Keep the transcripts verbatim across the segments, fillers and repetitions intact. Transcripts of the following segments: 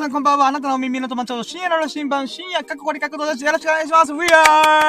さんこんばんは。あなたのお耳の友達と深夜の新版、深夜かっこかりかっこです。よろしくお願いします。We are!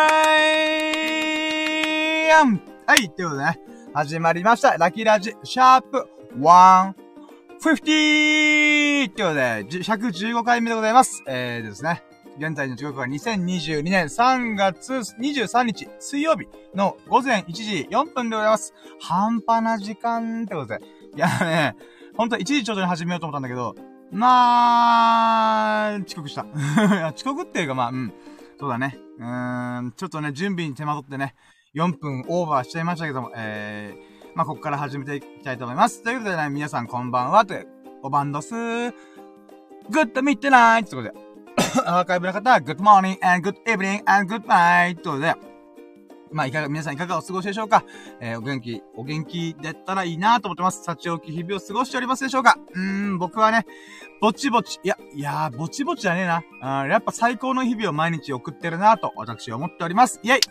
はい、ということでね、始まりました。ラッキーラジ、シャープひゃくごじゅう! ということで、ひゃくじゅうごかいめでございます。えーですね。現在の時刻はにせんにじゅうにねんさんがつにじゅうさんにち水曜日のごぜんいちじよんぷんでございます。半端な時間ってことで。いやね、ほんといちじちょうどに始めようと思ったんだけど、まあ、遅刻した。遅刻っていうかまあ、うん。そうだね。うーん、ちょっとね、準備に手間取ってね、よんぷんオーバーしちゃいましたけども、えー、まあ、ここから始めていきたいと思います。ということでね、皆さんこんばんは、という、おばんどすー。Good midnight! ということで、アーカイブの方は Good morning and good evening and good night! ということで、まあ、いかが、皆さんいかがお過ごしでしょうか。えー、お元気、お元気だったらいいなと思ってます。幸置き日々を過ごしておりますでしょうか。うーん、僕はね、ぼちぼち、いや、いやー、ぼちぼちじゃねえな。あー、やっぱ最高の日々を毎日送ってるなと、私は思っております。イェイ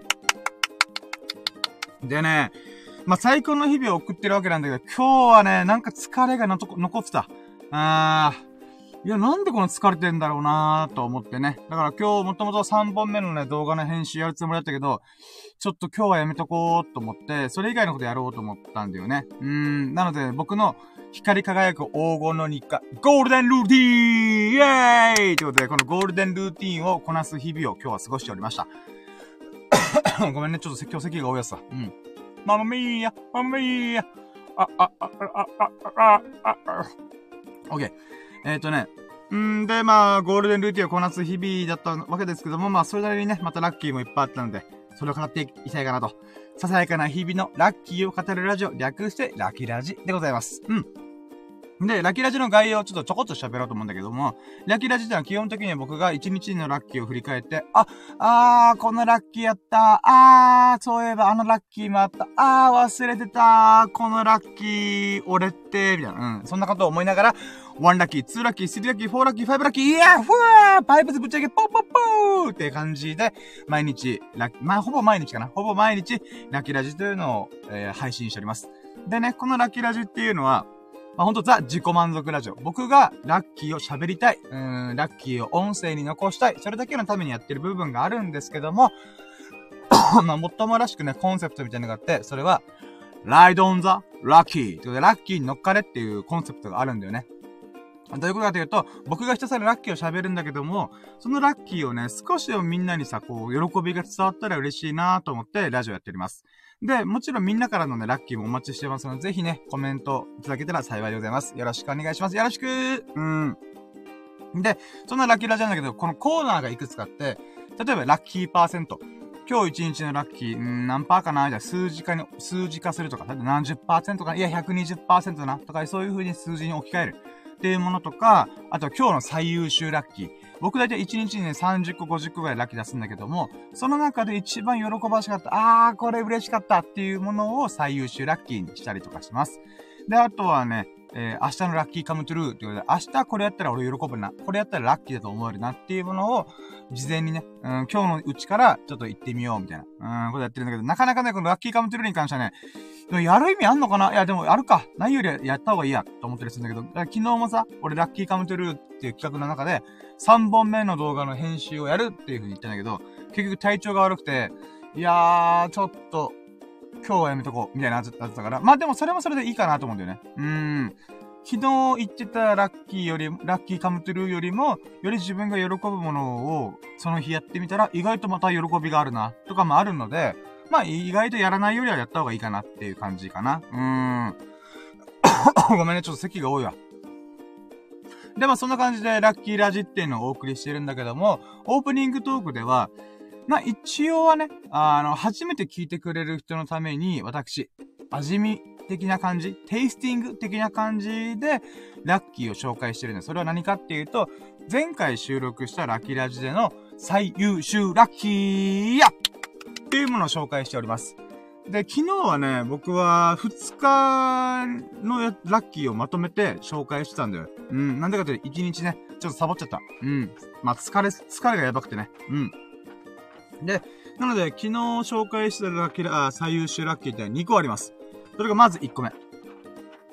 でね、まあ、最高の日々を送ってるわけなんだけど、今日はね、なんか疲れがのとこ、残ってた。あー、いや、なんでこの疲れてんだろうなーと思ってね。だから今日もともとさんぼんめのね、動画の編集やるつもりだったけど、ちょっと今日はやめとこうと思って、それ以外のことやろうと思ったんだよね。うーん、なので僕の光り輝く黄金の日課、ゴールデンルーティーンイェーイということで、このゴールデンルーティーンをこなす日々を今日は過ごしておりました。ごめんね、ちょっと今日咳が多いやつだ。うん。ママミーヤ、ママミーヤ。あ、あ、あ、あ、あ、あ、あ、あ、オッケー。えっ、ー、とね。んで、まあ、ゴールデンルーティンをこなす日々だったわけですけども、まあ、それなりにね、またラッキーもいっぱいあったので、それを語っていきたいかなと。ささやかな日々のラッキーを語るラジオ、略してラッキーラジでございます。うん。で、ラッキーラジの概要をちょっとちょこっと喋ろうと思うんだけども、ラッキーラジってのは基本的には僕が一日のラッキーを振り返って、あ、あー、このラッキーやった、あー、そういえばあのラッキーもあった、あー、忘れてた、このラッキー、俺って、みたいな、うん、そんなことを思いながら、ワンラッキー、ツーラッキー、スリーラッキー、フォーラッキー、ファイブラッキー、イヤーフーパイプズぶっちゃけ、ポッポッポーって感じで、毎日、ラッまあ、ほぼ毎日かな。ほぼ毎日、ラッキーラジというのを、えー、配信しております。でね、このラッキーラジっていうのは、まあ、ほんとザ自己満足ラジオ。僕がラッキーを喋りたい。うーん、ラッキーを音声に残したい。それだけのためにやってる部分があるんですけども、まあ、もっともらしくね、コンセプトみたいなのがあって、それは、Ride on the Lucky ということで、ラッキーに乗っかれっていうコンセプトがあるんだよね。どういうことかというと、僕がひたすらラッキーを喋るんだけども、そのラッキーをね、少しでもみんなにさ、こう、喜びが伝わったら嬉しいなと思ってラジオやっております。で、もちろんみんなからのね、ラッキーもお待ちしてますので、ぜひね、コメントいただけたら幸いでございます。よろしくお願いします。よろしくーうん。で、そんなラッキーラジオなんだけど、このコーナーがいくつかあって、例えばラッキーパーセント。今日一日のラッキー、んー何パーかなじゃあ数字化に、数字化するとか、例えば何十パーセントかな、いや、ひゃくにじゅっパーセントなとか、そういう風に数字に置き換える。っていうものとか、あとは今日の最優秀ラッキー。僕だいたいいちにちにね、さんじゅっこ、ごじゅっこぐらいラッキー出すんだけども、その中で一番喜ばしかった、あー、これ嬉しかったっていうものを最優秀ラッキーにしたりとかします。で、あとはね、えー、明日のラッキーカムトゥルーっていうことで、明日これやったら俺喜ぶな。これやったらラッキーだと思えるなっていうものを、事前にね、うん、今日のうちからちょっと行ってみようみたいな、うん、ことやってるんだけど、なかなかね、このラッキーカムトゥルーに関してはね、やる意味あんのかないや、でも、あるか。ないよりやった方がいいや、と思ったりするんだけど、昨日もさ、俺、ラッキーカムトゥルーっていう企画の中で、さんぼんめの動画の編集をやるっていう風に言ったんだけど、結局体調が悪くて、いやー、ちょっと、今日はやめとこう、みたいなやつだったから、まあでもそれもそれでいいかなと思うんだよね。うーん。昨日言ってたラッキーより、ラッキーカムトゥルーよりも、より自分が喜ぶものを、その日やってみたら、意外とまた喜びがあるな、とかもあるので、まあ、意外とやらないよりはやった方がいいかなっていう感じかな。うーん。ごめんね、ちょっと咳が多いわ。で、まあそんな感じでラッキーラジっていうのをお送りしてるんだけども、オープニングトークでは、まあ一応はね、あの、初めて聞いてくれる人のために、私、味見的な感じ、テイスティング的な感じで、ラッキーを紹介してるんで、それは何かっていうと、前回収録したラッキーラジでの最優秀ラッキーやっていうものを紹介しております。で、昨日はね、僕はふつかのラッキーをまとめて紹介してたんだよ。うん。なんでかというといちにちね、ちょっとサボっちゃった。うん。まあ、疲れ、疲れがやばくてね。うん。で、なので、昨日紹介したラッキー、あ、最優秀ラッキーってにこあります。それがまずいっこめ。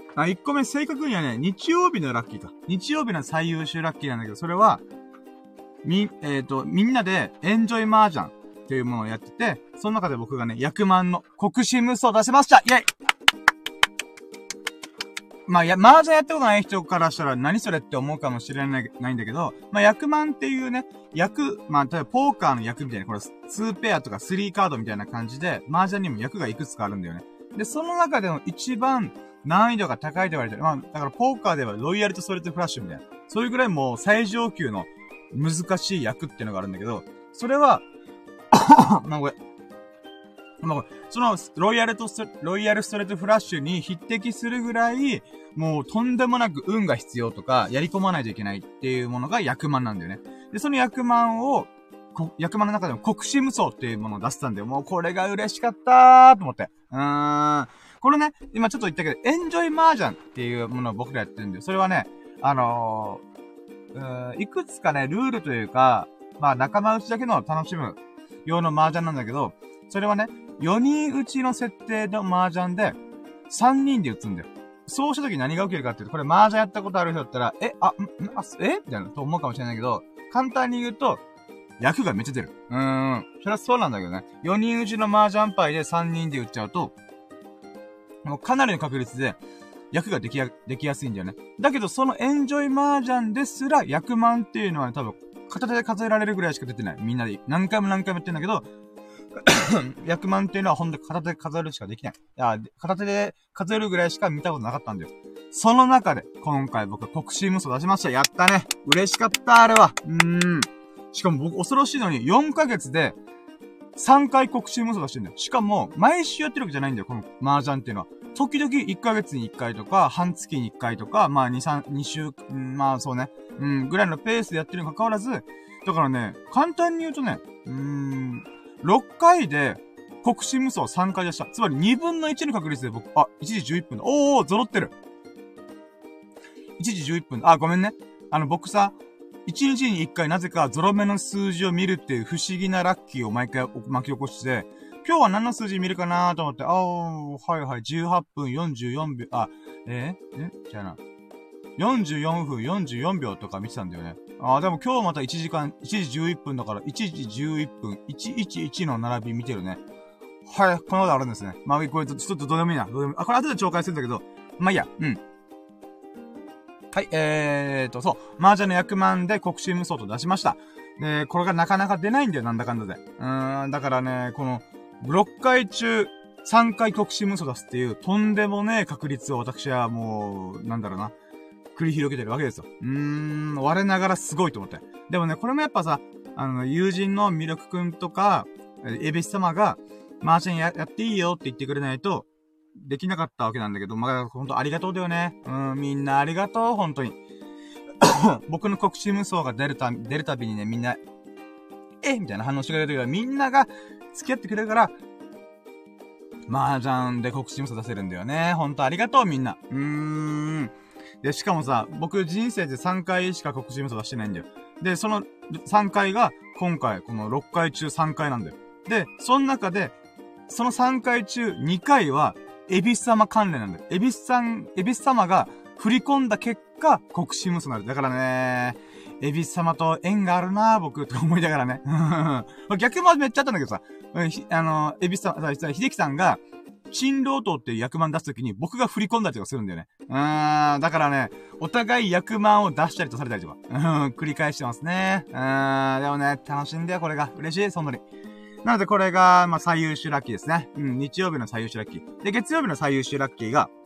あ、いっこめ正確にはね、日曜日のラッキーか。日曜日の最優秀ラッキーなんだけど、それは、み、えっと、みんなでエンジョイ麻雀っていうものをやってて、その中で僕がね、役満の国士無双を出せました。イェイ。まあ、や、麻雀やったことない人からしたら何それって思うかもしれない、ないんだけど、まあ、役満っていうね、役、まあ、例えばポーカーの役みたいな、これ、にペアとかスリーカードみたいな感じで、麻雀にも役がいくつかあるんだよね。で、その中でも一番難易度が高いと言われてる。まあ、だからポーカーではロイヤルとストレートフラッシュみたいな。そういうぐらいもう最上級の難しい役っていうのがあるんだけど、それは、まあこれ、まあこれ、その、ロイヤルとスト、ロイヤルストレートフラッシュに匹敵するぐらい、もうとんでもなく運が必要とか、やり込まないといけないっていうものが役満なんだよね。で、その役満を、役満の中でも国士無双っていうものを出したんだよ。もうこれが嬉しかったーと思って。うーん。これね、今ちょっと言ったけど、エンジョイ麻雀っていうものを僕らやってるんだよ。それはね、あのー、うーん、いくつかね、ルールというか、まあ仲間内だけの楽しむ用の麻雀なんだけど、それはね、よにん打ちの設定の麻雀で、さんにんで打つんだよ。そうした時何が起きるかっていうと、これ麻雀やったことある人だったら、え、あ、ん、あ、えみたいなと思うかもしれないけど、簡単に言うと、役がめっちゃ出る。うーん。それはそうなんだけどね。よにん打ちの麻雀牌でさんにんで打っちゃうと、もうかなりの確率で、役ができや、できやすいんだよね。だけど、そのエンジョイ麻雀ですら、役満っていうのは、ね、多分、片手で数えられるぐらいしか出てない。みんなで、何回も何回もやってんだけど、役満っていうのはほんと片手で数えるしかできない。いや、片手で数えるぐらいしか見たことなかったんだよ。その中で、今回僕は国士無双出しました。やったね。嬉しかった、あれは。うーん。しかも僕恐ろしいのに、よんかげつで、さんかい国士無双出してんだよ。しかも、毎週やってるわけじゃないんだよ、この麻雀っていうのは。時々いっかげつにいっかいとか、半月にいっかいとか、まあに、さん、に週、うん、まあそうね、うん、ぐらいのペースでやってるにもかかわらず、だからね、簡単に言うとね、うーん、ろっかいで、国士無双さんかい出した。つまりにぶんのいちの確率で僕、あ、いちじじゅういっぷんだ。おー、揃ってる。いちじじゅういっぷん。あ、ごめんね。あの、僕さ、いちにちにいっかいなぜかゾロ目の数字を見るっていう不思議なラッキーを毎回巻き起こして、今日は何の数字見るかなーと思って、あー、はいはい、じゅうはっぷんよんじゅうよんびょう、あ、えー、えじゃあな。よんじゅうよんふんよんじゅうよんびょうとか見てたんだよね。あー、でも今日またいちじかん、いちじじゅういっぷんだから、いちじじゅういっぷん、いちいちいちの並び見てるね。はい、このことあるんですね。まあ、これちょっとどうでもいいな。どうでもいい。あ、これ後で紹介するんだけど、まあいいや、うん。はい、えーと、そう。麻雀の役満で国士無双と出しました。で、これがなかなか出ないんだよ、なんだかんだで。うーん、だからね、この、ろっかい中、さんかい国士無双出すっていう、とんでもねえ確率を私はもう、なんだろうな、繰り広げてるわけですよ。うーん、我ながらすごいと思って。でもね、これもやっぱさ、あの、友人の魅力くんとか、エビス様が、麻雀や、やっていいよって言ってくれないと、できなかったわけなんだけど、まあ、ほんとありがとうだよね。うん、みんなありがとう、ほんとに。僕の国士無双が出るた、出るたびにね、みんな、えみたいな反応してくれるけど、みんなが付き合ってくれるから、麻雀で国士無双出せるんだよね。ほんとありがとう、みんな。うーん。で、しかもさ、僕人生でさんかいしか国士無双出してないんだよ。で、そのさんかいが、今回、このろっかい中さんかいなんだよ。で、その中で、そのさんかい中にかいは、エビス様関連なんだよ。エビスさん、エビス様が振り込んだ結果、国士無双になる。だからね、エビス様と縁があるなぁ、僕、と思いながらね。逆もめっちゃあったんだけどさ、あの、エビス様、秀樹さんが、新郎党っていう役満出すときに僕が振り込んだりとかするんだよね。うーん、だからね、お互い役満を出したりとされたりとか、うん、繰り返してますね。うーん、でもね、楽しいんだよ、これが。嬉しい、そんなに。なのでこれが、まあ、最優秀ラッキーですね。うん、日曜日の最優秀ラッキー。で、月曜日の最優秀ラッキーが、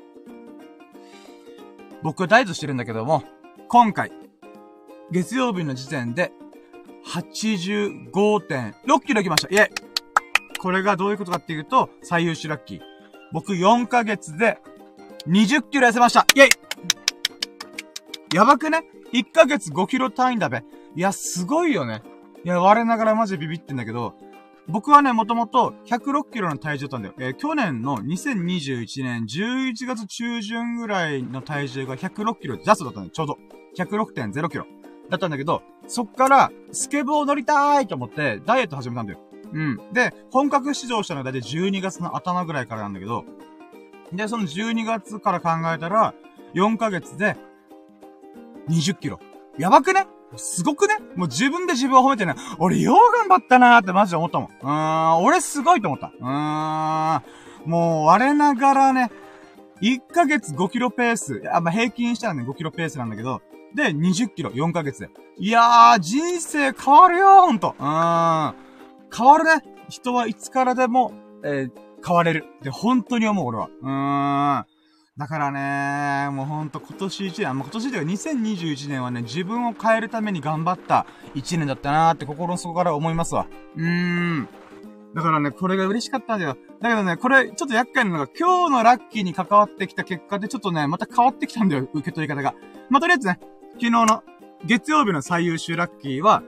僕はダイエットしてるんだけども、今回、月曜日の時点で、はちじゅうごてんろっキロ来ました。イェイ！これがどういうことかっていうと、最優秀ラッキー。僕よんかげつで、にじゅっキロ痩せました。イェイ！やばくね？ いっ ヶ月ごキロ単位だべ。いや、すごいよね。いや、我ながらマジでビビってんだけど、僕はね、もともとひゃくろっキロの体重だったんだよ。えー、去年のにせんにじゅういちねんじゅういちがつ中旬ぐらいの体重がひゃくろっキロジャストだったんだよ。ちょうど。ひゃくろくてんゼロキロ。だったんだけど、そっから、スケボー乗りたーいと思って、ダイエット始めたんだよ。うん。で、本格指導したのがだいたいじゅうにがつの頭ぐらいからなんだけど、 で、そのじゅうにがつから考えたら、よんかげつで、にじゅっキロ。やばくね？すごくね？もう自分で自分を褒めてね。俺よう頑張ったなーってマジで思ったもん。うーん、俺すごいと思った。うーん、もう我ながらね、いっかげつごキロペース。あ、まあ、平均したらね、ごキロペースなんだけど、で、にじゅっキロ、よんかげつで。いやー、人生変わるよー、ほんと。うーん。変わるね。人はいつからでも、えー、変われる。って本当に思う、俺は。うーん。だからね、もうほんと今年いちねん、もう今年ではにせんにじゅういちねんはね、自分を変えるために頑張ったいちねんだったなーって心の底から思いますわ。うーん。だからね、これが嬉しかったんだよ。だけどね、これ、ちょっと厄介なのが、今日のラッキーに関わってきた結果で、ちょっとね、また変わってきたんだよ、受け取り方が。まあ、とりあえずね、昨日の、月曜日の最優秀ラッキーは、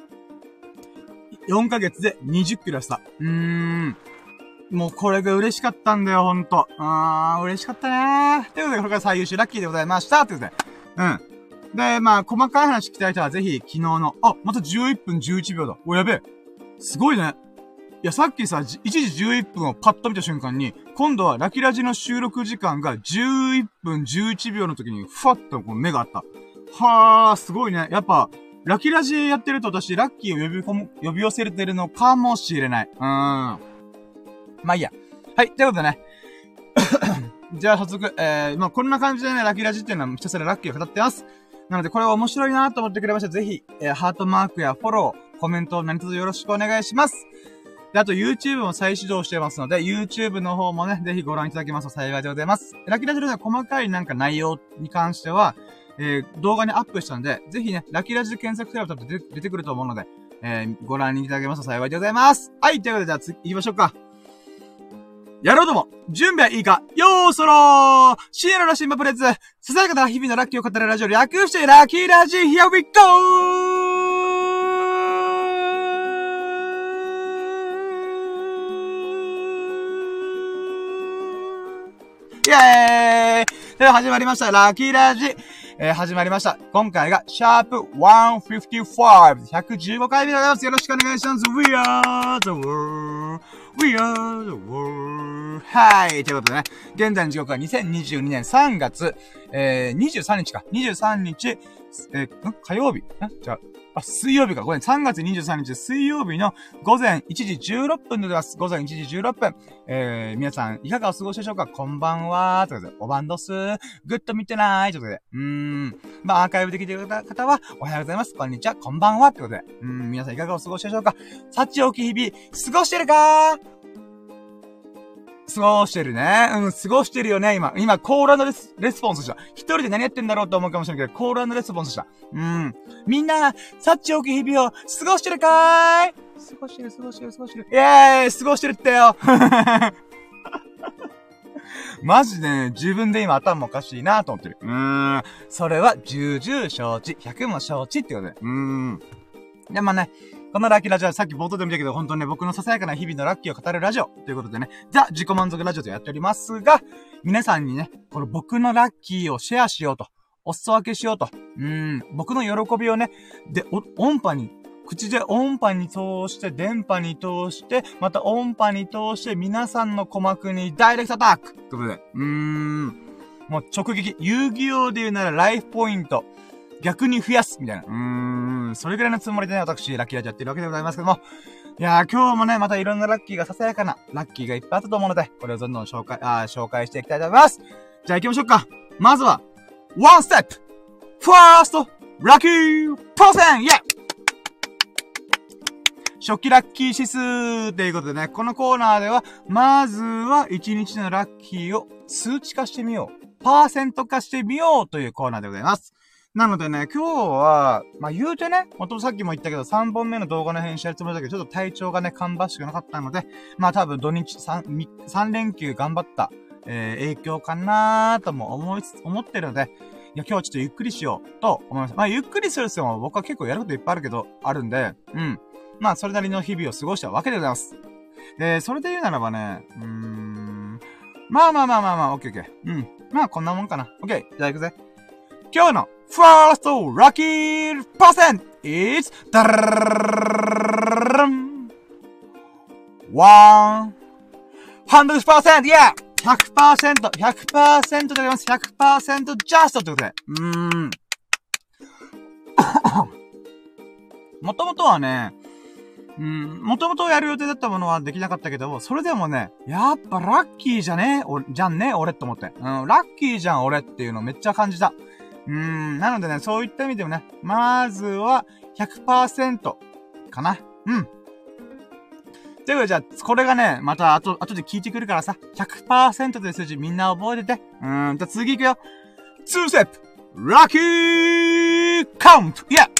よんかげつでにじゅっキロした。うーん。もうこれが嬉しかったんだよ、ほんと。あー、嬉しかったねー。ということで、これが最優秀ラッキーでございました。ということで。うん。で、まあ、細かい話聞きたい人は、ぜひ、昨日の、あ、またじゅういっぷんじゅういちびょうだ。お、やべえ。すごいね。いや、さっきさ、いちじじゅういっぷんをパッと見た瞬間に、今度はラキラジの収録時間がじゅういっぷんじゅういちびょうの時に、ふわっとこう目があった。はー、すごいね。やっぱ、ラキラジやってると私、ラッキーを呼び込む、呼び寄せてるのかもしれない。うーん。まあいいや。はい、ということでね。じゃあ早速、えー、まあこんな感じでね、ラキラジっていうのはひたすらラッキーを語ってます。なので、これは面白いなと思ってくれましたら、ぜひ、えー、ハートマークやフォロー、コメント、何卒よろしくお願いします。で、あと YouTube も再始動してますので、YouTube の方もね、ぜひご覧いただけますと幸いでございます。ラキラジの細かいなんか内容に関しては、えー、動画にアップしたんで、ぜひね、ラキラジで検索すれば多分出て、出てくると思うので、えー、ご覧いただけますと幸いでございます。はい、ということでじゃあ次行きましょうか。やろうとも準備はいいかよーそろーシエロのシンバプレッツささやかな日々のラッキーを語るラジオ略してラッキーラジ Here we go! イェーイでは始まりました。ラッキーラジ。えー、始まりました。今回が、シャープひゃくごじゅうご。ひゃくじゅうごかいめでございます。よろしくお願いします。We are the world.We are the world. はい。ということでね。現在の時刻はにせんにじゅうにねんさんがつ、えー、にじゅうさんにちか。にじゅうさんにち、えー、ん火曜日んじゃあ、あ、水曜日か。ごめん。さんがつにじゅうさんにち水曜日の午前いちじじゅうろっぷんでございます。午前いちじじゅうろっぷん。えー、皆さん、いかがお過ごしでしょうか？こんばんは。ということで、おばんどす。ぐっと見てない。ということで。うーん。まあ、アーカイブで聞いてくれた方は、おはようございます。こんにちは。こんばんは。ということで。うーん、皆さんいかがお過ごしでしょうか？さちおき日々、過ごしてるかー？過ごしてるね。うん、過ごしてるよね、今。今、コール&レス、レスポンスした。一人で何やってんだろうと思うかもしれないけど、コール&レスポンスした。うん。みんな、さっちおき日々を過ごしてるかーい？過ごしてる、過ごしてる、過ごしてる。イェーイ！過ごしてるってよマジでね、自分で今頭おかしいなと思ってる。うーん。それは、重々承知、百も承知ってことで。うーん。で、まあね、このラッキーラジオはさっき冒頭でも言ったけど、本当にね、僕のささやかな日々のラッキーを語るラジオということでね、ザ・自己満足ラジオとやっておりますが、皆さんにね、この僕のラッキーをシェアしようと、お裾分けしようと、うーん、僕の喜びをね、で、音波に、口で音波に通して、電波に通して、また音波に通して、皆さんの鼓膜にダイレクトアタックということで、うーん、もう直撃、遊戯王で言うならライフポイント、逆に増やすみたいな。うーん、それぐらいのつもりでね、私、ラッキーラジオやってるわけでございますけども。いやー、今日もね、またいろんなラッキーがささやかな、ラッキーがいっぱいあったと思うので、これをどんどん紹介、あー、紹介していきたいと思います。じゃあ行きましょうか。まずは、ワンステップファーストラッキープロセンイェイ初期ラッキー指数ということでね、このコーナーでは、まずはいちにちのラッキーを数値化してみよう。パーセント化してみようというコーナーでございます。なのでね、今日は、まあ、言うてね、ほんとさっきも言ったけど、さんぼんめの動画の編集やるつもりだけど、ちょっと体調がね、芳しくなかったので、まあ多分土日さん、さん連休頑張った、えー、影響かなーとも思いつつ、思ってるので、いや、今日はちょっとゆっくりしようと思います。まあ、ゆっくりするっても僕は結構やることいっぱいあるけど、あるんで、うん。まあ、それなりの日々を過ごしたわけでございます。で、それで言うならばね、うーん。まあまあまあまあまあ、オッケーオッケー。うん。まあ、こんなもんかな。オッケー。じゃあ行くぜ。今日のファーストラッキーパーセント is ダラララララン one hundred percent yeah ひゃくパーセント、ひゃくパーセント であります。ひゃくパーセント ジャストってことで。うーん。もともとはね、うん、もともとやる予定だったものはできなかったけど、それでもね、やっぱラッキーじゃねえお、じゃんね俺って思って。うん、ラッキーじゃん俺っていうのめっちゃ感じた。うーん、なのでね、そういった意味でもね、まずは ひゃくパーセント かな。うん。ということで、じゃあ、これがね、また後、後で聞いてくるからさ、ひゃくパーセント という数字みんな覚えてて。うーん、じゃあ次行くよ。にステップラッキーカウントイェイ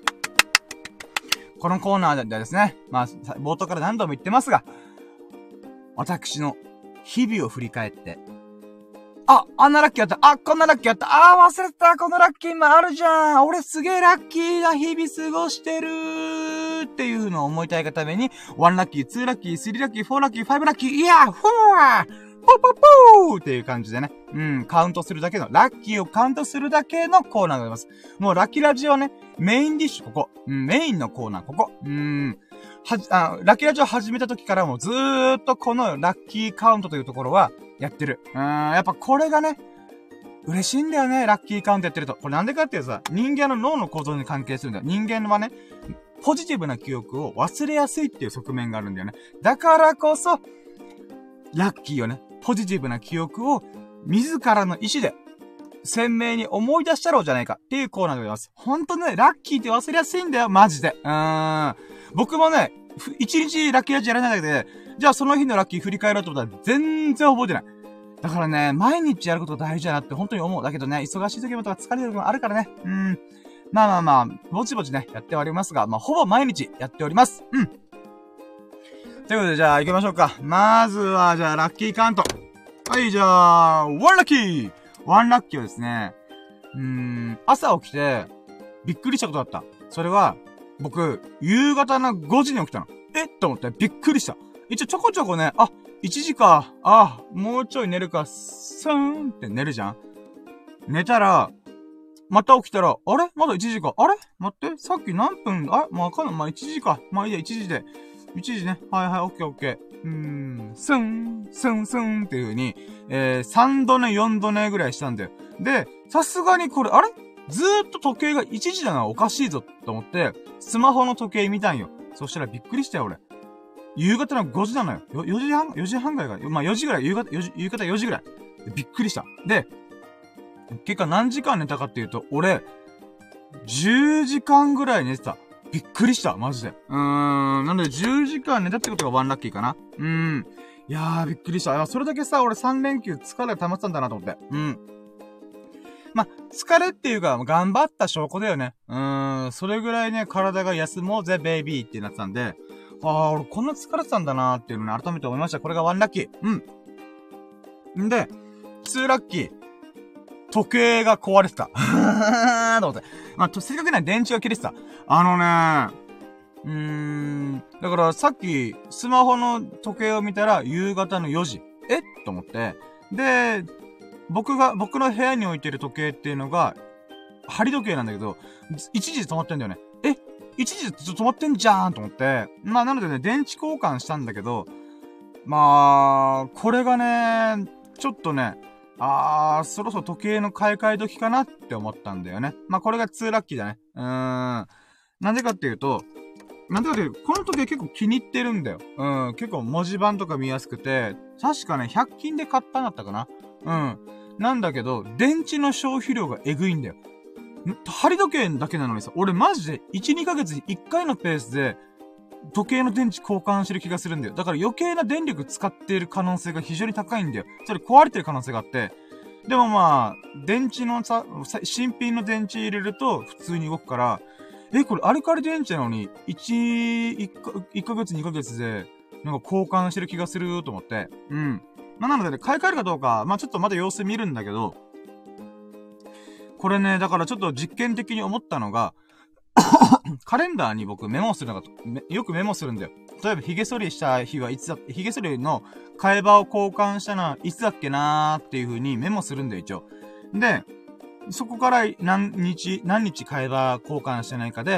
このコーナーではですね、まあ、冒頭から何度も言ってますが、私の日々を振り返って、あ、あんなラッキーあった、あ、こんなラッキーあった、あー忘れてた、このラッキーもあるじゃん、俺すげーラッキーな日々過ごしてるーっていうのを思いたいがために、ワンラッキー、ツーラッキー、スリーラッキー、フォーラッキー、ファイブラッキー、いやー、フォーポーポーポーっていう感じでね。うん、カウントするだけの、ラッキーをカウントするだけのコーナーがあります。もうラッキーラジオね、メインディッシュここ。うん、メインのコーナーここ。うん。はじ、あ、ラッキーラジオ始めた時からもずーっとこのラッキーカウントというところはやってる。うん、やっぱこれがね、嬉しいんだよね、ラッキーカウントやってると。これなんでかっていうとさ、人間の脳の構造に関係するんだよ。人間はね、ポジティブな記憶を忘れやすいっていう側面があるんだよね。だからこそ、ラッキーをね、ポジティブな記憶を自らの意志で鮮明に思い出したろうじゃないかっていうコーナーでございます。ほんとね、ラッキーって忘れやすいんだよ、マジで。うーん。僕もね、一日ラッキーラジやらないだけで、じゃあその日のラッキー振り返ろうと思ったら全然覚えてない。だからね、毎日やること大事だなって本当に思う。だけどね、忙しい時もとか疲れる時もあるからね。うん。まあまあまあ、ぼちぼちね、やっておりますが、まあほぼ毎日やっております。うん。ということで、じゃあ行きましょうか。まずは、じゃあラッキーカウント。はい、じゃあ、ワンラッキーワンラッキーはですね、うーん、朝起きて、びっくりしたことだった。それは、僕、夕方のごじに起きたの。えっと思って、びっくりした。一応ちょこちょこね、あ、いちじか、あ、もうちょい寝るか、スーンって寝るじゃん。寝たら、また起きたら、あれまだいちじか。あれ待って、さっき何分、あ、まあ、わかんない。まあ、いちじか。まあいいや、いちじで。いちじね。はいはい、オッケーオッケー。うーん、スン、スンスンっていう風に、えー、さんど寝、よんど寝ぐらいしたんだよ。で、さすがにこれ、あれずーっと時計がいちじだな、おかしいぞ、と思って、スマホの時計見たんよ。そしたらびっくりしたよ、俺。夕方のごじなのよ。よ、よじはん ?よ 時半ぐらいか。まあ、よじぐらい、夕方、よじ、夕方よじぐらい。びっくりした。で、結果何時間寝たかっていうと、俺、じゅうじかんぐらい寝てた。びっくりした、マジで。うーん。なので、じゅうじかん寝たってことがワンラッキーかな。うーん。いやー、びっくりした。それだけさ、俺さん連休疲れが溜まってたんだなと思って。うん。ま、疲れっていうか、頑張った証拠だよね。うーん。それぐらいね、体が休もうぜ、ベイビーってなってたんで、あー、俺こんな疲れてたんだなーっていうのね、改めて思いました。これがワンラッキー。うん。んで、ツーラッキー。時計が壊れてた。と思って。まあ、正確には電池が切れてた。あのね、うーん。だからさっき、スマホの時計を見たら、夕方のよじ。えと思って。で、僕が、僕の部屋に置いてる時計っていうのが、針時計なんだけど、いちじで止まってんだよね。え ?いち 時で止まってんじゃーんと思って。まあ、なのでね、電池交換したんだけど、まあ、これがね、ちょっとね、あー、そろそろ時計の買い替え時かなって思ったんだよね。まあ、これがツーラッキーだね。うーん。なんでかっていうと、なんでかっていうと、この時計結構気に入ってるんだよ。うん。結構文字盤とか見やすくて、確かね、ひゃく均で買ったんだったかな。うん。なんだけど、電池の消費量がえぐいんだよ。針時計だけなのにさ、俺マジでいち、にかげつにいっかいのペースで、時計の電池交換してる気がするんだよ。だから余計な電力使っている可能性が非常に高いんだよ。それ壊れてる可能性があって。でもまあ、電池のさ、新品の電池入れると普通に動くから、え、これアルカリ電池なのに、いち、いっか、いっかげつにかげつで、なんか交換してる気がすると思って。うん。まあなのでね、買い替えるかどうか、まあちょっとまだ様子見るんだけど、これね、だからちょっと実験的に思ったのが、カレンダーに僕メモするのが、よくメモするんだよ。例えば髭剃りした日はいつだ、髭剃りの替え刃を交換したのはいつだっけなーっていう風にメモするんだよ、一応。で、そこから何日、何日替え刃交換してないかで、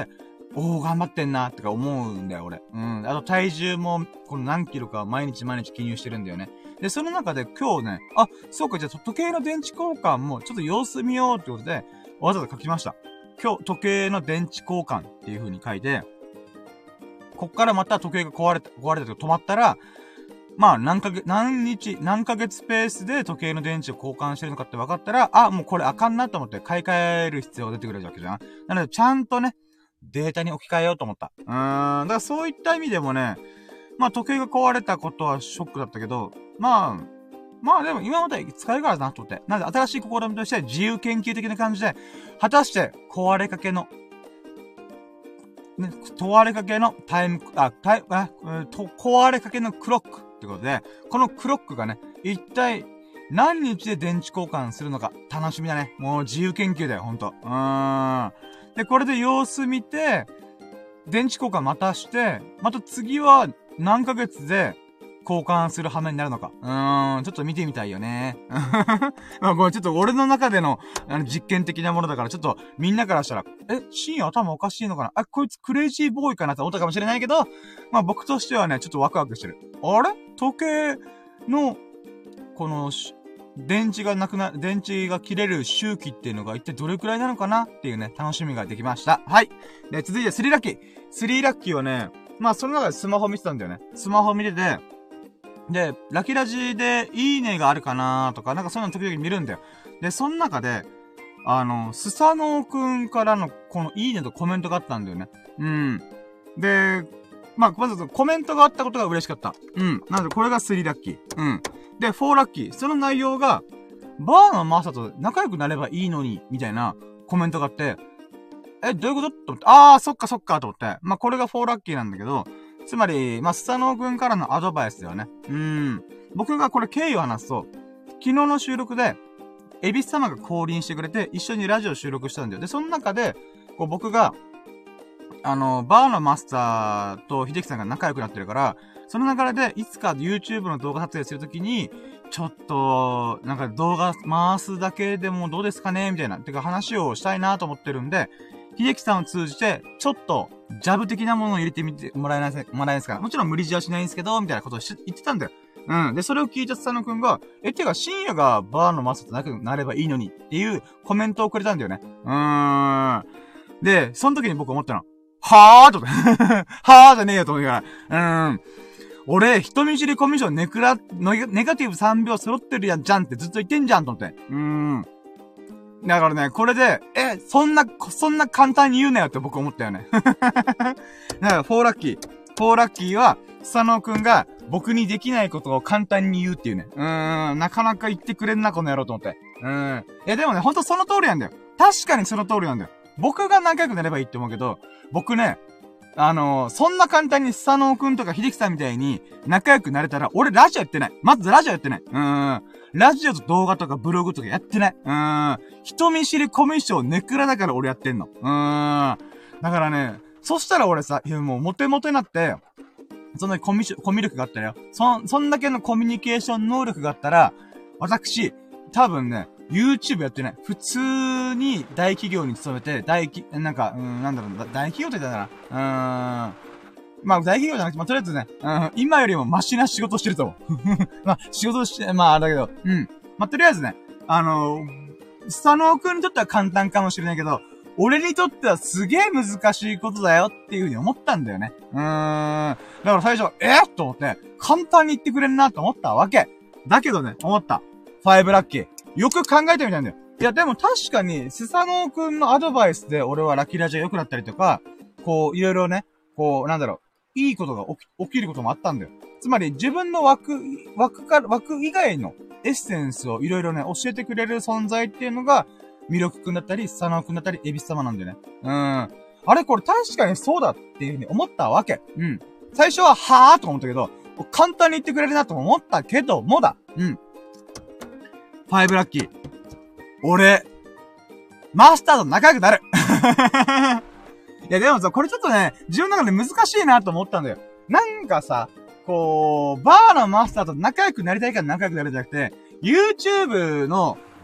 おー、頑張ってんな、ってか思うんだよ、俺。うん。あと体重も、この何キロか毎日毎日記入してるんだよね。で、その中で今日ね、あ、そうか、じゃあ時計の電池交換もちょっと様子見ようってことで、わざわざ書きました。今日、時計の電池交換っていう風に書いて、こっからまた時計が壊れた、壊れたとか止まったら、まあ、何ヶ月、何日、何ヶ月ペースで時計の電池を交換してるのかって分かったら、あ、もうこれあかんなと思って買い替える必要が出てくるわけじゃん。なので、ちゃんとね、データに置き換えようと思った。うーん、だからそういった意味でもね、まあ時計が壊れたことはショックだったけど、まあ、まあでも今まで使えるからなと思って。なので新しい試みとして自由研究的な感じで、果たして壊れかけの、ね、壊れかけのタイム、あ、タイ、あ、えー、と、壊れかけのクロックってことで、このクロックがね、一体何日で電池交換するのか楽しみだね。もう自由研究だよ、ほんと。うーん。で、これで様子見て、電池交換またして、また次は何ヶ月で交換する羽目になるのか。うーん、ちょっと見てみたいよね。まあこれちょっと俺の中でのあの実験的なものだから、ちょっとみんなからしたら、え、深夜頭おかしいのかなあ、こいつクレイジーボーイかなって思ったかもしれないけど、まあ僕としてはね、ちょっとワクワクしてる。あれ時計の、この、電池がなくな、電池が切れる周期っていうのが一体どれくらいなのかなっていうね、楽しみができました。はい。で、続いてスリーラッキー。スリーラッキーはね、まあその中でスマホ見てたんだよね。スマホ見てて、で、ラキラジでいいねがあるかなとか、なんかそういうの時々見るんだよ。で、その中で、あの、スサノーくんからのこのいいねとコメントがあったんだよね。うん。で、まあ、まずコメントがあったことが嬉しかった。うん。なのでこれがスリーラッキー。うん。で、フォーラッキー。その内容が、バーのマサと仲良くなればいいのに、みたいなコメントがあって、え、どういうことと思って、あー、そっかそっか、と思って。まあ、これがフォーラッキーなんだけど、つまり、まあ、スサノーくんからのアドバイスだよね。うーん。僕がこれ経緯を話すと、昨日の収録で、エビス様が降臨してくれて、一緒にラジオ収録したんだよ。で、その中で、こう僕が、あの、バーのマスターと秀樹さんが仲良くなってるから、その流れで、いつか YouTube の動画撮影するときに、ちょっと、なんか動画回すだけでもどうですかねみたいな。てか話をしたいなと思ってるんで、秀樹さんを通じて、ちょっと、ジャブ的なものを入れてみてもらえない、もらえないですかもちろん無理強いはしないんですけど、みたいなことをし言ってたんだよ。うん。で、それを聞いた佐野くんが、え、てか、深夜がバーのマスターと仲良くなればいいのにっていうコメントをくれたんだよね。うーん。で、その時に僕思ったの。はぁーとか、はぁーじゃねえよと思いながら。うーん。俺、人見知りコミュ障ネクラ、ネガティブさんびょう揃ってるやんじゃんってずっと言ってんじゃんと思って。うーん。だからね、これで、え、そんな、そんな簡単に言うなよって僕思ったよね。だから、フォーラッキー。フォーラッキーは、佐野くんが僕にできないことを簡単に言うっていうね。うーん、なかなか言ってくれんな、この野郎と思って。うーん。いや、でもね、ほんとその通りなんだよ。確かにその通りなんだよ。僕が仲良くなればいいって思うけど、僕ね、あのー、そんな簡単にスサノーくんとか秀樹さんみたいに仲良くなれたら、俺ラジオやってない。まずラジオやってない。うーん。ラジオと動画とかブログとかやってない。うーん。人見知りコミュ障ネクラだから俺やってんの。うーん。だからね、そしたら俺さ、いやもうモテモテになって、そんなコミュ、コミュ力があったらよ。そ、そんだけのコミュニケーション能力があったら、私、多分ね、YouTube やってない。普通に大企業に勤めて、大き、なんか、うん、なんだろう、大企業って言ったら、うーん。まあ、大企業じゃなくて、まあ、とりあえずね、うん、今よりもマシな仕事してると思う。まあ、仕事して、まあ、だけど、うん。まあ、とりあえずね、あのー、スサノーくんにとっては簡単かもしれないけど、俺にとってはすげえ難しいことだよっていう風に思ったんだよね。うーん。だから最初、えー、と思って、簡単に言ってくれんなと思ったわけ。だけどね、思った。ファイブラッキー。よく考えてみたんだよ。いや、でも確かに、スサノーくんのアドバイスで俺はラッキーラジオ良くなったりとか、こう、いろいろね、こう、なんだろう、いいことが起き、起きることもあったんだよ。つまり、自分の枠、枠から、枠以外のエッセンスをいろいろね、教えてくれる存在っていうのが、ミルクくんだったり、スサノーくんだったり、エビス様なんだよね。うん。あれこれ確かにそうだっていうふうに思ったわけ。うん。最初は、はぁーと思ったけど、簡単に言ってくれるなと思ったけどもだ。うん。ファイブラッキー。俺、マスターと仲良くなる。いやでもさ、これちょっとね、自分の中で難しいなと思ったんだよ。なんかさ、こう、バーのマスターと仲良くなりたいから仲良くなるんじゃなくて、YouTube の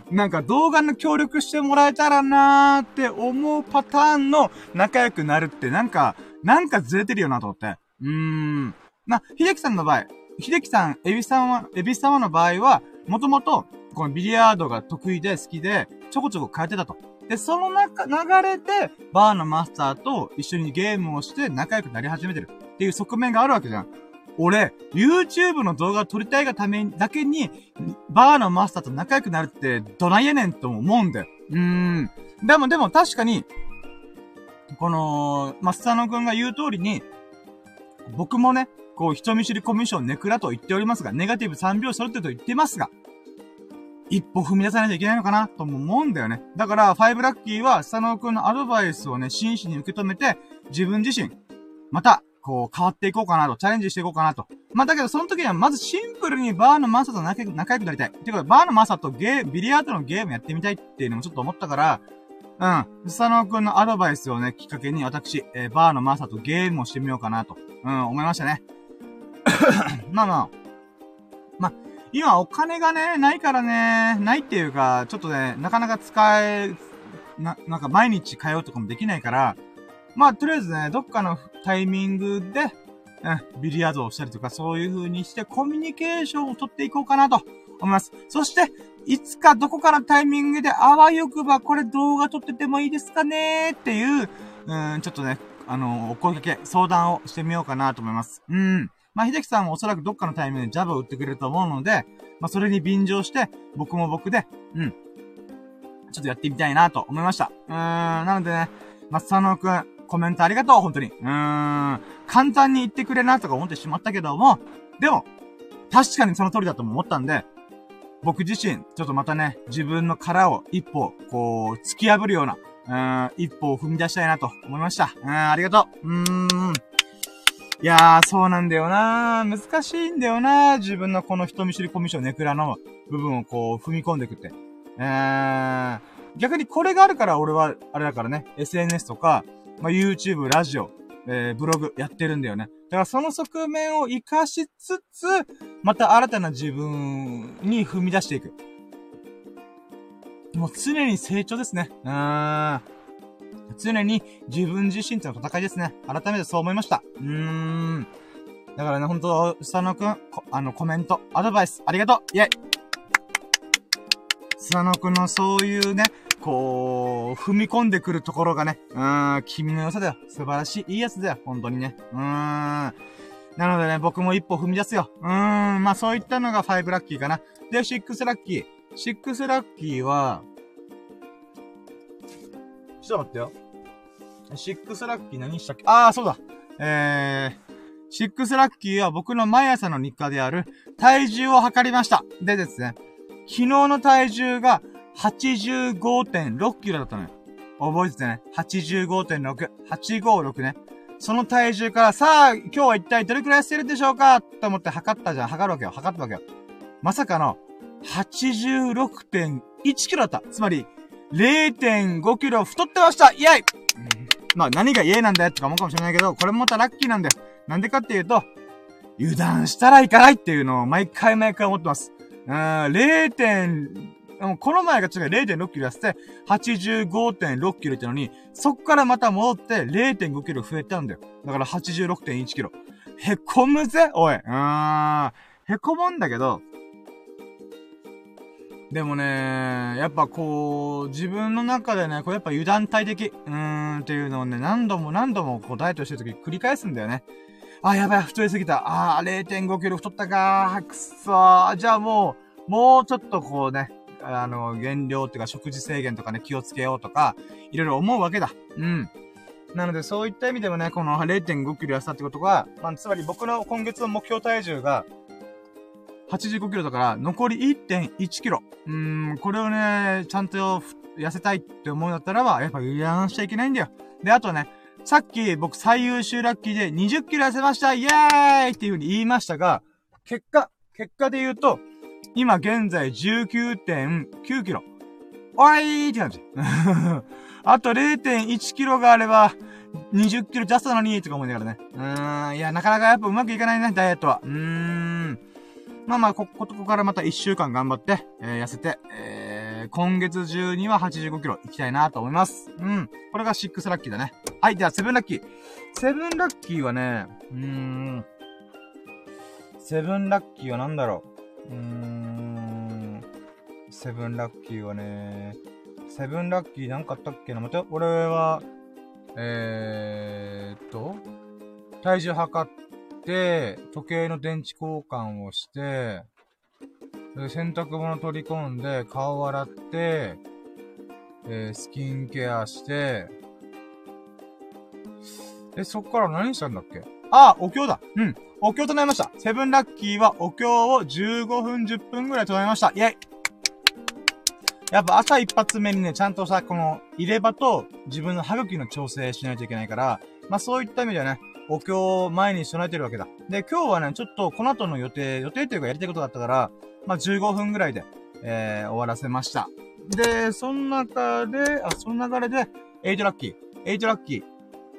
なんか動画の協力してもらえたらなーって思うパターンの仲良くなるってなんか、なんかずれてるよなと思って。うーん。まあ、秀樹さんの場合、秀樹さん、エビさんは、エビ様の場合は、もともと、このビリヤードが得意で好きで、ちょこちょこ変えてたと。で、その中、流れで、バーのマスターと一緒にゲームをして仲良くなり始めてるっていう側面があるわけじゃん。俺、YouTube の動画を撮りたいがために、だけに、バーのマスターと仲良くなるって、どないやねんと思うんだよ。うーん。でも、でも確かに、この、マスターのくんが言う通りに、僕もね、こう、人見知りコミュ障ネクラと言っておりますが、ネガティブさんびょう揃ってると言ってますが、一歩踏み出さないといけないのかなとも思うんだよね。だから、ファイブラッキーは、スタノーくんのアドバイスをね、真摯に受け止めて、自分自身、また、こう、変わっていこうかなと、チャレンジしていこうかなと。まあ、だけど、その時には、まずシンプルにバーのマスターと仲良く、仲良くなりたい。てか、バーのマスターとゲー、ビリヤードのゲームやってみたいっていうのもちょっと思ったから、うん。スタノーくんのアドバイスをね、きっかけに、私、えー、バーのマスターとゲームをしてみようかなと、うん、思いましたね。まあまあ。まあ、今お金がね、ないからね、ないっていうか、ちょっとね、なかなか使え、な、なんか毎日通うとかもできないから、まあ、とりあえずね、どっかのタイミングで、うん、ビリヤードをしたりとか、そういう風にしてコミュニケーションを取っていこうかなと思います。そして、いつかどこかのタイミングで、あわよくばこれ動画撮っててもいいですかねーっていう、うん、ちょっとね、あの、お声掛け、相談をしてみようかなと思います。うん。まあ、秀樹さんもおそらくどっかのタイミングでジャブを打ってくれると思うので、まあ、それに便乗して、僕も僕で、うん。ちょっとやってみたいなと思いました。うーん、なのでね、まあ、佐野くん、コメントありがとう、本当に。うーん、簡単に言ってくれなとか思ってしまったけども、でも、確かにその通りだとも思ったんで、僕自身、ちょっとまたね、自分の殻を一歩、こう、突き破るような、うーん、一歩を踏み出したいなと思いました。うーん、ありがとう。うーん。いやー、そうなんだよなー。難しいんだよなー。自分のこの人見知りコミュ障ネクラの部分をこう、踏み込んでいくって。えー、逆にこれがあるから俺は、あれだからね、エスエヌエス とか、まあ、YouTube、ラジオ、えー、ブログやってるんだよね。だからその側面を活かしつつ、また新たな自分に踏み出していく。もう常に成長ですね。うーん。常に自分自身との戦いですね。改めてそう思いました。うーん。だからね、ほんと、佐野くん、あの、コメント、アドバイス、ありがとうイェイ佐野くんのそういうね、こう、踏み込んでくるところがね、うーん、君の良さだよ。素晴らしい、いいやつだよ。本当にね。うーん。なのでね、僕も一歩踏み出すよ。うーん、まあそういったのがファイブラッキーかな。で、シックスラッキー。シックスラッキーは、ちょっと待ってよ。シックスラッキー何したっけ？あー、そうだ。えー、シックスラッキーは僕の毎朝の日課である体重を測りました。でですね、昨日の体重が はちじゅうごてんろくキロだったのよ。覚えててね。はちじゅうごてんろく。はちごろくね。その体重から、さあ、今日は一体どれくらい痩せるでしょうかと思って測ったじゃん。測るわけよ。測ったわけよ。まさかの、はちじゅうろくてんいちキロだった。つまり、れいてんごキロ太ってましたイェイ、うん、まあ何がイエーなんだよとか思うかもしれないけど、これもまたラッキーなんだよ。なんでかっていうと、油断したらいかないっていうのを毎回毎回思ってます。うーん、れいてん、この前が違う れいてんろくキロ痩せて、はちじゅうごてんろくキロってのに、そっからまた戻って れいてんごキロ増えたんだよ。だから はちじゅうろくてんいちキロ。へこむぜおい。うーん。へこむんだけど、でもね、やっぱこう、自分の中でね、これやっぱ油断大敵、うーんっていうのをね、何度も何度もこうダイエットしてるとき繰り返すんだよね。あ、やばい、太りすぎた。あー、れいてんごキロ太ったかー。くっそー。じゃあもう、もうちょっとこうね、あの、減量っていうか食事制限とかね、気をつけようとか、いろいろ思うわけだ。うん。なのでそういった意味でもね、この れいてんごキロ痩せたってことは、まあ、つまり僕の今月の目標体重が、はちじゅうごキロだから、残り いってんいちキロ。うーん、これをね、ちゃんと痩せたいって思うんだったらば、やっぱ油断しちゃいけないんだよ。で、あとね、さっき僕最優秀ラッキーでにじゅっキロ痩せましたイエーイっていう風に言いましたが、結果、結果で言うと、今現在 じゅうきゅうてんきゅうキロ。おいーって感じ。あと れいてんいちキロがあれば、にじゅっキロジャストなのにとか思いながらね。うーん、いや、なかなかやっぱうまくいかないね、ダイエットは。うーん。まあまあ、こ、ここからまたいっしゅうかん頑張って、えー、痩せて、えー、今月中にははちじゅうごキロ行きたいなと思います。うん。これがシックスラッキーだね。はい、ではセブンラッキー。セブンラッキーはね、うーん。セブンラッキーはなんだろう。うーん。セブンラッキーはね、セブンラッキーなんかあったっけな。待って、俺は、えーっと、体重測って、時計の電池交換をして、洗濯物取り込んで、顔洗って、えー、スキンケアして、え、そっから何したんだっけ？あ、お経だ。うん。お経唱えました。セブンラッキーはお経をじゅうごふん、じゅっぷんぐらい唱えました。イェイ！やっぱ朝一発目にね、ちゃんとさ、この入れ歯と自分の歯茎の調整しないといけないから、まあそういった意味ではね、お経を前に唱えてるわけだ。で、今日はね、ちょっとこの後の予定、予定というかやりたいことだったから、まあじゅうごふんぐらいで、えー、終わらせました。で、その中で、あ、その流れで、エイトラッキー。エイトラッキー。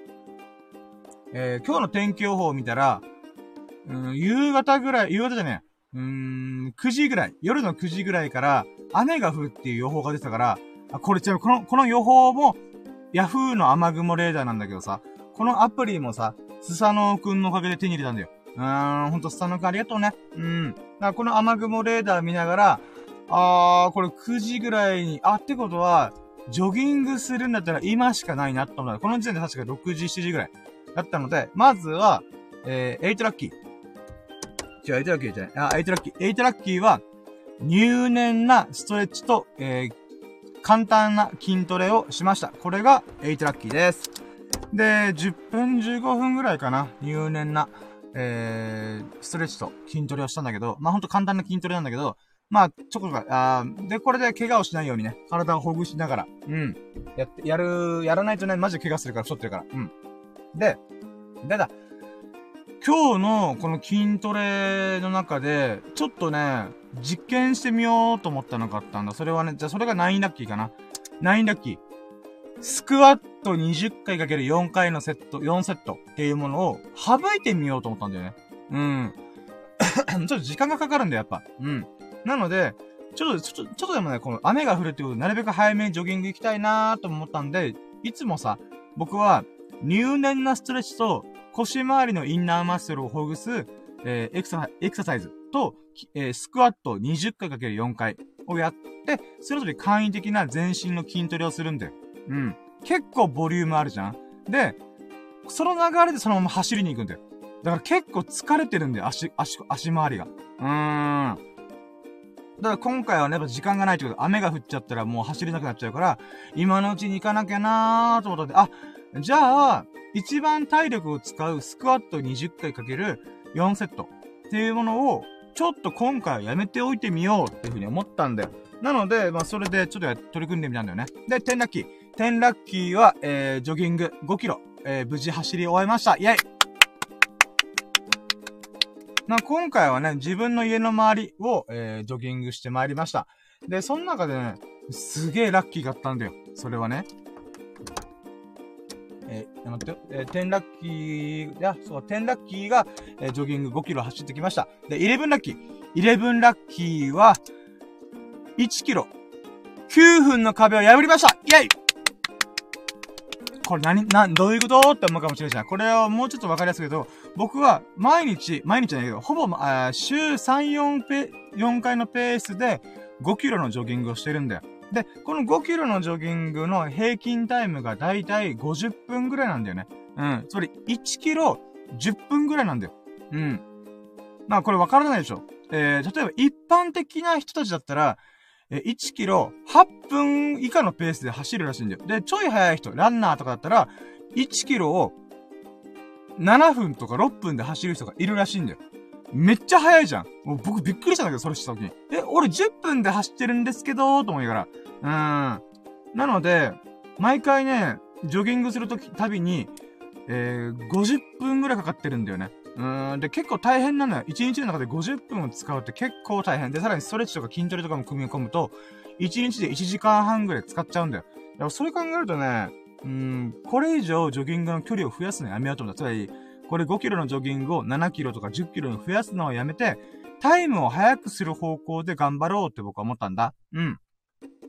えー、今日の天気予報を見たら、うん、夕方ぐらい、夕方じゃねえ、うーん、くじぐらい、夜のくじぐらいから雨が降るっていう予報が出てたから、あ、これちなみにこの、この予報も、ヤフーの雨雲レーダーなんだけどさ、このアプリもさ、スサノーくんのおかげで手に入れたんだよ。うーん、ほんとスサノーくんありがとうね。うん。だからこの雨雲レーダー見ながら、あー、これくじぐらいに、あ、ってことは、ジョギングするんだったら今しかないなと思った。この時点で確かろくじ、しちじぐらいだったので、まずは、えー、エイトラッキー。違う、エイトラッキーじゃない。あ、エイトラッキー。エイトラッキーは、入念なストレッチと、えー、簡単な筋トレをしました。これがエイトラッキーです。で、じゅっぷん、じゅうごふんぐらいかな。入念な、えー、ストレッチと筋トレをしたんだけど、まあ、ほんと簡単な筋トレなんだけど、まあ、ちょこちょこ、あで、これで怪我をしないようにね、体をほぐしながら、うん。やって、やる、やらないとね、マジで怪我するから太ってるから。うん。で、でだ、今日のこの筋トレの中で、ちょっとね、実験してみようと思ったのがあったんだ。それはね、じゃあそれがナインラッキーかな。ナインラッキー。スクワットにじゅっかいかけるよんかいのセット、よんセットっていうものを省いてみようと思ったんだよね。うん。ちょっと時間がかかるんだよ、やっぱ。うん。なので、ちょっと、ちょっと、ちょっとでもね、この雨が降るってことで、なるべく早めにジョギング行きたいなーと思ったんで、いつもさ、僕は入念なストレッチと腰回りのインナーマッスルをほぐす、えー、エクサ、エクササイズと、えー、スクワットにじゅっかいかけるよんかいをやって、それぞれ簡易的な全身の筋トレをするんだよ。うん。結構ボリュームあるじゃん。で、その流れでそのまま走りに行くんだよ。だから結構疲れてるんだよ、足、足、足回りが。うーん。だから今回はね、やっぱ時間がないってことで、雨が降っちゃったらもう走れなくなっちゃうから、今のうちに行かなきゃなーと思ったんで、あ、じゃあ、一番体力を使うスクワットにじゅっかいかけるよんセットっていうものを、ちょっと今回はやめておいてみようっていうふうに思ったんだよ。なので、まあそれでちょっと取り組んでみたんだよね。で、テンラッキー。テンラッキーは、えー、ジョギングごキロ、えー、無事走り終えました。イェイ！な、今回はね、自分の家の周りを、えー、ジョギングしてまいりました。で、その中でね、すげーラッキーがあったんだよ。それはね。えー、待って、えー、テンラッキー、いや、そう、テンラッキーが、えー、ジョギングごキロ走ってきました。で、イレブンラッキー。イレブンラッキーは、いちキロ、きゅうふんの壁を破りました。イェイ！これ何、な、どういうことって思うかもしれないじゃん。これをもうちょっとわかりやすく言うと、僕は毎日、毎日じゃないけど、ほぼ、あ週さん、よんペ、よんかいのペースでごキロのジョギングをしてるんだよ。で、このごキロのジョギングの平均タイムがだいたいごじゅっぷんぐらいなんだよね。うん。つまりいちキロじゅっぷんぐらいなんだよ。うん。まあこれわからないでしょ。えー、例えば一般的な人たちだったら、いちキロはっぷん以下のペースで走るらしいんだよ。で、ちょい早い人、ランナーとかだったら、いちキロをななふんとかろっぷんで走る人がいるらしいんだよ。めっちゃ早いじゃん。もう僕びっくりしたんだけど、それした時に。え、俺じゅっぷんで走ってるんですけど、と思いながら。うーん。なので、毎回ね、ジョギングするとき、たびに、えー、ごじゅっぷんぐらいかかってるんだよね。うーん。で、結構大変なのよ。いちにちの中でごじゅっぷんを使うって結構大変。で、さらにストレッチとか筋トレとかも組み込むと、いちにちでいちじかんはんぐらい使っちゃうんだよ。だからそれ考えるとね、うーん、これ以上ジョギングの距離を増やすのやめようと思った。つまり、これごキロのジョギングをななキロとかじゅっキロに増やすのをやめて、タイムを速くする方向で頑張ろうって僕は思ったんだ。うん。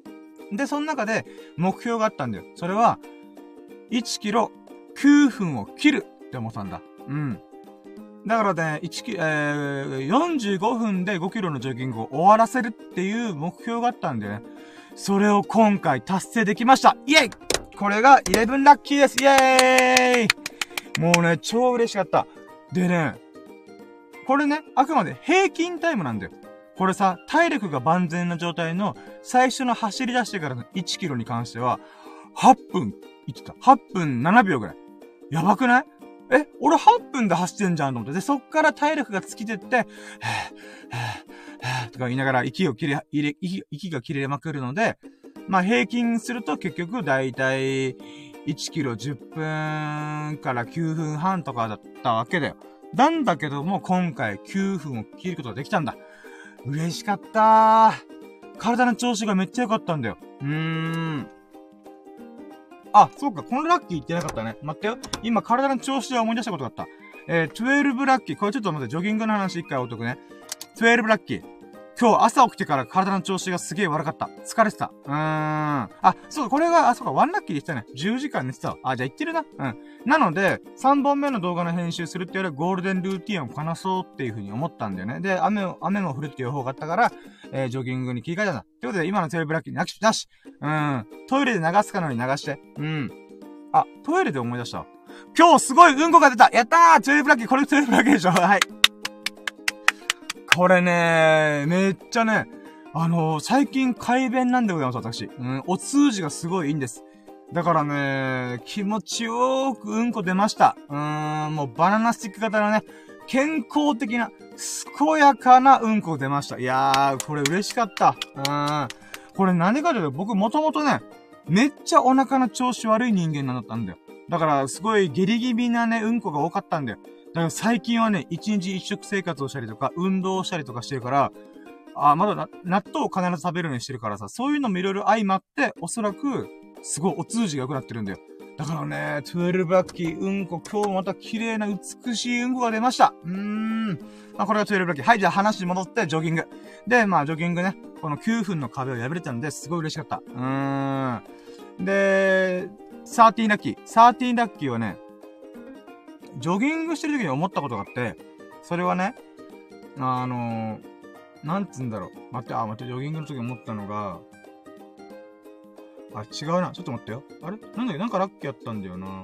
で、その中で目標があったんだよ。それは、いちキロきゅうふんを切るって思ったんだ。うん。だからね、いちキロ、えー、よんじゅうごふんでごキロのジョギングを終わらせるっていう目標があったんだよね。それを今回達成できました。イェイ！これがじゅういちラッキーです。イェーイ！もうね、超嬉しかった。でね、これね、あくまで平均タイムなんだよ。これさ、体力が万全な状態の最初の走り出してからのいちキロに関しては、はっぷんいってた。はっぷんななびょうぐらい。やばくない？え、俺はっぷんで走ってんじゃんと思って。で、そっから体力が尽きてって、はぁ、はぁ、はぁ、とか言いながら息を切れ、入れ、息、息が切れまくるので、まあ平均すると結局だいたいいちキロじゅっぷんからきゅうふんはんとかだったわけだよ。なんだけども今回きゅうふんを切ることができたんだ。嬉しかったー。体の調子がめっちゃ良かったんだよ。うーん。あ、そうか、このラッキー言ってなかったね。待ってよ。今、体の調子で思い出したことがあった。えー、じゅうにラッキー。これちょっと待って、ジョギングの話一回置いとくね。じゅうにラッキー。今日朝起きてから体の調子がすげえ悪かった。疲れてた。うーん。あ、そう、これが、あ、そうか、ワンラッキーでしたね。じゅうじかん寝てたわ。あ、じゃあ言ってるな。うん。なので、さんぼんめの動画の編集するっていうよりゴールデンルーティンをこなそうっていう風に思ったんだよね。で、雨を、雨も降るっていう予報があったから、えー、ジョギングに切り替えたんだ。ということで、今のじゅうにラッキーなし、なし。うん。トイレで流すかのように流して。うん。あ、トイレで思い出した。今日すごいうんこが出た。やったー！ じゅうにラッキー。これじゅうにラッキーでしょ。はい。これねー、めっちゃね、あのー、最近快便なんでございます、私。うん、お通じがすごいいいんです。だからね、気持ちよーくうんこ出ました。うーん、もうバナナスティック型のね、健康的な、健やかなうんこ出ました。いやー、これ嬉しかった。うーん。これ何かというと、僕もともとね、めっちゃお腹の調子悪い人間なんだったんだよ。だから、すごい下痢気味なね、うんこが多かったんだよ。だから最近はね、一日一食生活をしたりとか、運動をしたりとかしてるから、あ、まだな、納豆を必ず食べるようにしてるからさ、そういうのもいろいろ相まって、おそらく、すごいお通じが良くなってるんだよ。だからね、じゅうにラッキー、うんこ、今日また綺麗な美しいうんこが出ました。うーん。まあ、これがじゅうにラッキー。はい、じゃあ話に戻って、ジョギング。で、まあ、ジョギングね、このきゅうふんの壁を破れたので、すごい嬉しかった。うーん。で、じゅうさんラッキー。じゅうさんラッキーはね、ジョギングしてる時に思ったことがあって、それはね、あのー、なんつうんだろう。待って、あ、待って、ジョギングの時に思ったのが、あ、違うな。ちょっと待ってよ。あれなんだっけなんかラッキーやったんだよな。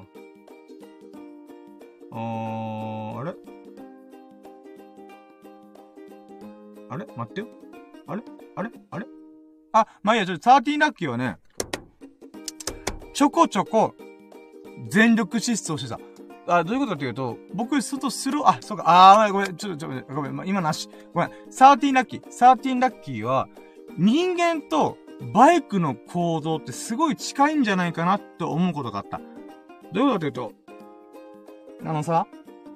あー、あれあれ待ってよ。あれあれあれあ、まあいいや、ちょっとじゅうさんラッキーはね、ちょこちょこ、全力疾走してた。あ、どういうことかというと、僕、外スロー、あ、そうか、あー、ごめん、ちょっと、ちょっと、ごめん、今なし。ごめん、じゅうさんラッキー。じゅうさんラッキーは、人間とバイクの行動ってすごい近いんじゃないかなって思うことがあった。どういうことかというと、あのさ、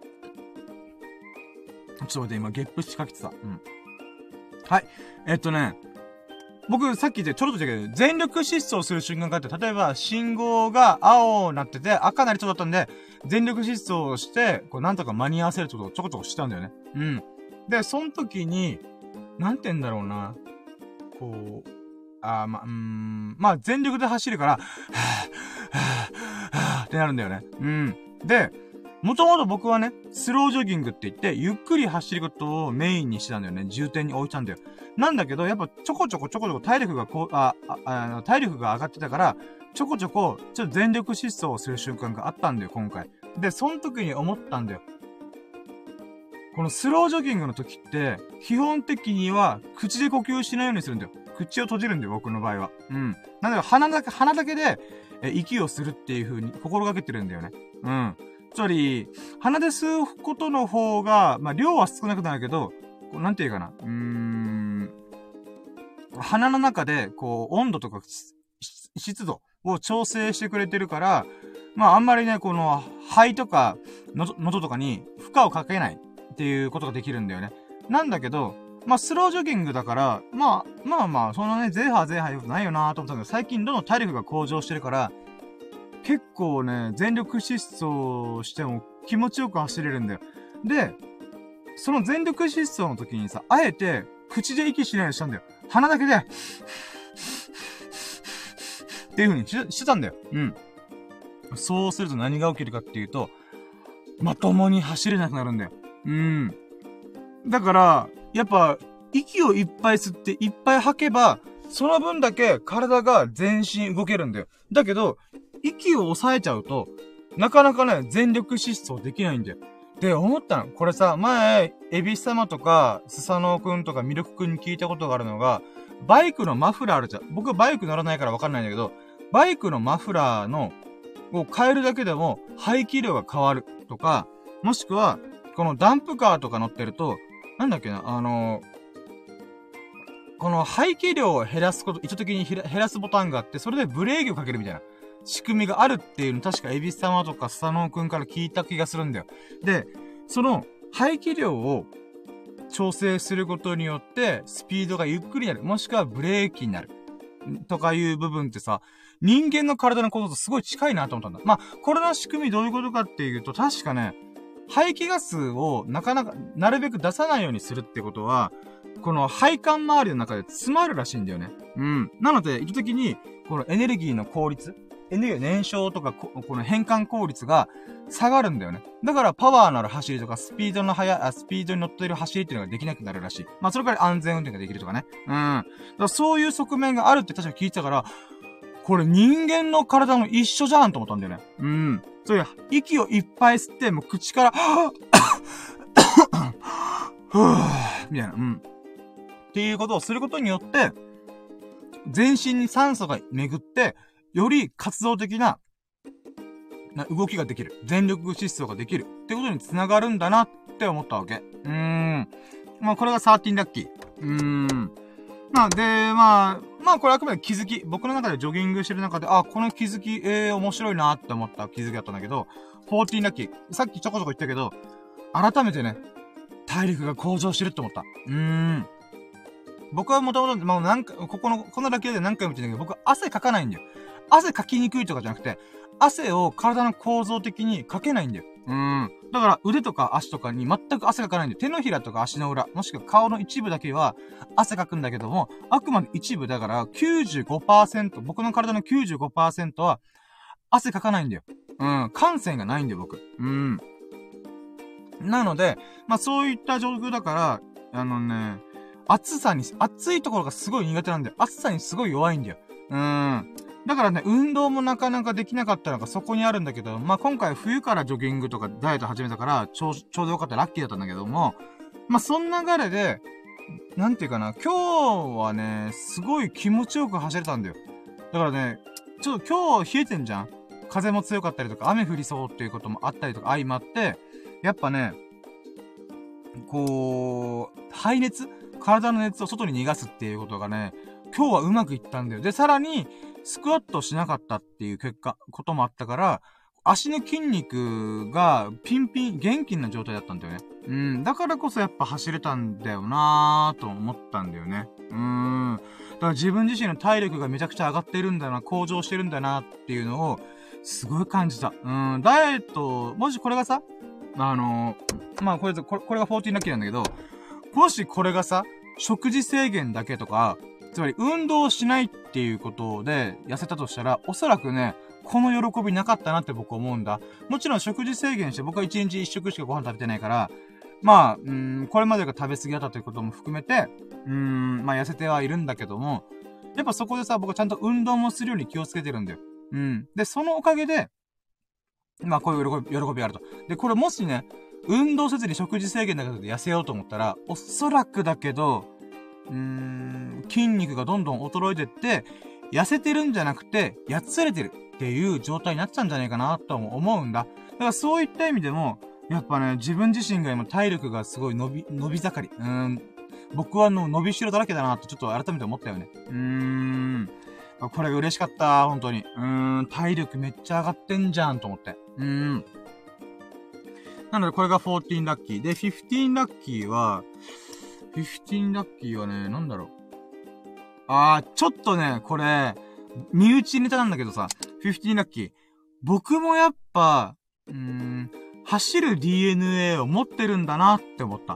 ちょっと待って、今、ゲップしかけてた。うん。はい。えっとね、僕、さっきでちょろっと言ったけど、全力疾走する瞬間があって、例えば、信号が青になってて、赤なりそうだったんで、全力疾走をして、こう、なんとか間に合わせるってことをちょこちょこしたんだよね。うん。で、その時に、なんて言うんだろうな。こう、あー、ま、うーん、まあ、全力で走るから、はぁ、はぁ、はぁ、ってなるんだよね。うん。で、もともと僕はね、スロージョギングって言って、ゆっくり走ることをメインにしてたんだよね。重点に置いたんだよ。なんだけど、やっぱちょこちょこちょこちょこ体力がこう、あ、あ、あ体力が上がってたから、ちょこちょこ、ちょっと全力疾走をする瞬間があったんだよ、今回。で、その時に思ったんだよ。このスロージョギングの時って、基本的には、口で呼吸しないようにするんだよ。口を閉じるんだよ、僕の場合は。うん。なんだか鼻だけ、鼻だけで、え、息をするっていう風に心がけてるんだよね。うん。つまり、鼻で吸うことの方が、まあ、量は少なくなるけど、こうなんていうかな。うーん。鼻の中で、こう、温度とか、湿度を調整してくれてるから、まあ、あんまりね、この、肺とか、の、喉とかに負荷をかけないっていうことができるんだよね。なんだけど、まあ、スロージョギングだから、まあ、まあまあ、そんなね、ゼーハーゼーハーよくないよなーと思ったんだけど、最近どんどん体力が向上してるから、結構ね、全力疾走しても気持ちよく走れるんだよ。で、その全力疾走の時にさ、あえて、口で息しないようにしたんだよ。鼻だけで、っっていう風にし、してたんだよ。うん。そうすると何が起きるかっていうと、まともに走れなくなるんだよ。うん。だから、やっぱ、息をいっぱい吸っていっぱい吐けば、その分だけ体が全身動けるんだよ。だけど、息を抑えちゃうと、なかなかね、全力疾走できないんだよ。で、思ったの。これさ、前、エビス様とか、スサノオくんとかミルクくんに聞いたことがあるのが、バイクのマフラーあるじゃん。僕バイク乗らないからわかんないんだけど、バイクのマフラーの、を変えるだけでも排気量が変わるとか、もしくは、このダンプカーとか乗ってると、なんだっけな、あのー、この排気量を減らすこと、意図的に減らすボタンがあって、それでブレーキをかけるみたいな仕組みがあるっていうの、確かエビス様とかスサノオくんから聞いた気がするんだよ。で、その排気量を調整することによって、スピードがゆっくりになる。もしくはブレーキになる。とかいう部分ってさ、人間の体のこととすごい近いなと思ったんだ。まあ、これの仕組みどういうことかっていうと、確かね、排気ガスをなかなか、なるべく出さないようにするってことは、この配管周りの中で詰まるらしいんだよね。うん。なので、意図的に、このエネルギーの効率、エネルギーの燃焼とかこ、この変換効率が下がるんだよね。だから、パワーのある走りとか、スピードの速い、あ、スピードに乗っている走りっていうのができなくなるらしい。まあ、それから安全運転ができるとかね。うん。だからそういう側面があるって確か聞いてたから、これ人間の体も一緒じゃんと思ったんだよね。うん。そういう、息をいっぱい吸って、もう口から、ふぅみたいな。うん。っていうことをすることによって、全身に酸素が巡って、より活動的な、な動きができる。全力疾走ができる。ってことにつながるんだなって思ったわけ。うーん。まあ、これがじゅうさんラッキー。うーん。まあ、で、まあ、まあ、これあくまで気づき。僕の中でジョギングしてる中で、あ、この気づき、ええー、面白いなって思った気づきだったんだけど、じゅうよんラッキー。さっきちょこちょこ言ったけど、改めてね、体力が向上してるって思った。うーん。僕はもともと、まあ、なんか、ここの、このだけで何回も言ってんだけど、僕は汗かかないんだよ。汗かきにくいとかじゃなくて、汗を体の構造的にかけないんだよ。うーん。だから腕とか足とかに全く汗かかないんだよ。手のひらとか足の裏、もしくは顔の一部だけは汗かくんだけども、あくまで一部だからきゅうじゅうごパーセント、僕の体の きゅうじゅうごパーセント は汗かかないんだよ。うん。汗腺がないんだよ、僕。うん。なので、まあそういった状況だから、あのね、暑さに、暑いところがすごい苦手なんだよ。暑さにすごい弱いんだよ。うーん。だからね、運動もなかなかできなかったのがそこにあるんだけど、まあ、今回冬からジョギングとかダイエット始めたから、ちょう、ちょうどよかったラッキーだったんだけども、まあ、そんな流れで、なんていうかな、今日はね、すごい気持ちよく走れたんだよ。だからね、ちょっと今日冷えてんじゃん？風も強かったりとか、雨降りそうっていうこともあったりとか相まって、やっぱね、こう、排熱？体の熱を外に逃がすっていうことがね、今日はうまくいったんだよ。で、さらに、スクワットしなかったっていう結果、こともあったから、足の筋肉がピンピン、元気な状態だったんだよね。うん。だからこそやっぱ走れたんだよなぁと思ったんだよね。うーん。だから自分自身の体力がめちゃくちゃ上がってるんだな、向上してるんだなっていうのを、すごい感じた。うん。ダイエット、もしこれがさ、あのー、まあこれ、これ、これがじゅうよんラッキーなんだけど、もしこれがさ、食事制限だけとか、つまり運動しないっていうことで痩せたとしたら、おそらくね、この喜びなかったなって僕思うんだ。もちろん食事制限して僕は一日一食しかご飯食べてないから、まあ、うーん、これまでが食べ過ぎだったということも含めて、うーん、まあ痩せてはいるんだけども、やっぱそこでさ、僕はちゃんと運動もするように気をつけてるんだよ。うん。で、そのおかげで、まあこういう喜び、喜びあると。で、これもしね、運動せずに食事制限だけで痩せようと思ったら、おそらくだけど、うーん、筋肉がどんどん衰えてって、痩せてるんじゃなくて、やつれてるっていう状態になっちゃうんじゃないかなと思うんだ。だからそういった意味でも、やっぱね、自分自身が今体力がすごい伸び、伸び盛り。うーん、僕はの伸びしろだらけだなってちょっと改めて思ったよね。うーん。これ嬉しかった、本当に。うーん、体力めっちゃ上がってんじゃんと思って。うーん。なので、これがじゅうよんラッキー。で、じゅうごラッキーは、じゅうごラッキーはね、なんだろう。あー、ちょっとね、これ、身内ネタなんだけどさ、じゅうごラッキー。僕もやっぱ、うーん、走る ディーエヌエー を持ってるんだなって思った。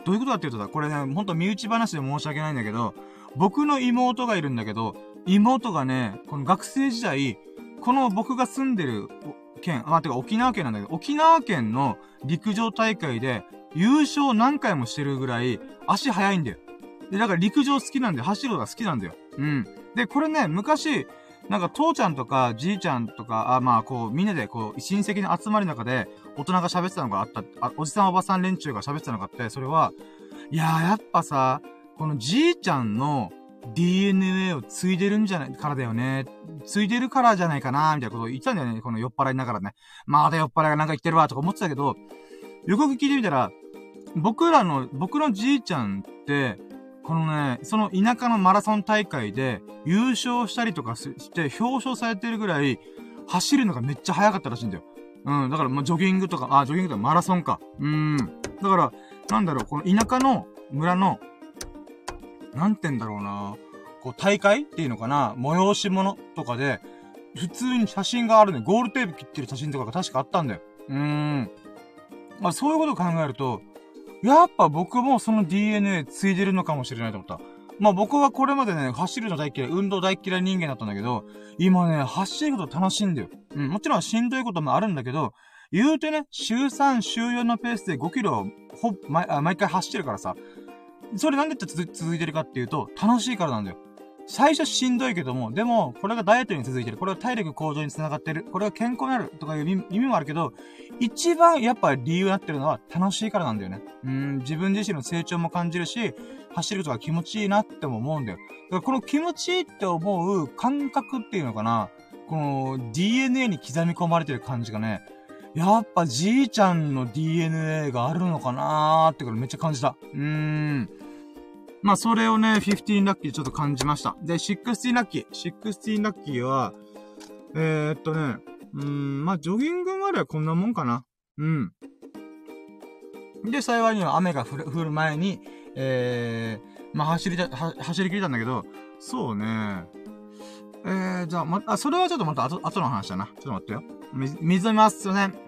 どういうことかっていうとさ、これね、ほんと身内話で申し訳ないんだけど、僕の妹がいるんだけど、妹がね、この学生時代、この僕が住んでる県、あ、てか沖縄県なんだけど、沖縄県の陸上大会で優勝何回もしてるぐらい足速いんだよ。で、だから陸上好きなんで、走るのが好きなんだよ。うん。で、これね、昔、なんか父ちゃんとかじいちゃんとか、あ、まあこう、みんなでこう、親戚の集まりの中で、大人が喋ってたのがあった、あ、おじさんおばさん連中が喋ってたのがあって、それは、いやーやっぱさ、このじいちゃんの ディーエヌエー を継いでるんじゃないからだよね。継いでるからじゃないかな、みたいなことを言ってたんだよね。この酔っ払いながらね。まだ酔っ払いがなんか言ってるわ、とか思ってたけど、よく聞いてみたら、僕らの、僕のじいちゃんって、このね、その田舎のマラソン大会で優勝したりとかして表彰されてるぐらい走るのがめっちゃ速かったらしいんだよ。うん。だから、まあ、ジョギングとか、あ、ジョギングとかマラソンか。うーん。だから、なんだろう、この田舎の村の、なんて言うんだろうな、こう、大会っていうのかな、催し物とかで、普通に写真があるね。ゴールテープ切ってる写真とかが確かあったんだよ。うーん。まあ、そういうことを考えると、やっぱ僕もその ディーエヌエー 継いでるのかもしれないと思った。まあ僕はこれまでね、走るの大嫌い、運動大嫌い人間だったんだけど、今ね、走ること楽しいんだよ。うん、もちろんしんどいこともあるんだけど、言うてね、週さん、週よんのペースでごキロ、ほ、毎、毎回走ってるからさ、それなんでって続いてるかっていうと、楽しいからなんだよ。最初しんどいけども、でも、これがダイエットに続いてる。これが体力向上につながってる。これが健康になる。とかいう意味もあるけど、一番やっぱ理由になってるのは楽しいからなんだよね。うん、自分自身の成長も感じるし、走ることが気持ちいいなっても思うんだよ。だからこの気持ちいいって思う感覚っていうのかな。この ディーエヌエー に刻み込まれてる感じがね、やっぱじいちゃんの ディーエヌエー があるのかなーってからめっちゃ感じた。うーん。まあ、それをね、じゅうごラッキーでちょっと感じました。で、じゅうろくラッキー。じゅうろくラッキーは、えー、っとね、うーん、まあ、ジョギングまではこんなもんかな。うん。で、幸いには雨が降る、降る前に、えー、まあ、走りた、は、走り切れたんだけど、そうね。えー、じゃあ、ま、あ、それはちょっとまた後、後の話だな。ちょっと待ってよ。み、水飲みます。すいません。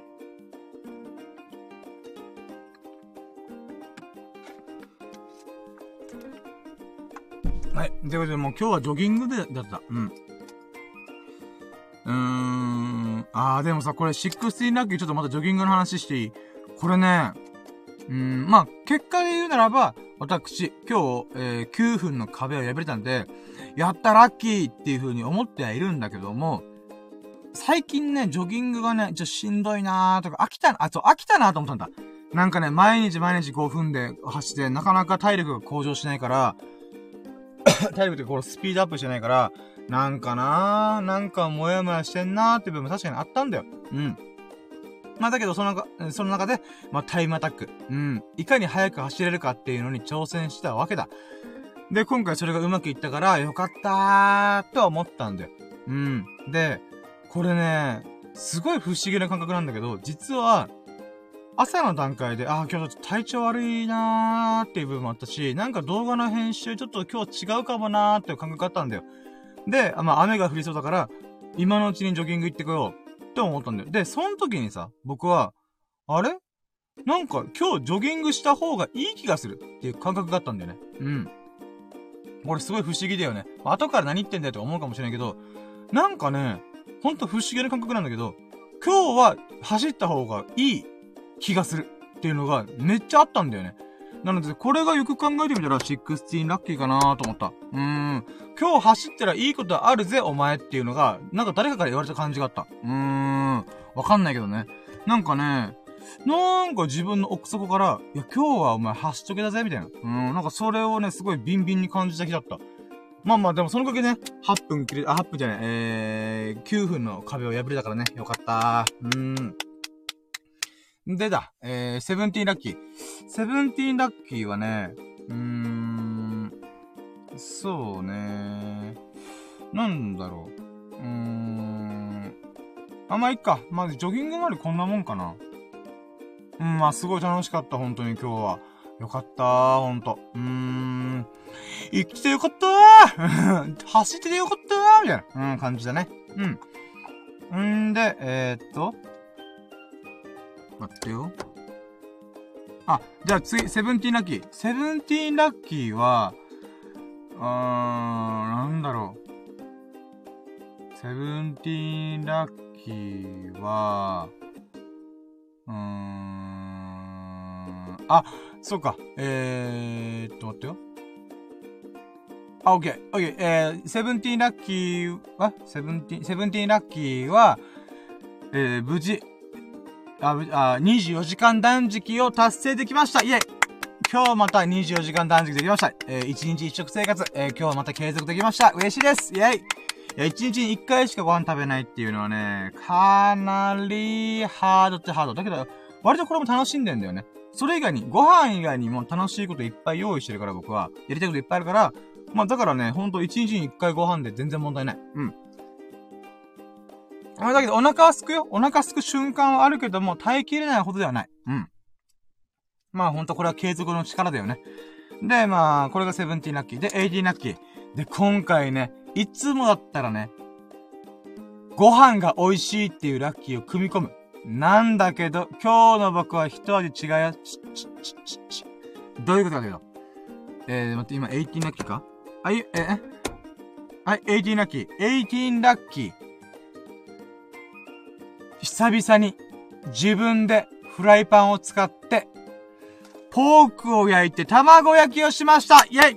はい。ということで、もう今日はジョギングで、だった。うん。うーん。あー、でもさ、これ、じゅうろくラッキーちょっとまたジョギングの話していい？これね、うーん、まあ、結果で言うならば、私、今日、えー、きゅうふんの壁を破れたんで、やったラッキーっていう風に思ってはいるんだけども、最近ね、ジョギングがね、ちょっとしんどいなーとか、飽きた、あ、そう、飽きたなーと思ったんだ。なんかね、毎日毎日ごふんで走って、なかなか体力が向上しないから、体力ってこうスピードアップしてないから、なんかなー、なんかもやもやしてんなーって部分確かにあったんだよ。うん。まあだけど、その中、その中で、まあタイムアタック。うん。いかに速く走れるかっていうのに挑戦したわけだ。で、今回それがうまくいったから、よかったーとは思ったんだよ。うん。で、これね、すごい不思議な感覚なんだけど、実は、朝の段階で、ああ、今日ちょっと体調悪いなーっていう部分もあったし、なんか動画の編集ちょっと今日違うかもなーっていう感覚があったんだよ。で、まあ雨が降りそうだから、今のうちにジョギング行ってこようって思ったんだよ。で、その時にさ、僕は、あれなんか今日ジョギングした方がいい気がするっていう感覚があったんだよね。うん。これすごい不思議だよね。後から何言ってんだよとか思うかもしれないけど、なんかね、ほんと不思議な感覚なんだけど、今日は走った方がいい気がするっていうのがめっちゃあったんだよね。なので、これがよく考えてみたら、じゅうろくラッキーかなーと思った。うーん。今日走ったらいいことあるぜ、お前っていうのが、なんか誰かから言われた感じがあった。うーん。わかんないけどね。なんかね、なんか自分の奥底から、いや、今日はお前走っとけだぜ、みたいな。うーん。なんかそれをね、すごいビンビンに感じた日だった。まあまあ、でもそのおかげでね、はっぷん切れ、あ、はっぷんじゃない、えー、きゅうふんの壁を破れたからね、よかったー。うーん。でだ、えー、セブンティーンラッキー。セブンティーンラッキーはね、うーん、そうね、なんだろう。うーん、あ、まあ、いっか。まず、ジョギングまでこんなもんかな。うん、まあ、すごい楽しかった、本当に今日は。よかったー、ほんと。うーん、生きてよかったー走っててよかったーみたいな、うん、感じだね。うん。んで、えー、っと、待ってよ。 あ、じゃあ次、セブンティーンラッキー。セブンティーンラッキーは、うーん、なんだろう。セブンティーンラッキーは、うーん、あ、そうか。えーっと、待ってよ。あ、オッケー、オッケー。えー、セブンティーンラッキーは、セブンティーン、セブンティーンラッキーは、えー、無事、あ、あ、にじゅうよじかん断食を達成できました。イェイ。今日またにじゅうよじかん断食できました。えー、いちにちいっ食生活、えー、今日また継続できました。嬉しいです。イェイ。いや、いちにちにいっかいしかご飯食べないっていうのはね、かなりハードってハード。だけど、割とこれも楽しんでんだよね。それ以外に、ご飯以外にも楽しいこといっぱい用意してるから僕は、やりたいこといっぱいあるから、まあだからね、ほんといちにちにいっかいご飯で全然問題ない。うん。あだけどお腹は空くよ。お腹空く瞬間はあるけども、耐えきれないほどではない。うん。まあほんとこれは継続の力だよね。で、まあ、これがセブンティーンラッキー。で、エイティーンラッキー。で、今回ね、いつもだったらね、ご飯が美味しいっていうラッキーを組み込む。なんだけど、今日の僕は一味違いや、ち、ち、ち、ち、ち。どういうことかというと。えー、待って、今、エイティーンラッキーかあい、え、えはい、エイティーンラッキー。エイティーンラッキー。久々に、自分でフライパンを使って、ポークを焼いて卵焼きをしました。イェイ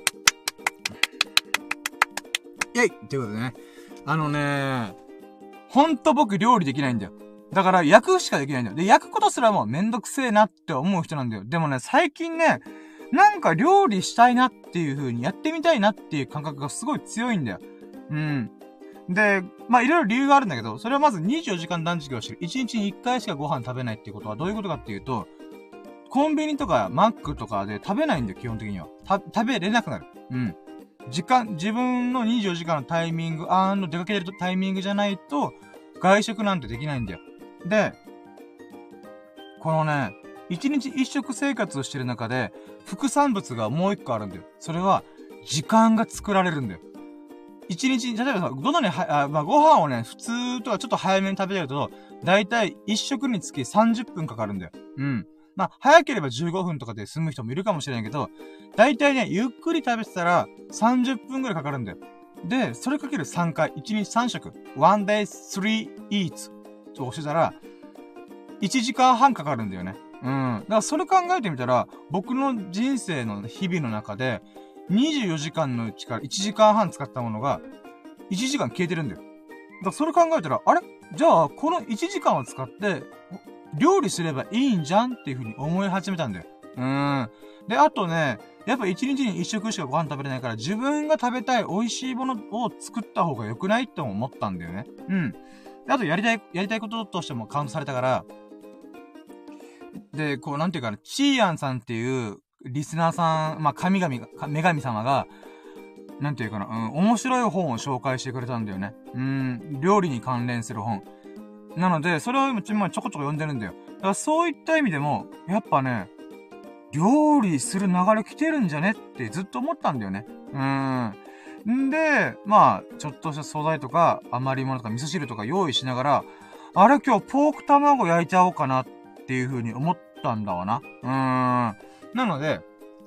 イェイということでね。あのね、ほんと僕料理できないんだよ。だから焼くしかできないんだよ。で、焼くことすらもめんどくせえなって思う人なんだよ。でもね、最近ね、なんか料理したいなっていう風にやってみたいなっていう感覚がすごい強いんだよ。うん。で、まあ、いろいろ理由があるんだけど、それはまずにじゅうよじかん断食をしてる。いちにちにいっかいしかご飯食べないっていうことはどういうことかっていうと、コンビニとかマックとかで食べないんだよ、基本的には。た、食べれなくなる。うん。時間、自分のにじゅうよじかんのタイミング、あーの出かけてるタイミングじゃないと、外食なんてできないんだよ。で、このね、一日一食生活をしてる中で、副産物がもう一個あるんだよ。それは、時間が作られるんだよ。一日、例えばさ、どのには、あまあ、ご飯をね、普通とはちょっと早めに食べると、だいたい一食につきさんじゅっぷんかかるんだよ。うん。まあ、早ければじゅうごふんとかで済む人もいるかもしれないけど、だいたいね、ゆっくり食べてたらさんじゅっぷんくらいかかるんだよ。で、それかけるさんかい、いちにちさん食、one day three eats としてたら、いちじかんはんかかるんだよね。うん。だからそれ考えてみたら、僕の人生の日々の中で、にじゅうよじかんのうちからいちじかんはん使ったものが、いちじかん消えてるんだよ。だからそれ考えたら、あれじゃあ、このいちじかんを使って、料理すればいいんじゃんっていう風に思い始めたんだよ。うーん。で、あとね、やっぱ一日に一食しかご飯食べれないから、自分が食べたい美味しいものを作った方が良くないって思ったんだよね。うん。で、あとやりたい、やりたいこととしてもカウントされたから、で、こう、なんていうかな、チーヤンさんっていう、リスナーさん、まあ、神々が、女神様が、なんていうかな、うん、面白い本を紹介してくれたんだよね。うん、料理に関連する本。なので、それを今ちょこちょこ読んでるんだよ。だからそういった意味でも、やっぱね、料理する流れ来てるんじゃねってずっと思ったんだよね。うーん。んで、まあ、ちょっとした素材とか、余り物とか味噌汁とか用意しながら、あれ今日ポーク卵焼いちゃおうかなっていう風に思ったんだわな。うーん。なので、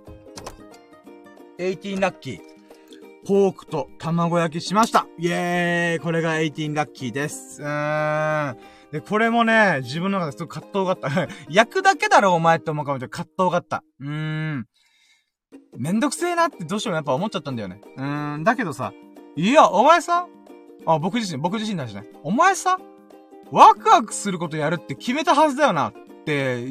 エイティーンラッキー。ポークと卵焼きしました。イエーイ、これがエイティーンラッキーです。うーん。で、これもね、自分の中ですごく葛藤があった。焼くだけだろお前って思うかもしれない。葛藤があった。うーん。めんどくせえなってどうしてもやっぱ思っちゃったんだよね。うーん。だけどさ、いや、お前さ、あ、僕自身、僕自身だしね。お前さ、ワクワクすることやるって決めたはずだよなって、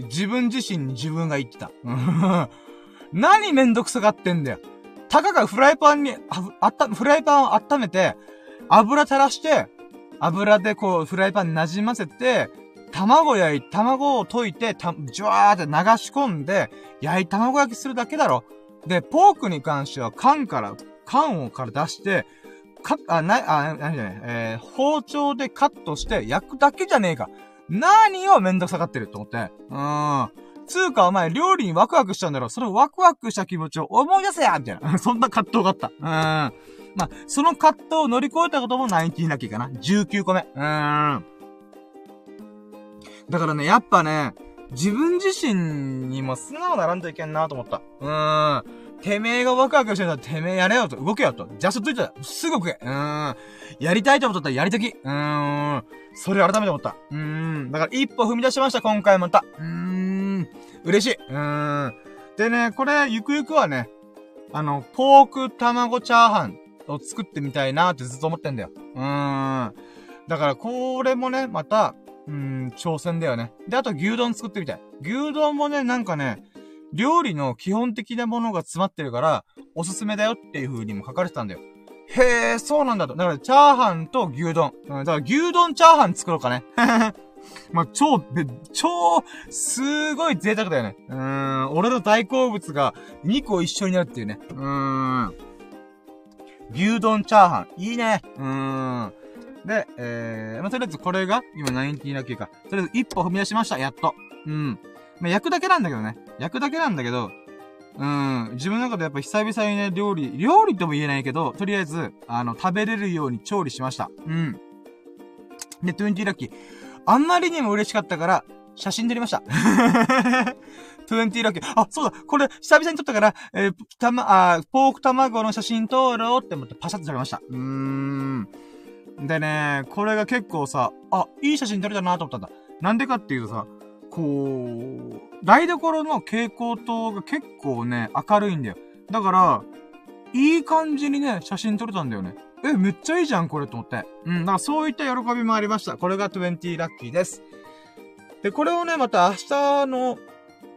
自分自身に自分が言ってた。何めんどくさがってんだよ。たかがフライパンに、あった、フライパンを温めて、油垂らして、油でこう、フライパンに馴染ませて、卵焼い、卵を溶いて、た、ジュワーって流し込んで、焼い卵焼きするだけだろ。で、ポークに関しては缶から、缶をから出して、か、あ、な、あ、なにじゃない、えー、包丁でカットして焼くだけじゃねえか。何をめんどくさがってると思って。うーん。つうかお前料理にワクワクしちゃうんだろ。そのワクワクした気持ちを思い出せやみたいな。そんな葛藤があった。うーん。まあ、その葛藤を乗り越えたこともナインティーンラッキーかな。じゅうきゅうこめ。うーん。だからね、やっぱね、 自分自身にも素直ならんといけんなと思った。うーん。てめえがワクワクしてるんだてめえやれよと、動けよと。ジャストついてた。すぐ動け。うーん。やりたいと思ったらやりたき。うーん。それ改めて思った。うーん。だから一歩踏み出しました、今回また。うーん。嬉しい。うーん。でね、これ、ゆくゆくはね、あの、ポーク卵チャーハンを作ってみたいなってずっと思ってんだよ。うーん。だから、これもね、また、うーん、挑戦だよね。で、あと牛丼作ってみたい。牛丼もね、なんかね、料理の基本的なものが詰まってるから、おすすめだよっていう風にも書かれてたんだよ。へえ、そうなんだと。だから、チャーハンと牛丼。うん、だから、牛丼チャーハン作ろうかね。まあ、超、超、すごい贅沢だよね。うーん、俺の大好物がにこ一緒になるっていうね。うーん。牛丼チャーハン。いいね。うーん。で、えー、まあ、とりあえずこれが、今、ナインティーンラッキーか。とりあえず一歩踏み出しました。やっと。うん。まあ、焼くだけなんだけどね。焼くだけなんだけど、うん。自分の中でやっぱ久々にね、料理、料理とも言えないけど、とりあえず、あの、食べれるように調理しました。うん。で、トゥエンティーラッキー。あんまりにも嬉しかったから、写真撮りました。トゥエンティーラッキー。あ、そうだ。これ、久々に撮ったから、えー、たま、あ、ポーク卵の写真撮ろうって思ってパシャッと撮りました。うーん。でね、これが結構さ、あ、いい写真撮れたなと思ったんだ。なんでかっていうとさ、こう、台所の蛍光灯が結構ね、明るいんだよ。だから、いい感じにね、写真撮れたんだよね。え、めっちゃいいじゃん、これと思って。うん、だからそういった喜びもありました。これがトゥエンティーラッキーです。で、これをね、また明日の、ち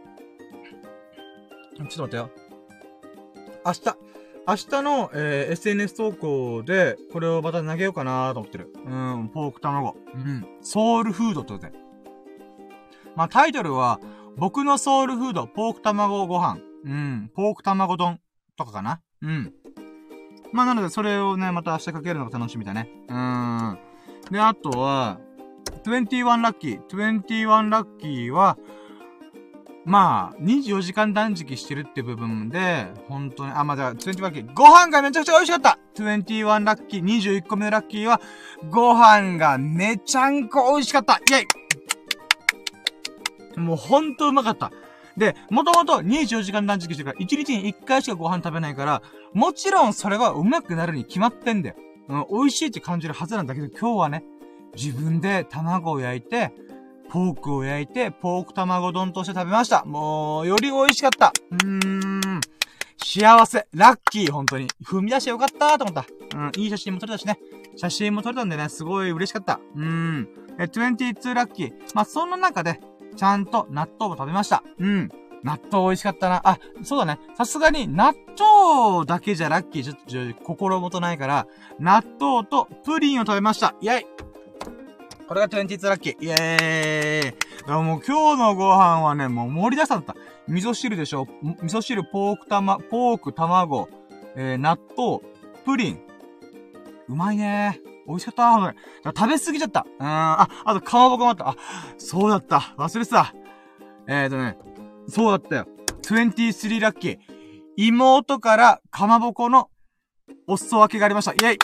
ょっと待ってよ。明日、明日の、えー、エスエヌエス 投稿で、これをまた投げようかなーと思ってる。うん、ポーク卵。うん、ソウルフードってことで。まあ、タイトルは、僕のソウルフード、ポーク卵ご飯。うん、ポーク卵丼とかかな。うん。まあ、なので、それをね、また明日かけるのが楽しみだね。うーん。で、あとは、トゥエンティーワンラッキー。トゥエンティーワンラッキーは、まあ、にじゅうよじかん断食してるって部分で、本当に、あ、まあ、じゃあ、トゥエンティーワンラッキー。ご飯がめちゃくちゃ美味しかった !トゥエンティーワンラッキー、にじゅういっこめのラッキーは、ご飯がめちゃんこ美味しかったイェイもうほんとうまかった。で、もともとにじゅうよじかん断食してるから、いちにちにいっかいしかご飯食べないから、もちろんそれはうまくなるに決まってんだよ。うん、美味しいって感じるはずなんだけど、今日はね、自分で卵を焼いて、ポークを焼いて、ポーク卵丼として食べました。もう、より美味しかった。うーん。幸せ。ラッキー、本当に。踏み出してよかったと思った。うん、いい写真も撮れたしね。写真も撮れたんでね、すごい嬉しかった。うーん。え、にじゅうにラッキー。まあ、そんな中で、ちゃんと納豆を食べました。うん。納豆美味しかったな。あ、そうだね。さすがに納豆だけじゃラッキーちょっとちょっと心もとないから、納豆とプリンを食べました。イェイこれがにじゅうにラッキー。イェーイだからもう今日のご飯はね、もう盛りだくさんだった。味噌汁でしょ味噌汁、ポークたま、ポーク、卵、えー、納豆、プリン。うまいねー。美味しかった。ほんとに。食べ過ぎちゃった。うーん。あ、あと、かまぼこもあった。あ、そうだった。忘れてた。えーとね、そうだったよ。にじゅうさんラッキー。妹からかまぼこのお裾分けがありました。イェイ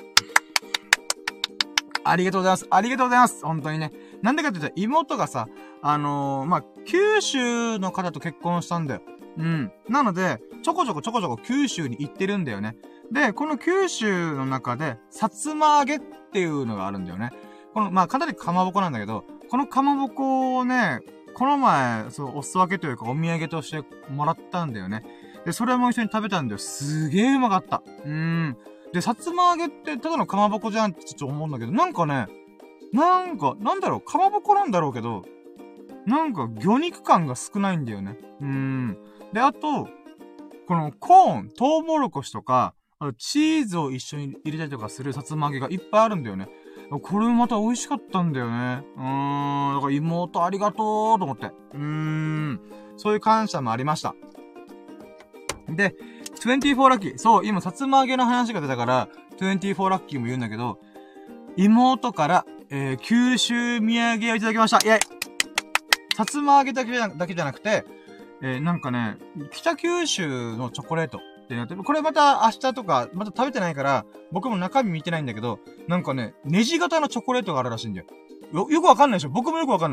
ありがとうございます。ありがとうございます。本当にね。なんでかって言ったら妹がさ、あのー、まあ、九州の方と結婚したんだよ。うん。なので、ちょこちょこちょこちょこ九州に行ってるんだよね。で、この九州の中で、さつま揚げっていうのがあるんだよね。この、まあ、かなりかまぼこなんだけど、このかまぼこをね、この前、そう、お裾分けというかお土産としてもらったんだよね。で、それも一緒に食べたんだよ。すげえうまかった。うーん。で、さつま揚げってただのかまぼこじゃんってちょっと思うんだけど、なんかね、なんか、なんだろう、かまぼこなんだろうけど、なんか魚肉感が少ないんだよね。うーん。で、あと、このコーン、トウモロコシとか、あとチーズを一緒に入れたりとかするさつま揚げがいっぱいあるんだよね。これもまた美味しかったんだよね。うーん。だから妹ありがとうと思って。うーん。そういう感謝もありました。で、にじゅうよんラッキー。そう、今、さつま揚げの話が出たから、にじゅうよんラッキーも言うんだけど、妹から、えー、九州土産をいただきました。イェイさつま揚げだけじゃ、だけじゃなくて、えー、なんかね、北九州のチョコレートってなって、これまた明日とか、また食べてないから、僕も中身見てないんだけど、なんかね、ネジ型のチョコレートがあるらしいんだよ。よ、よくわかんないでしょ僕もよくわかんない。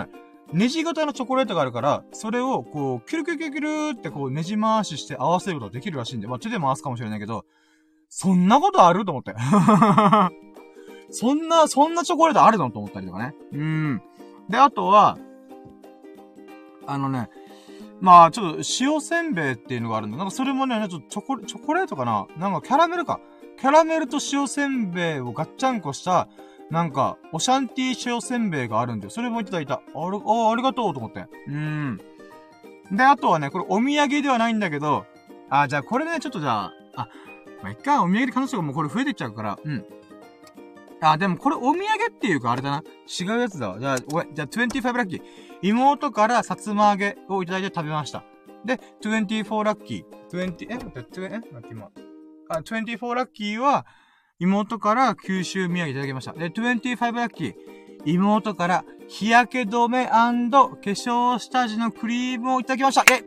ネジ型のチョコレートがあるから、それをこう、キュルキュルキュルキュルってこう、ネジ回しして合わせることができるらしいんで、まあ手で回すかもしれないけど、そんなことあると思って。そんな、そんなチョコレートあるのと思ったりとかね。うん。で、あとは、あのね、まあ、ちょっと、塩せんべいっていうのがあるんだ。なんかそれもね、ちょっとチョコ、チョコレートかななんかキャラメルか。キャラメルと塩せんべいをガッチャンコした、なんか、オシャンティー塩せんべいがあるんだよ。それもいただいた。あれ、あ、ありがとうと思って。うーん。で、あとはね、これお土産ではないんだけど、あ、じゃあこれね、ちょっとじゃあ、あ、まあ、一回お土産で彼女がもうこれ増えてっちゃうから、うん。あ、でもこれお土産っていうかあれだな。違うやつだわ。じゃあ、おい、じゃあにじゅうごラッキー。妹からさつま揚げをいただいて食べました。で、にじゅうよんラッキー。にじゅう、え、待って、え、待って今。あ、にじゅうよんラッキーは、妹から九州土産いただきました。で、にじゅうごラッキー。妹から日焼け止め&化粧下地のクリームをいただきました。え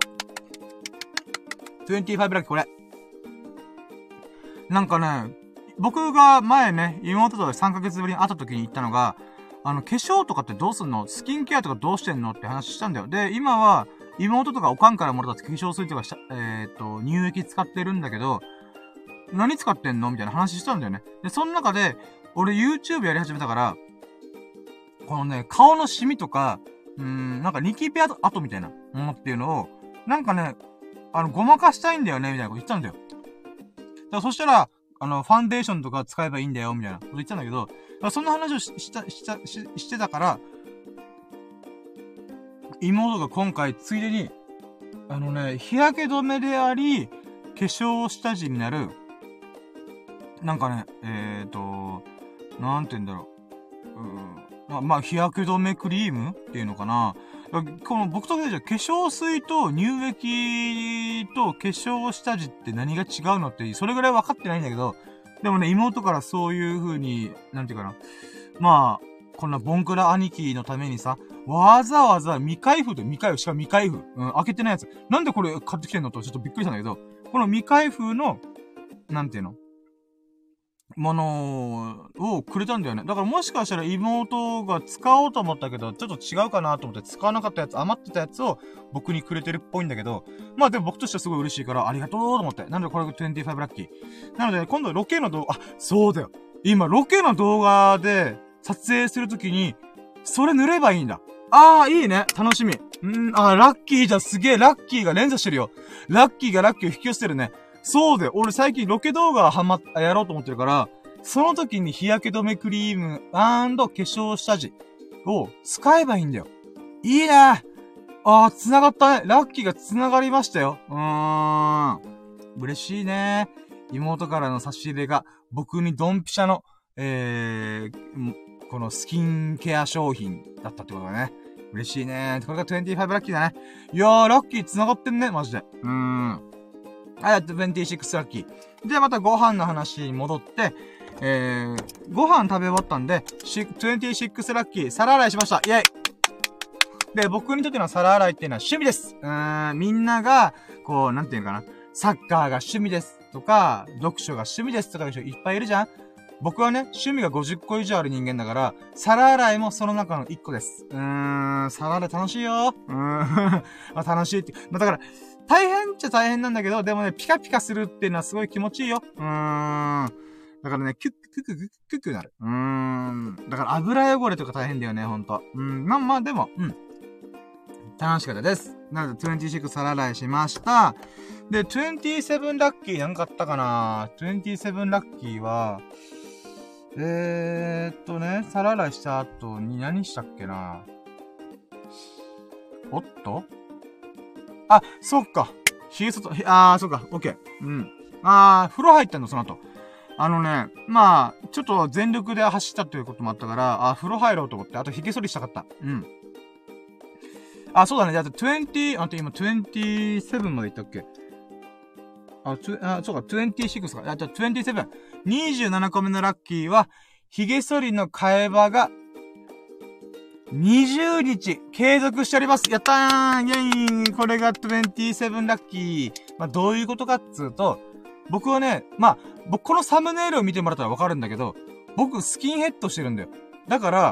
にじゅうごラッキーこれ。なんかね、僕が前ね、妹とさんかげつぶりに会った時に言ったのが、あの、化粧とかってどうすんの？スキンケアとかどうしてんのって話したんだよ。で、今は、妹とかおかんからもらった化粧水とかした、えっと、乳液使ってるんだけど、何使ってんのみたいな話したんだよね。で、その中で、俺 YouTube やり始めたから、このね、顔のシミとか、うーん、なんかニキビ跡みたいなものっていうのを、なんかね、あの、ごまかしたいんだよね、みたいなこと言ったんだよ。だからそしたら、あの、ファンデーションとか使えばいいんだよ、みたいなこと言ったんだけど、そんな話をし、した、した、し、してたから、妹が今回、ついでに、あのね、日焼け止めであり、化粧下地になる、なんかね、えーと、なんて言うんだろう。うーん。まあ、まあ、日焼け止めクリームっていうのかな。この僕とじゃ化粧水と乳液と化粧下地って何が違うのって、それぐらい分かってないんだけど、でもね、妹からそういう風に、なんていうかな。まあ、こんなボンクラ兄貴のためにさ、わざわざ未開封で未開封、しかも未開封、うん、開けてないやつ。なんでこれ買ってきてんのとちょっとびっくりしたんだけど、この未開封の、なんていうのものをくれたんだよね。だからもしかしたら妹が使おうと思ったけど、ちょっと違うかなと思って使わなかったやつ、余ってたやつを僕にくれてるっぽいんだけど、まあでも僕としてはすごい嬉しいから、ありがとうと思って。なのでこれがにじゅうごラッキー。なので今度ロケの動画、あ、そうだよ。今ロケの動画で撮影するときに、それ塗ればいいんだ。ああ、いいね。楽しみ。んー、あー、ラッキーじゃすげえ、ラッキーが連鎖してるよ。ラッキーがラッキーを引き寄せてるね。そうだよ。俺最近ロケ動画はまっ、やろうと思ってるから、その時に日焼け止めクリーム&化粧下地を使えばいいんだよ。いいね。あー、繋がったね。ラッキーが繋がりましたよ。うーん。嬉しいね。妹からの差し入れが僕にドンピシャの、えー、このスキンケア商品だったってことだね。嬉しいね。これがにじゅうごラッキーだね。いやー、ラッキー繋がってんね。マジで。うーん。はい、にじゅうろくラッキー。で、またご飯の話に戻って、えー、ご飯食べ終わったんで、にじゅうろくラッキー、皿洗いしました。イェイ。で、僕にとっての皿洗いっていうのは趣味です。うーん、みんなが、こう、なんていうかな、サッカーが趣味ですとか、読書が趣味ですとかいう人いっぱいいるじゃん。僕はね、趣味がごじゅっこ以上ある人間だから、皿洗いもその中のいっこです。うーん、皿洗い楽しいよ。うーん、まあ、楽しいって。まあ、だから、大変っちゃ大変なんだけど、でもね、ピカピカするっていうのはすごい気持ちいいよ。うーん。だからね、キュッキュッキュッキュッキュッキュなる。うーん。だから油汚れとか大変だよね、ほんと。うん。まあまあ、でも、うん。楽しかったです。なので、にじゅうろく皿洗いしました。で、にじゅうななラッキーなんかあったかな ?にじゅうななラッキーは、えーっとね、皿洗いした後に何したっけなおっとあ、そっか。髭剃った、あー、そっか。オッケー。うん。あー、風呂入ったの、その後。あのね、まあ、ちょっと全力で走ったということもあったから、あ、風呂入ろうと思って、あと髭剃りしたかった。うん。あ、そうだね。じゃあ、にじゅう、あと今にじゅうななまで行ったっけあ、つ、あ、そうか、にじゅうろくか。あとにじゅうなな。にじゅうなな個目のラッキーは、髭剃りの替え刃が、にじゅうにち継続しております。やったーイェイこれがにじゅうななラッキー。まあ、どういうことかっつうと、僕はね、まあ、僕このサムネイルを見てもらったらわかるんだけど、僕スキンヘッドしてるんだよ。だから、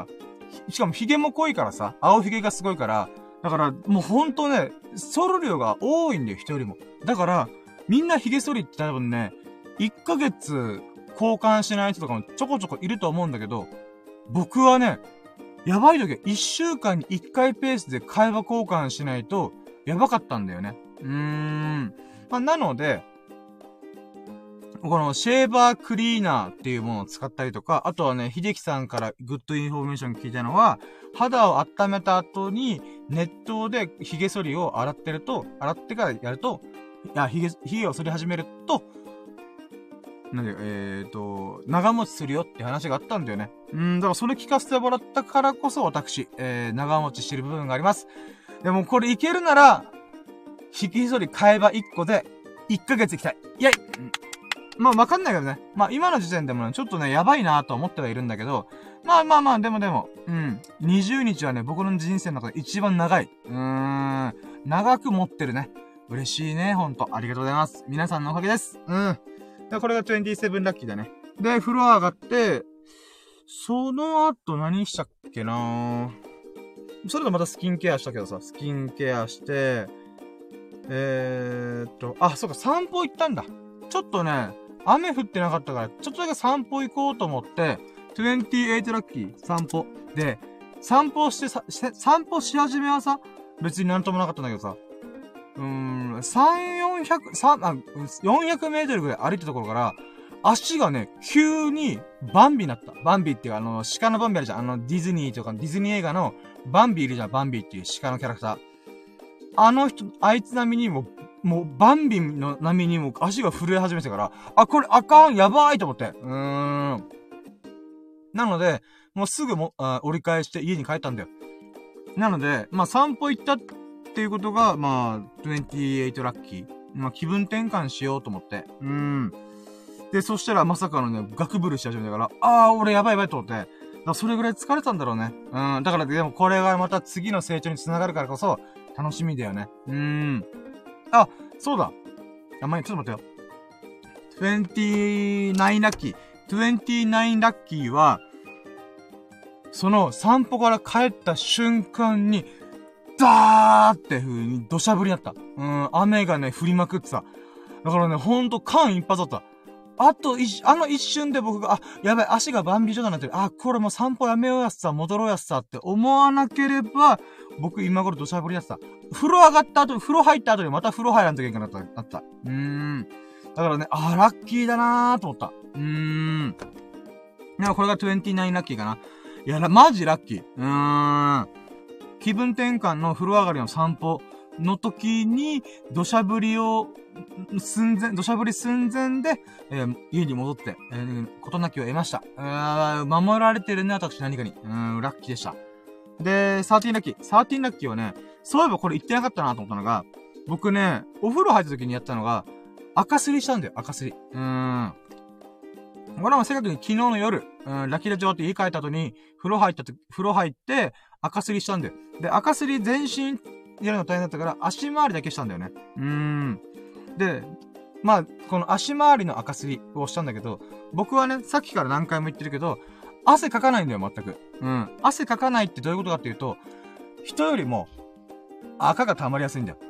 しかも髭も濃いからさ、青髭がすごいから、だから、もうほんとね、剃る量が多いんだよ、人よりも。だから、みんな髭剃りって多分ね、いっかげつ交換しない人とかもちょこちょこいると思うんだけど、僕はね、やばい時はいっしゅうかんにいっかいペースで会話交換しないと、やばかったんだよね。うーん。まあ、なので、このシェーバークリーナーっていうものを使ったりとか、あとはね、秀樹さんからグッドインフォメーション聞いたのは、肌を温めた後に熱湯で髭剃りを洗ってると、洗ってからやると、いや、髭、髭を剃り始めると、なんで、えーと、長持ちするよって話があったんだよね。うん、だからそれ聞かせてもらったからこそ私、えー、長持ちしてる部分があります。でもこれいけるなら、髭剃り替え刃いっこでいっかげついきたい。イェイ、うん、まあわかんないけどね。まあ今の時点でもね、ちょっとね、やばいなと思ってはいるんだけど、まあまあまあ、でもでも、うん。にじゅうにちはね、僕の人生の中で一番長い。うーん。長く持ってるね。嬉しいね、ほんと。ありがとうございます。皆さんのおかげです。うん。で、これがにじゅうななラッキーだね。で、風呂上がって、その後何したっけなそれとまたスキンケアしたけどさ、スキンケアして、えーっと、あ、そうか、散歩行ったんだ。ちょっとね、雨降ってなかったから、ちょっとだけ散歩行こうと思って、にじゅうはちラッキー、散歩。で、散歩してさ、し散歩し始めはさ、別になんともなかったんだけどさ、うーん、さん、よんひゃく、さん、あ、よんひゃくメートルぐらい歩いたところから、足がね、急にバンビになった。バンビっていうあの、鹿のバンビあるじゃん。あの、ディズニーとか、ディズニー映画のバンビいるじゃん。バンビっていう鹿のキャラクター。あの人、あいつ並みにも、もう、バンビの並みにも足が震え始めてから、あ、これあかん、やばいと思って。うーん。なので、もうすぐも、あ折り返して家に帰ったんだよ。なので、まあ散歩行ったっていうことが、まあ、にじゅうはちラッキー。まあ気分転換しようと思って。うーん。で、そしたらまさかのね、ガクブルし始めたから、あー、俺やばいやばいと思って。だからそれぐらい疲れたんだろうね。うん。だからでもこれがまた次の成長につながるからこそ、楽しみだよね。うーん。あ、そうだ。あ、まあ、ちょっと待ってよ。にじゅうきゅうラッキー。にじゅうきゅうラッキーは、その散歩から帰った瞬間に、ダーって風に土砂降りだった。うん、雨がね、降りまくってた。だからね、ほんと間一髪だった。あと、一、あの一瞬で僕が、あ、やばい、足がバンビ状態になってる。あ、これもう散歩やめようやっさ、戻ろうやっさって思わなければ、僕今頃土砂降りだった。風呂上がった後、風呂入った後にまた風呂入らんといけなかった、あった。うーん。だからね、あ、ラッキーだなーと思った。うーん。いや、これがにじゅうきゅうラッキーかな。いや、マジラッキー。うーん。気分転換の風呂上がりの散歩の時に、土砂降りを、寸前、土砂降り寸前で、えー、家に戻って、えー、事なきを得ました。うーん、守られてるね、私何かに。うーん、ラッキーでした。で、じゅうさんラッキー。じゅうさんラッキーはね、そういえばこれ言ってなかったなと思ったのが、僕ね、お風呂入った時にやったのが、赤すりしたんだよ、赤すり。うーん。これは正確に昨日の夜、うん、ラッキーラジオって家帰った後に、風呂入ったと、風呂入って、赤すりしたんだよ。で、赤すり全身やるの大変だったから、足回りだけしたんだよね。うーん。で、まあ、この足回りの赤すりをしたんだけど、僕はね、さっきから何回も言ってるけど、汗かかないんだよ、全く。うん。汗かかないってどういうことかっていうと、人よりも、赤が溜まりやすいんだよ。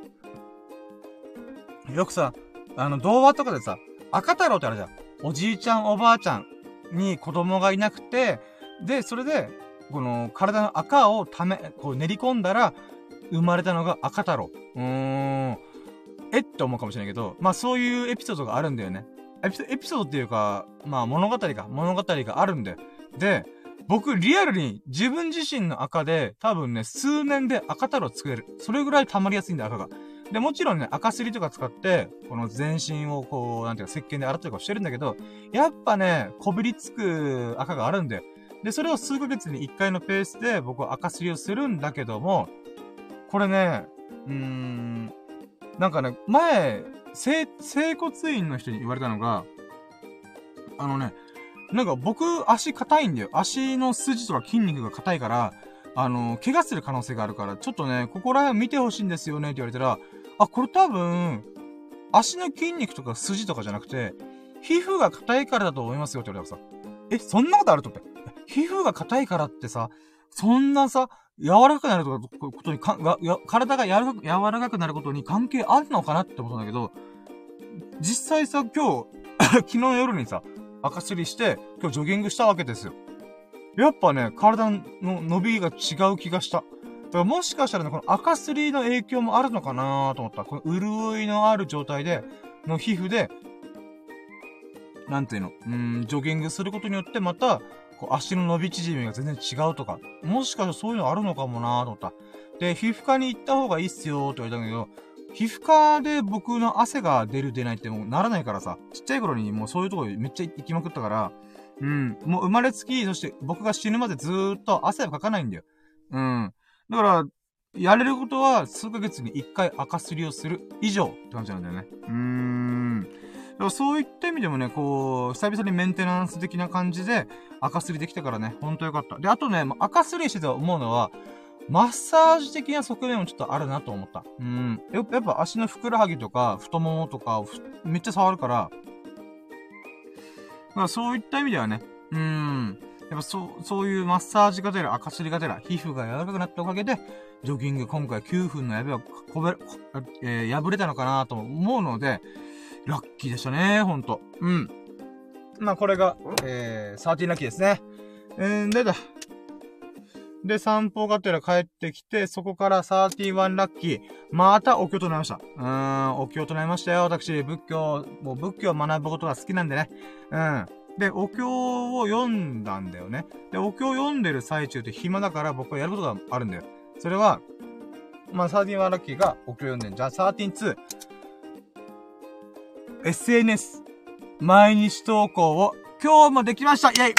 よくさ、あの、童話とかでさ、赤太郎ってあるじゃん。おじいちゃんおばあちゃんに子供がいなくて、で、それで、この体の赤をため、こう練り込んだら、生まれたのが赤太郎。うーん。えって思うかもしれないけど、まあそういうエピソードがあるんだよね。エピソ、エピソードっていうか、まあ物語か、物語があるんだよ。で、僕リアルに自分自身の赤で、多分ね、数年で赤太郎作れる。それぐらい溜まりやすいんだ、赤が。で、もちろんね、赤すりとか使って、この全身をこう、なんていうか、石鹸で洗ったりとかしてるんだけど、やっぱね、こびりつく赤があるんだよ。で、それを数ヶ月にいっかいのペースで僕は赤すりをするんだけども、これね、うーん、なんかね、前、整、整骨院の人に言われたのが、あのね、なんか僕、足硬いんだよ。足の筋とか筋肉が硬いから、あの、怪我する可能性があるから、ちょっとね、ここら辺見てほしいんですよねって言われたら、あ、これ多分、足の筋肉とか筋とかじゃなくて、皮膚が硬いからだと思いますよって言われたらさ、え、そんなことあると思って。皮膚が硬いからってさ、 そんなさ、柔らかくなるとか、ことにか、が、や、体が柔らかく、柔らかくなることに関係あるのかなって思ったんだけど、実際さ、今日、昨日の夜にさ、赤すりして、今日ジョギングしたわけですよ。やっぱね、体の伸びが違う気がした。だからもしかしたらね、この赤すりの影響もあるのかなと思った。この潤いのある状態で、の皮膚で、なんていうの、うーん、ジョギングすることによってまた、こう足の伸び縮みが全然違うとか、もしかしたらそういうのあるのかもなーと思った。で、皮膚科に行った方がいいっすよーって言われたんだけど、皮膚科で僕の汗が出る出ないってもうならないからさ、ちっちゃい頃にもうそういうところめっちゃ行きまくったから、うん、もう生まれつき、そして僕が死ぬまでずーっと汗はかかないんだよ。うん。だから、やれることは数ヶ月に一回赤すりをする以上って感じなんだよね。うーん。だからそういった意味でもね、こう、久々にメンテナンス的な感じで赤すりできたからね、ほんとよかった。で、あとね、赤すりしてて思うのは、マッサージ的な側面もちょっとあるなと思った。うん。やっぱ、やっぱ足のふくらはぎとか、太ももとか、めっちゃ触るから、だからそういった意味ではね、うーん。やっぱそう、そういうマッサージがてら、赤すりがてら、皮膚が柔らかくなったおかげで、ジョギング今回きゅうふんのやべはこべ、えー、破れたのかなと思うので、ラッキーでしたね、ほんと。うん。まあ、これが、えー、じゅうさんラッキーですね。えー、でだ。で、散歩がてら帰ってきて、そこからさんじゅういちラッキー。またお経となりました。うーん、お経となりましたよ。私、仏教、もう仏教を学ぶことが好きなんでね。うん。で、お経を読んだんだよね。で、お経を読んでる最中って暇だから僕はやることがあるんだよ。それは、まあ、さんじゅういちラッキーがお経を読んでんじゃあ、さんじゅうに。エスエヌエス、毎日投稿を今日もできました。イェイ。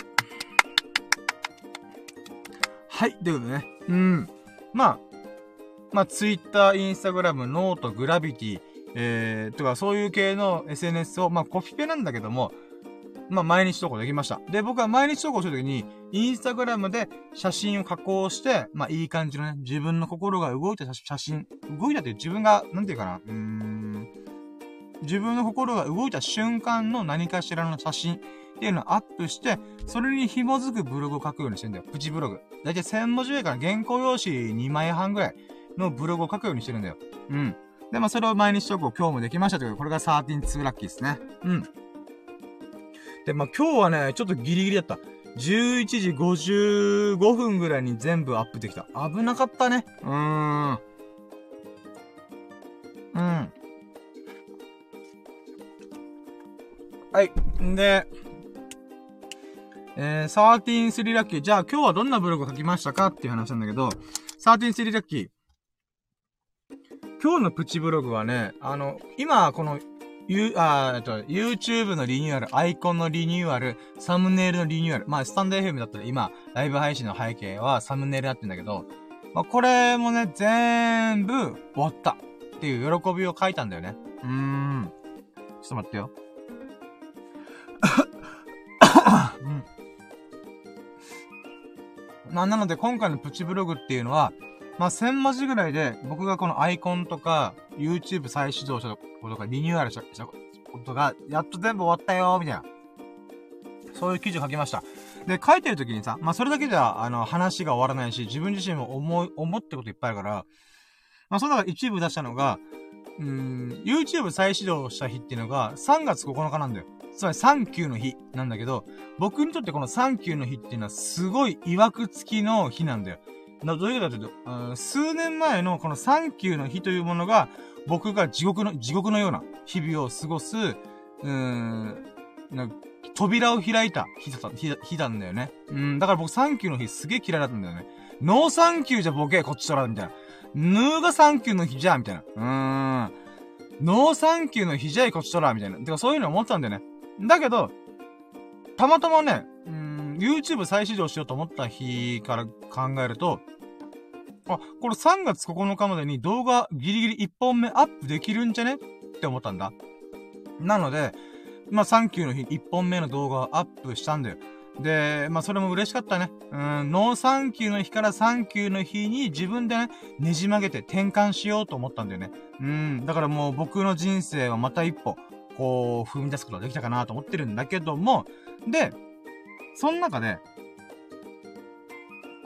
はい、ということでね。うん。まあ、まあ、ツイッター、インスタグラム、ノート、グラビティ、えー、とか、そういう系の エスエヌエス を、まあ、コピペなんだけども、まあ、毎日投稿できました。で、僕は毎日投稿するときに、インスタグラムで写真を加工して、まあ、いい感じのね、自分の心が動いた写真、動いたっていう自分が、なんていうかな、うーん、自分の心が動いた瞬間の何かしらの写真っていうのをアップして、それに紐づくブログを書くようにしてんだよ。プチブログ。だいたいせんもじぐらいから原稿用紙にまいはんぐらいのブログを書くようにしてるんだよ。うん。で、まあ、それを毎日投稿今日もできましたということで、これがじゅうさんラッキーですね。うん。で、まあ、今日はね、ちょっとギリギリだった。じゅういちじごじゅうごふんぐらいに全部アップできた。危なかったね。うーん。うん。はい。んで、えー、じゅうさんラッキー。じゃあ今日はどんなブログを書きましたかっていう話なんだけど、じゅうさんラッキー。今日のプチブログはね、あの、今、この、ゆ、あー、えっと、YouTube のリニューアル、アイコンのリニューアル、サムネイルのリニューアル。まあ、スタンド エフエム だったら今、ライブ配信の背景はサムネイルになってんだけど、まあ、これもね、全部終わったっていう喜びを書いたんだよね。うーん。ちょっと待ってよ。うん。な、なので今回のプチブログっていうのは、まあ、せんもじぐらいで僕がこのアイコンとか YouTube 再始動したことかリニューアルしたことがやっと全部終わったよーみたいな。そういう記事を書きました。で、書いてる時にさ、まあ、それだけではあの話が終わらないし、自分自身も思い、思ってこといっぱいあるから、まあ、その中で一部出したのが、うーん、YouTube 再始動した日っていうのがさんがつここのかなんだよ。つまりサンキューの日なんだけど、僕にとってこのサンキューの日っていうのはすごい曰く付きの日なんだよ。どういうことかというと、うん、数年前のこのサンキューの日というものが、僕が地獄の、地獄のような日々を過ごす、うーん、な扉を開いた日だった、日だ、日なんだよね。うん、だから僕サンキューの日すげえ嫌いだったんだよね。ノーサンキューじゃボケ、こっちとら、みたいな。ヌーがサンキューの日じゃ、みたいな。うーん。ノーサンキューの日じゃい、こっちとら、みたいな。てかそういうの思ったんだよね。だけど、たまたまね、うーん、YouTube 再始動しようと思った日から考えると、あ、これさんがつここのかまでに動画ギリギリいっぽんめアップできるんじゃねって思ったんだ。なので、まあ、サンキューの日いっぽんめの動画をアップしたんだよ。で、まあ、それも嬉しかったね。うん、ノーサンキューの日からサンキューの日に自分でね、ねじ曲げて転換しようと思ったんだよね。うん、だからもう僕の人生はまた一歩、こう、踏み出すことができたかなと思ってるんだけども、で、その中で、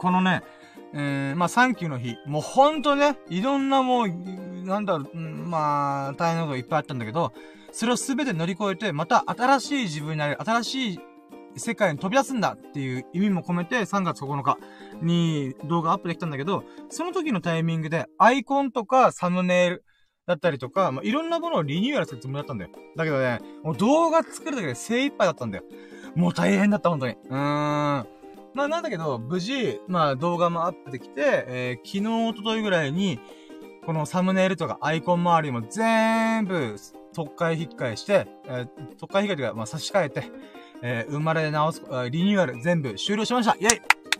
このね、えー、まあ、サンキューの日。もうほんとね、いろんなもう、なんだろう、んまあ、大変なことがいっぱいあったんだけど、それをすべて乗り越えて、また新しい自分になれる、新しい世界に飛び出すんだっていう意味も込めて、さんがつここのかに動画アップできたんだけど、その時のタイミングで、アイコンとかサムネイルだったりとか、まあ、いろんなものをリニューアルするつもりだったんだよ。だけどね、もう動画作るだけで精一杯だったんだよ。もう大変だった、本当に。うーん。まあなんだけど、無事、まあ動画もアップできて、えー、昨日、おとといぐらいに、このサムネイルとかアイコン周りも全部、特化引っ換えして、えー、特化引っ換えというか、まあ差し替えて、えー、生まれ直す、リニューアル全部終了しました。イェイ！だ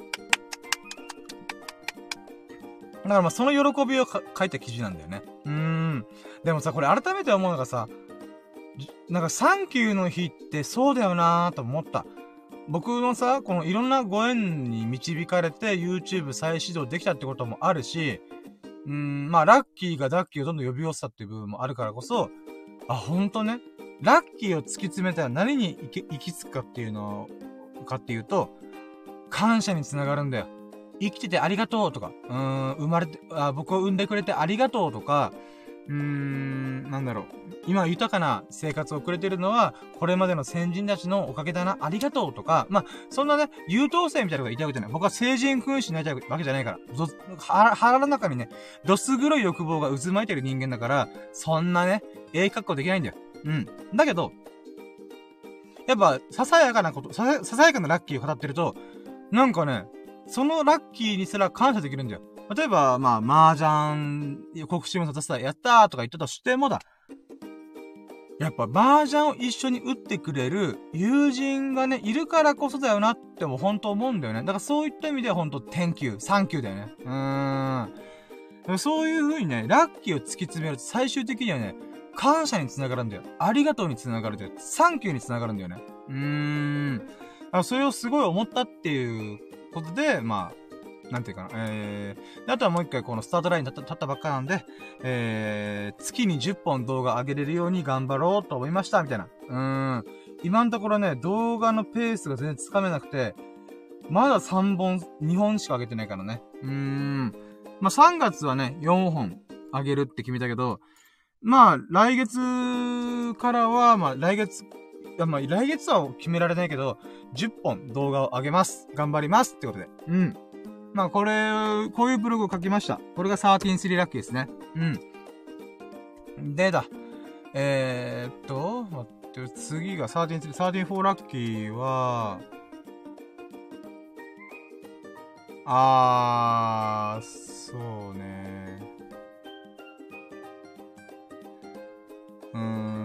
からまあその喜びを書いた記事なんだよね。うーん。でもさ、これ改めて思うのがさ、なんかサンキューの日ってそうだよなーと思った。僕のさ、このいろんなご縁に導かれて YouTube 再始動できたってこともあるし、うーん、まあラッキーがダッキーをどんどん呼び寄せたっていう部分もあるからこそ、あ、ほんとね、ラッキーを突き詰めたら何に行き、行き着くかっていうのかっていうと、感謝につながるんだよ。生きててありがとうとか、うーん、生まれて、あ、僕を産んでくれてありがとうとか、うーん、なんだろう。今豊かな生活を送れてるのは、これまでの先人たちのおかげだな、ありがとうとか、まあ、そんなね、優等生みたいなこと言いたいわけじゃない。僕は聖人君子になりたいわけじゃないから。ど、腹、腹の中にね、どす黒い欲望が渦巻いてる人間だから、そんなね、ええ格好できないんだよ。うん。だけど、やっぱ、ささやかなこと、ささ、ささやかなラッキーを語ってると、なんかね、そのラッキーにすら感謝できるんだよ。例えば、まあ、麻雀、国士無沙汰さ、やったーとか言ってたとしてもだ。やっぱ、麻雀を一緒に打ってくれる友人がね、いるからこそだよなっても本当思うんだよね。だからそういった意味では本当、天球、三球だよね。うーん。そういう風にね、ラッキーを突き詰めると最終的にはね、感謝につながるんだよ。ありがとうにつながるんだよ。サンキューにつながるんだよね。うーん。だからそれをすごい思ったっていうことで、まあ、なんていうかな、えー、あとはもう一回このスタートラインに立った、立ったばっかなんで、えー、月にじゅっぽん動画上げれるように頑張ろうと思いました、みたいな。うーん。今のところね、動画のペースが全然つかめなくて、まださんぼん、にほんしか上げてないからね。うーん。まあ、さんがつはね、よんほん上げるって決めたけど、まあ、来月からは、まあ、来月、いや、まあ、来月は決められないけど、じゅっぽん動画を上げます。頑張りますってことで。うん。まあ、これ、こういうブログを書きました。これがじゅうさんスリーラッキーですね。うん。でだ。えー、っと、待って、次がじゅうさんスリー、じゅうさんフォーラッキーは、あー、そうね。うー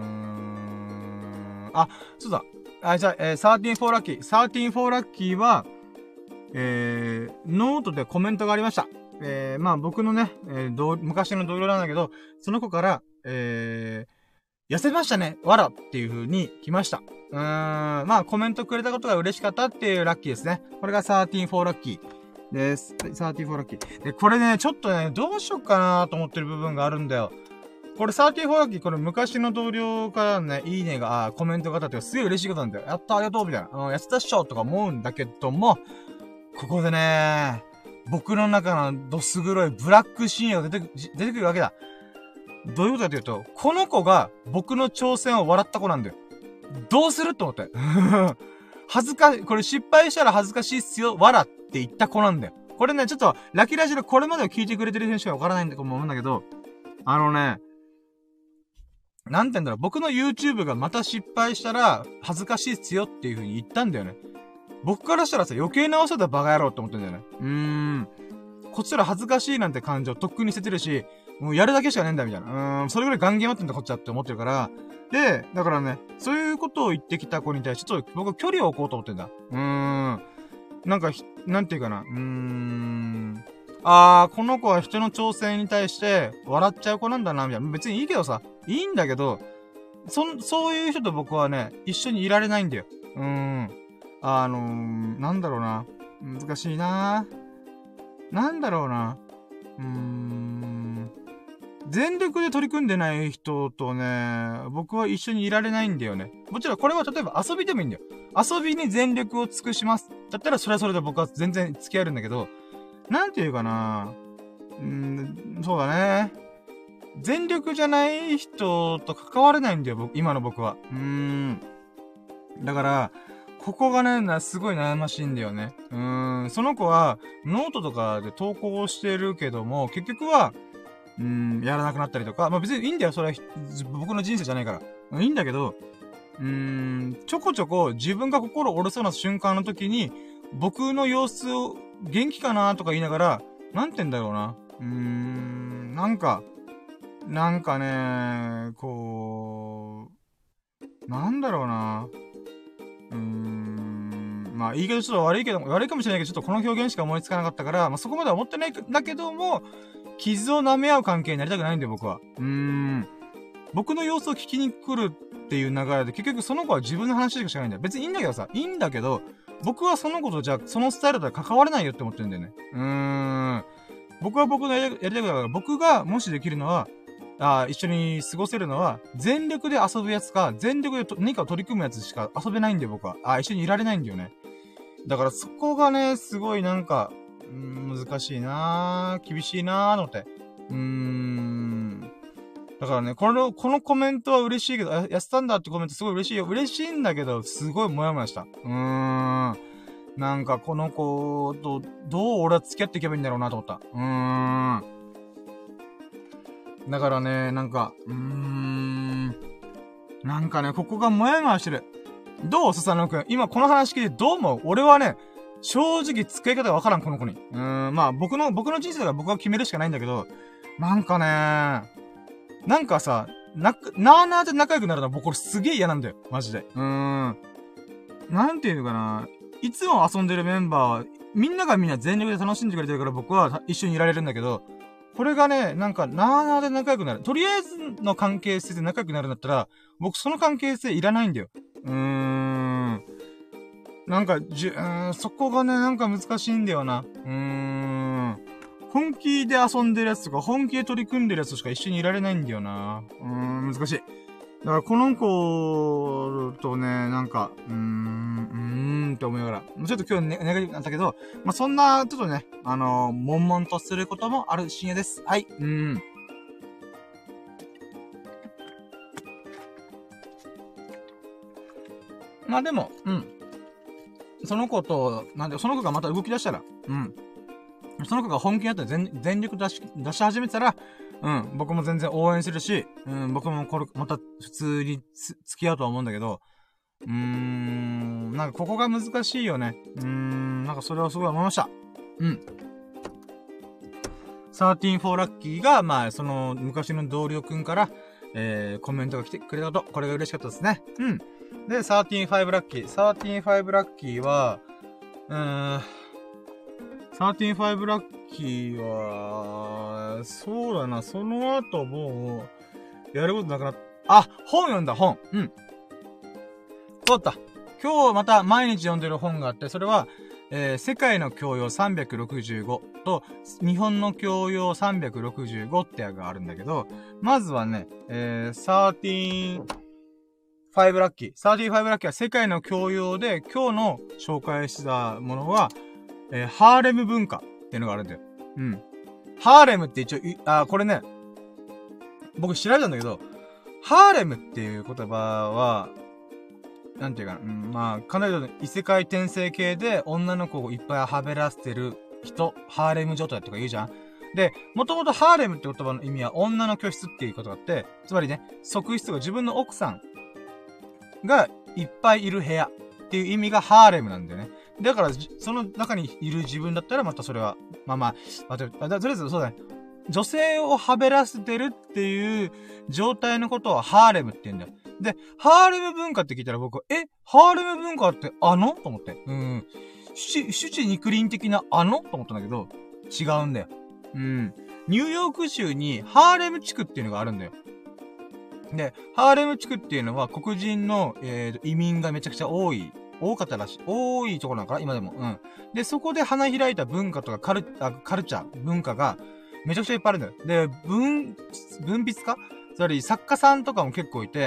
ん。あ、そうだ。あ、じゃあ、えー、じゅうさんフォーラッキー。じゅうさんフォーラッキーは、えー、ノートでコメントがありました。えー、まあ僕のね、えー、どう、昔の同僚なんだけど、その子から、えー、痩せましたねわらっていう風に来ました。うーん、まあコメントくれたことが嬉しかったっていうラッキーですね。これがじゅうさんフォーラッキーです。じゅうさんフォーラッキー。で、これね、ちょっとね、どうしよっかなと思ってる部分があるんだよ。これじゅうさんフォーラッキー、これ昔の同僚からね、いいねが、あコメントがあったってすごい嬉しいことなんだよ。やったありがとうみたいな。うん、痩せたっしょとか思うんだけども、ここでね、僕の中のどす黒いブラックシーンが出てく、出てくるわけだ。どういうことかというと、この子が僕の挑戦を笑った子なんだよ。どうすると思って。恥ずかしい、これ失敗したら恥ずかしいっすよ、笑って言った子なんだよ。これね、ちょっと、ラキラジでこれまでを聞いてくれてる人しかわからないんだと思うんだけど、あのね、なんて言うんだろう、僕の YouTube がまた失敗したら恥ずかしいっすよっていう風に言ったんだよね。僕からしたらさ、余計なおせたバカ野郎って思ってんだよね。うーん。こっちら恥ずかしいなんて感情とっくに捨ててるし、もうやるだけしかねえんだみたいな。うーん、それぐらいガンゲー待ってんだこっちはって思ってるから。で、だからね、そういうことを言ってきた子に対してちょっと僕は距離を置こうと思ってんだ。うーん。なんか、なんていうかな。うーん。あー、この子は人の挑戦に対して笑っちゃう子なんだな、みたいな。別にいいけどさ、いいんだけど、そ、そういう人と僕はね、一緒にいられないんだよ。うーん。あのー、なんだろうな。難しいな。なんだろうな。うーん。全力で取り組んでない人とね、僕は一緒にいられないんだよね。もちろんこれは例えば遊びでもいいんだよ。遊びに全力を尽くします。だったらそれはそれで僕は全然付き合えるんだけど、 なんていうかな。うーん、そうだね。全力じゃない人と関われないんだよ、僕、今の僕は。うーん。だから、ここがね、な、すごい悩ましいんだよね。うーん。その子は、ノートとかで投稿してるけども、結局は、うーん、やらなくなったりとか、まあ別にいいんだよ、それは、僕の人生じゃないから。いいんだけど、うーん、ちょこちょこ自分が心折れそうな瞬間の時に、僕の様子を元気かなとか言いながら、なんて言うんだろうな。うーん、なんか、なんかね、こう、なんだろうな。うーん、まあ言い方ちょっと悪いけど、悪いかもしれないけど、ちょっとこの表現しか思いつかなかったから、まあそこまでは思ってないんだけども、傷を舐め合う関係になりたくないんだよ、僕は。うーん。僕の様子を聞きに来るっていう流れで、結局その子は自分の話しかしないんだよ。別にいいんだけどさ、いいんだけど、僕はその子とじゃあ、そのスタイルでは関われないよって思ってるんだよね。うーん。僕は僕のやりやりたいことだから、僕がもしできるのは、あ一緒に過ごせるのは、全力で遊ぶやつか、全力でと何かを取り組むやつしか遊べないんだよ、僕は。あ一緒にいられないんだよね。だからそこがね、すごいなんか、うーん難しいなぁ、厳しいなぁ、と思って。うーん。だからね、この、このコメントは嬉しいけど、やったんだってコメントすごい嬉しいよ。嬉しいんだけど、すごいモヤモヤした。うーん。なんかこの子と、どう俺は付き合っていけばいいんだろうなと思った。うーん。だからね、なんか、うーん。なんかね、ここがモヤモヤしてる。どうスサノオくん。今この話聞いてどう思う？俺はね、正直付き合い方がわからん、この子に。うーん、まあ僕の、僕の人生が僕が決めるしかないんだけど、なんかね、なんかさ、なく、なーなーで仲良くなるのは僕これすげえ嫌なんだよ。マジで。うーん。なんていうのかな。いつも遊んでるメンバーは、みんながみんな全力で楽しんでくれてるから僕は一緒にいられるんだけど、これがね、なんか、なーなーで仲良くなる。とりあえずの関係性で仲良くなるんだったら、僕その関係性いらないんだよ。うーん。なんか、じゅ、うーん、そこがね、なんか難しいんだよな。うーん。本気で遊んでるやつとか、本気で取り組んでるやつとしか一緒にいられないんだよな。うーん、難しい。だからこの子とね、なんか、うーん、うーんって思いながら、ちょっと今日ね、ネガティブなんだけど、まあ、そんな、ちょっとね、あのー、悶々とすることもある深夜です。はい、うーん。まあでも、うん。その子と、なんで、その子がまた動き出したら、うん。その子が本気になって全、全力出し、出し始めたら、うん、僕も全然応援するし、うん、僕もこれ、また普通につ、付き合うとは思うんだけど、うーん、なんかここが難しいよね。うーん、なんかそれをすごい思いました。うん。サーティーンフォーラッキーが、まあ、その、昔の同僚くんから、えー、コメントが来てくれたと、これが嬉しかったですね。うん。で、サーティーンファイブラッキー。サーティーンファイブラッキーは、うーん、サーティーンファイブラッキーは、そうだな、その後もう、やることなくなった。あ、本読んだ、本。うん。そうだった。今日また毎日読んでる本があって、それは、えー、世界の教養さんびゃくろくじゅうごと、日本の教養さんびゃくろくじゅうごってやがあるんだけど、まずはね、えー、サーティーンファイブラッキー。サーティーンファイブラッキーは世界の教養で、今日の紹介したものは、えー、ハーレム文化っていうのがあるんだよ。うん。ハーレムって一応、あ、これね、僕調べたんだけど、ハーレムっていう言葉は、なんていうかな、うん、まあ、彼女の異世界転生系で女の子をいっぱいはべらせてる人、ハーレム状態とか言うじゃん。で、もともとハーレムって言葉の意味は女の居室っていうことがあって、つまりね、側室が自分の奥さんがいっぱいいる部屋っていう意味がハーレムなんだよね。だから、その中にいる自分だったらまたそれは、まあまあ、待って、とりあえずそうだね。女性をはべらせてるっていう状態のことをハーレムって言うんだよ。で、ハーレム文化って聞いたら僕は、え、ハーレム文化ってあのと思って。うん。シュチ肉林的なあのと思ったんだけど、違うんだよ。うん。ニューヨーク州にハーレム地区っていうのがあるんだよ。で、ハーレム地区っていうのは黒人の、えー、移民がめちゃくちゃ多い。多かったらしい。多いところなのかな今でも。うん。で、そこで花開いた文化とかカル、あカルチャー、文化がめちゃくちゃいっぱいあるんだよ。で、文、文筆家つまり作家さんとかも結構いて、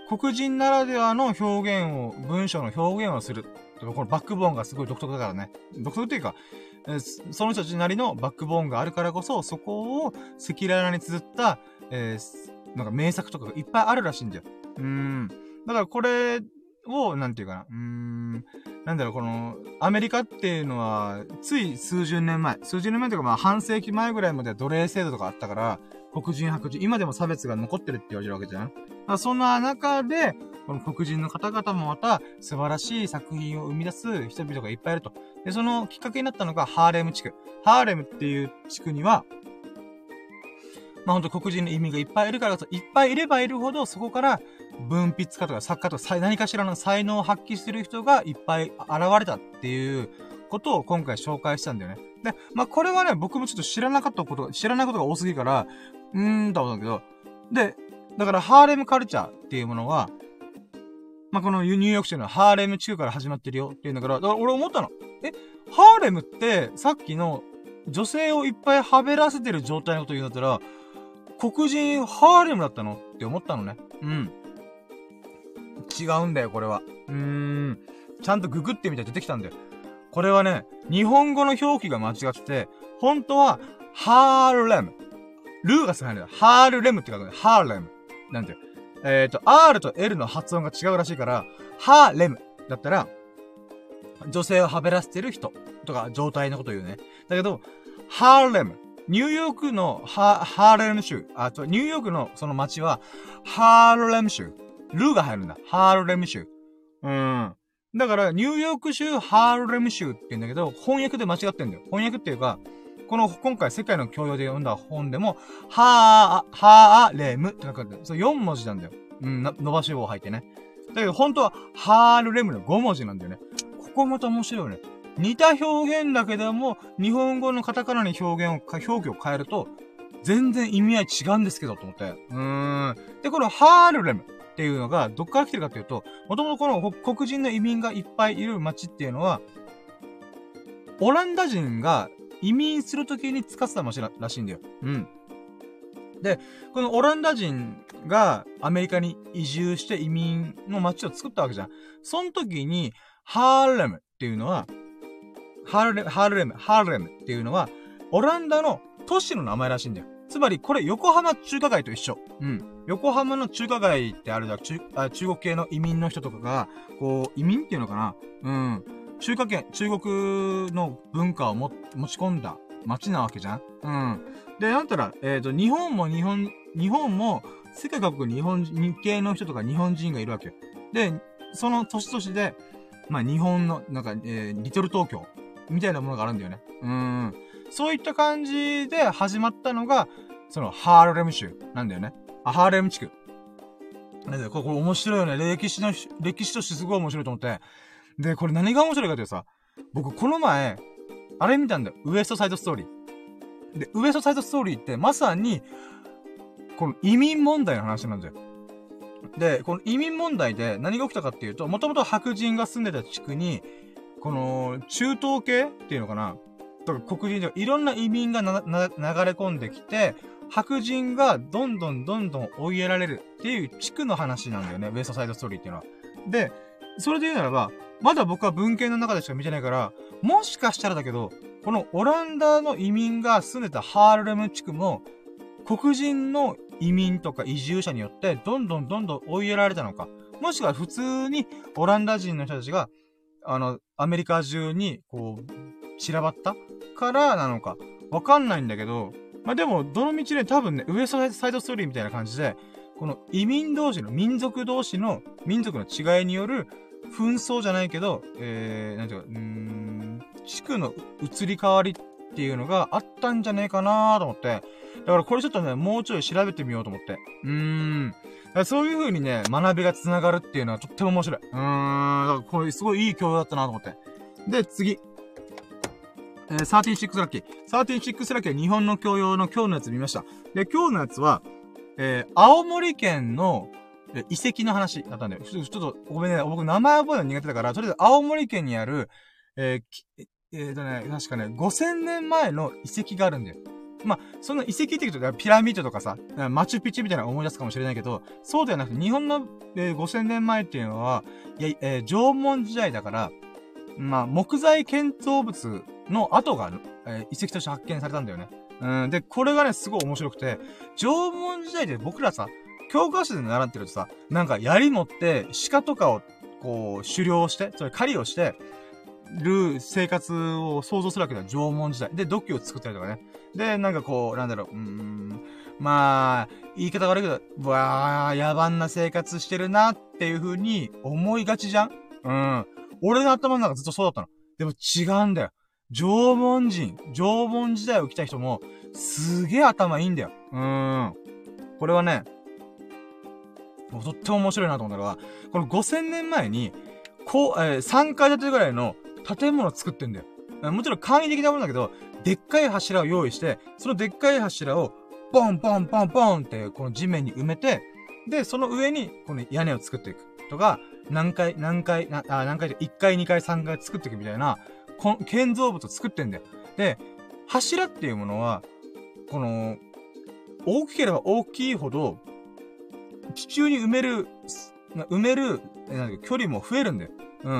黒人ならではの表現を、文章の表現をする。このバックボーンがすごい独特だからね。独特っていうか、えー、その人たちなりのバックボーンがあるからこそ、そこを赤裸々に綴った、えー、なんか名作とかがいっぱいあるらしいんだよ。うーん。だからこれを、なんていうかな。うーん。なんだろう、この、アメリカっていうのは、つい数十年前、数十年前というかまあ半世紀前ぐらいまでは奴隷制度とかあったから、黒人白人、今でも差別が残ってるって言われるわけじゃん。だからそんな中で、この黒人の方々もまた素晴らしい作品を生み出す人々がいっぱいいると。で、そのきっかけになったのがハーレム地区。ハーレムっていう地区には、まあほんと黒人の移民がいっぱいいるからこそ、いっぱいいればいるほど、そこから文筆家とか作家とか何かしらの才能を発揮してる人がいっぱい現れたっていうことを今回紹介したんだよね。で、まあこれはね、僕もちょっと知らなかったこと、知らないことが多すぎるから、うーんと思うんだけど、で、だからハーレムカルチャーっていうものは、まあ、このニューヨーク州のハーレム地区から始まってるよっていうんだから、だから俺思ったの。え、ハーレムってさっきの女性をいっぱいはべらせてる状態のこと言うんだったら、黒人ハーレムだったのって思ったのね。うん。違うんだよ、これは。うーん。ちゃんとググってみたら出てきたんだよ。これはね、日本語の表記が間違ってて、本当は、ハーレム。ルーが少ないんだよ。ハールレムって書くんだよ。ハーレム。なんていう。えっと、R と L の発音が違うらしいから、ハーレムだったら、女性をはべらせてる人とか状態のことを言うね。だけど、ハーレム。ニューヨークのハ、ハーレム州。あと、ニューヨークのその街は、ハーレム州。ルーが入るんだ。ハーレム州。うん。だから、ニューヨーク州ハーレム州って言うんだけど、翻訳で間違ってんだよ。翻訳っていうか、この、今回世界の教養で読んだ本でも、はー、はーレムって書かれてる。そう、よん文字なんだよ。うん、伸ばし棒入ってね。だけど、本当は、ハールレムのご文字なんだよね。ここまた面白いよね。似た表現だけども、日本語のカタカナに表現を、表記を変えると、全然意味合い違うんですけど、と思って。うーん。で、このハールレムっていうのが、どっから来てるかっていうと、もともとこの黒人の移民がいっぱいいる街っていうのは、オランダ人が移民するときに使ってた街らしいんだよ。うん。で、このオランダ人がアメリカに移住して移民の街を作ったわけじゃん。その時に、ハーレムっていうのは、ハーレム、ハーレム、ハーレムっていうのは、オランダの都市の名前らしいんだよ。つまり、これ横浜中華街と一緒。うん。横浜の中華街ってあるじゃん。中、あ、中国系の移民の人とかが、こう、移民っていうのかな。うん。中華圏、中国の文化をも、持ち込んだ街なわけじゃん。うん。で、なんたら、えっと、日本も日本、日本も、世界各国日本、日系の人とか日本人がいるわけよ。で、その年々で、まあ、日本の、なんか、えー、リトル東京、みたいなものがあるんだよね。うん。そういった感じで始まったのが、その、ハーレム州なんだよね。あ、ハーレム地区。なんだよ、これ、これ面白いよね。歴史の、歴史としてすごい面白いと思って。で、これ何が面白いかってさ、僕この前、あれ見たんだよ。ウエストサイドストーリー。で、ウエストサイドストーリーってまさに、この移民問題の話なんだよ。で、この移民問題で何が起きたかっていうと、もともと白人が住んでた地区に、この、中東系っていうのかな、とか黒人でいろんな移民がな、な、流れ込んできて、白人がどんどんどんどん追いやられるっていう地区の話なんだよね。ウエストサイドストーリーっていうのは。で、それで言うならば、まだ僕は文献の中でしか見てないから、もしかしたらだけど、このオランダの移民が住んでたハーレム地区も、黒人の移民とか移住者によって、どんどんどんどん追いやられたのか。もしくは普通にオランダ人の人たちが、あの、アメリカ中に、こう、散らばったからなのか。わかんないんだけど、まあ、でも、どの道ね、多分ね、ウエストサイドストーリーみたいな感じで、この移民同士の、民族同士の、民族の違いによる、紛争じゃないけど、えー、なんていうか、うーん、地区の移り変わりっていうのがあったんじゃねえかなーと思って。だからこれちょっとね、もうちょい調べてみようと思って。うーん。だからそういう風にね、学びが繋がるっていうのはとっても面白い。うーん。だからこれすごいいい教養だったなと思って。で、次。えー、さんじゅうろくラッキー。さんじゅうろくラッキーは日本の教養の今日のやつ見ました。で、今日のやつは、えー、青森県の、遺跡の話だったんだよ。ちょっと、ごめんね。僕、名前覚えるの苦手だから、とりあえず、青森県にある、えー、えーとね、確かね、ごせんねんまえの遺跡があるんだよ。 まあ、その遺跡って言うと、ピラミッドとかさ、マチュピチュみたいなの思い出すかもしれないけど、そうではなくて、日本の、えー、ごせんねんまえっていうのは、いや、えー、縄文時代だから、まあ、木材建造物の跡が、えー、遺跡として発見されたんだよね。うん、で、これがね、すごい面白くて、縄文時代で僕らさ、教科書で習ってるとさ、なんか槍持って、鹿とかを、こう、狩猟して、それ狩りをして、る生活を想像するわけだよ。縄文時代。で、土器を作ったりとかね。で、なんかこう、なんだろう、うーん、まあ、言い方悪いけど、わー、野蛮な生活してるなっていう風に思いがちじゃん。うん。俺の頭の中ずっとそうだったの。でも違うんだよ。縄文人、縄文時代を生きた人も、すげえ頭いいんだよ。うーん。これはね、とっても面白いなと思ったのは、このごせんねんまえに、こう、えー、さんかい建てぐらいの建物を作ってんだよ。もちろん簡易的なものだけど、でっかい柱を用意して、そのでっかい柱を、ポンポンポンポンって、この地面に埋めて、で、その上に、この屋根を作っていく。とか、何回、何回、なあ、何回で、いっかい、にかい、さんかい作っていくみたいな、こ建造物を作ってんだよ。で、柱っていうものは、この、大きければ大きいほど、地中に埋める、埋める、なんか距離も増えるんだよ。うん。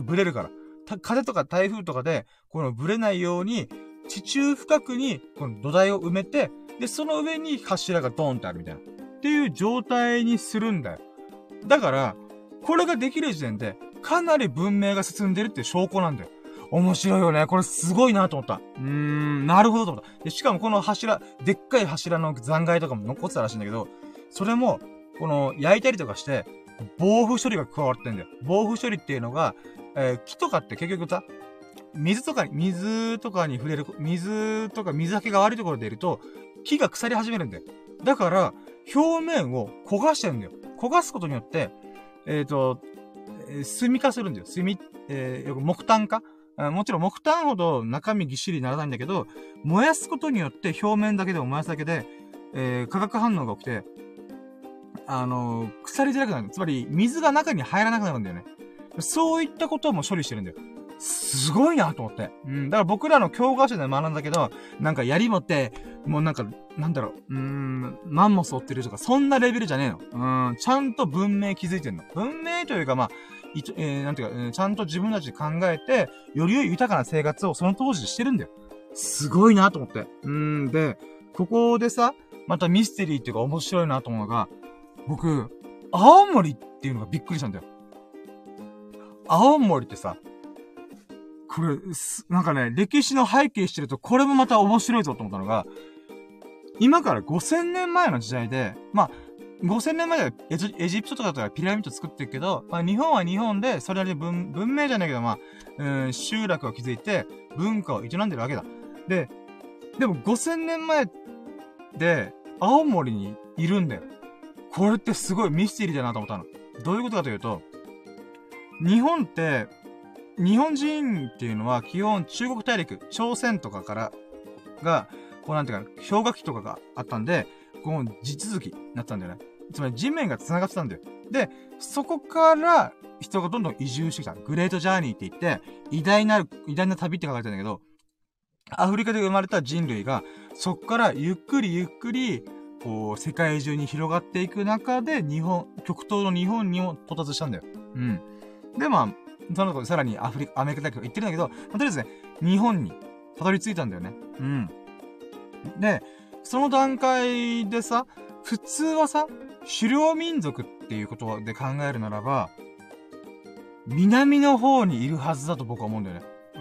ブレるから。風とか台風とかで、このブレないように、地中深くに、この土台を埋めて、で、その上に柱がドーンってあるみたいな。っていう状態にするんだよ。だから、これができる時点で、かなり文明が進んでるって証拠なんだよ。面白いよね。これすごいなと思った。うーん、なるほどと思った。で、しかもこの柱、でっかい柱の残骸とかも残ってたらしいんだけど、それも、この、焼いたりとかして、防腐処理が加わってんだよ。防腐処理っていうのが、えー、木とかって結局さ、水とかに、水とかに触れる、水とか水はけが悪いところでいると、木が腐り始めるんだよ。だから、表面を焦がしてるんだよ。焦がすことによって、えっと、えー、炭化するんだよ。炭、えー、よく木炭化もちろん木炭ほど中身ぎっしりにならないんだけど、燃やすことによって表面だけでも燃やすだけで、えー、化学反応が起きて、あのー、腐りづらくなる。つまり、水が中に入らなくなるんだよね。そういったことも処理してるんだよ。すごいなと思って。うん。だから僕らの教科書で学んだけど、なんか槍持って、もうなんか、なんだろう、うーん、マンモス追ってるとか、そんなレベルじゃねえの。うん、ちゃんと文明築いてんの。文明というか、まあ、いえー、なんていうか、えー、ちゃんと自分たちで考えて、より良い豊かな生活をその当時でしてるんだよ。すごいなと思って。うん、で、ここでさ、またミステリーっていうか面白いなと思うのが、僕、青森っていうのがびっくりしたんだよ。青森ってさ、これ、なんかね、歴史の背景してると、これもまた面白いぞと思ったのが、今からごせんねんまえの時代で、まあ、ごせんねんまえでエジ、エジプトとかだったらピラミッド作ってるけど、まあ、日本は日本で、それなりに文、文明じゃないけど、まあ、うん、集落を築いて、文化を営んでるわけだ。で、でもごせんねんまえで、青森にいるんだよ。これってすごいミステリーだなと思ったの。どういうことかというと、日本って、日本人っていうのは基本中国大陸、朝鮮とかからが、こうなんていうか、氷河期とかがあったんで、こう地続きになったんだよね。つまり地面が繋がってたんだよ。で、そこから人がどんどん移住してきた。グレートジャーニーって言って、偉大なる、偉大な旅って書かれてるんだけど、アフリカで生まれた人類が、そこからゆっくりゆっくり、こう、世界中に広がっていく中で、日本、極東の日本にも到達したんだよ。うん。で、まあ、そのとこでさらにアフリカ、アメリカ大陸とか行ってるんだけど、まあ、とりあえずね、日本にたどり着いたんだよね。うん。で、その段階でさ、普通はさ、狩猟民族っていうことで考えるならば、南の方にいるはずだと僕は思うんだよね。うん。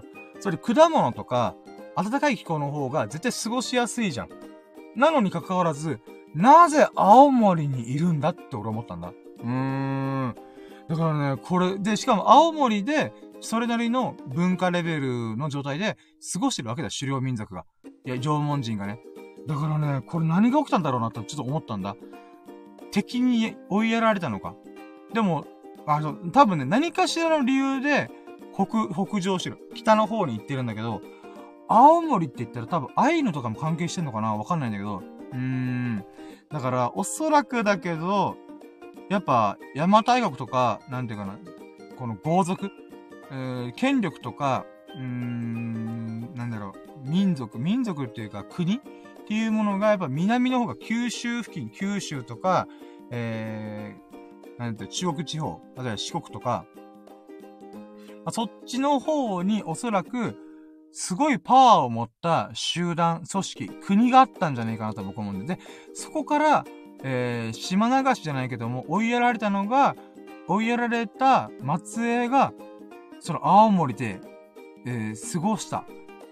それ果物とか、暖かい気候の方が絶対過ごしやすいじゃん。なのに関わらず、なぜ青森にいるんだって俺思ったんだ。うーん。だからね、これ、で、しかも青森で、それなりの文化レベルの状態で過ごしてるわけだ、狩猟民族が。いや、縄文人がね。だからね、これ何が起きたんだろうなってちょっと思ったんだ。敵に追いやられたのか。でも、あの、多分ね、何かしらの理由で、北、北上してる。北の方に行ってるんだけど、青森って言ったら多分アイヌとかも関係してんのかなわかんないんだけど。うーん。だから、おそらくだけど、やっぱ、邪馬台国とか、なんていうかな、この豪族、えー、権力とか、 うーん、なんだろう、民族、民族っていうか国っていうものがやっぱ南の方が九州付近、九州とか、えー、なんて中国地方、例えば四国とか、まあ、そっちの方におそらく、すごいパワーを持った集団、組織、国があったんじゃないかなと僕は思うんで、で、そこから、えー、島流しじゃないけども、追いやられたのが、追いやられた末裔が、その青森で、えー、過ごした、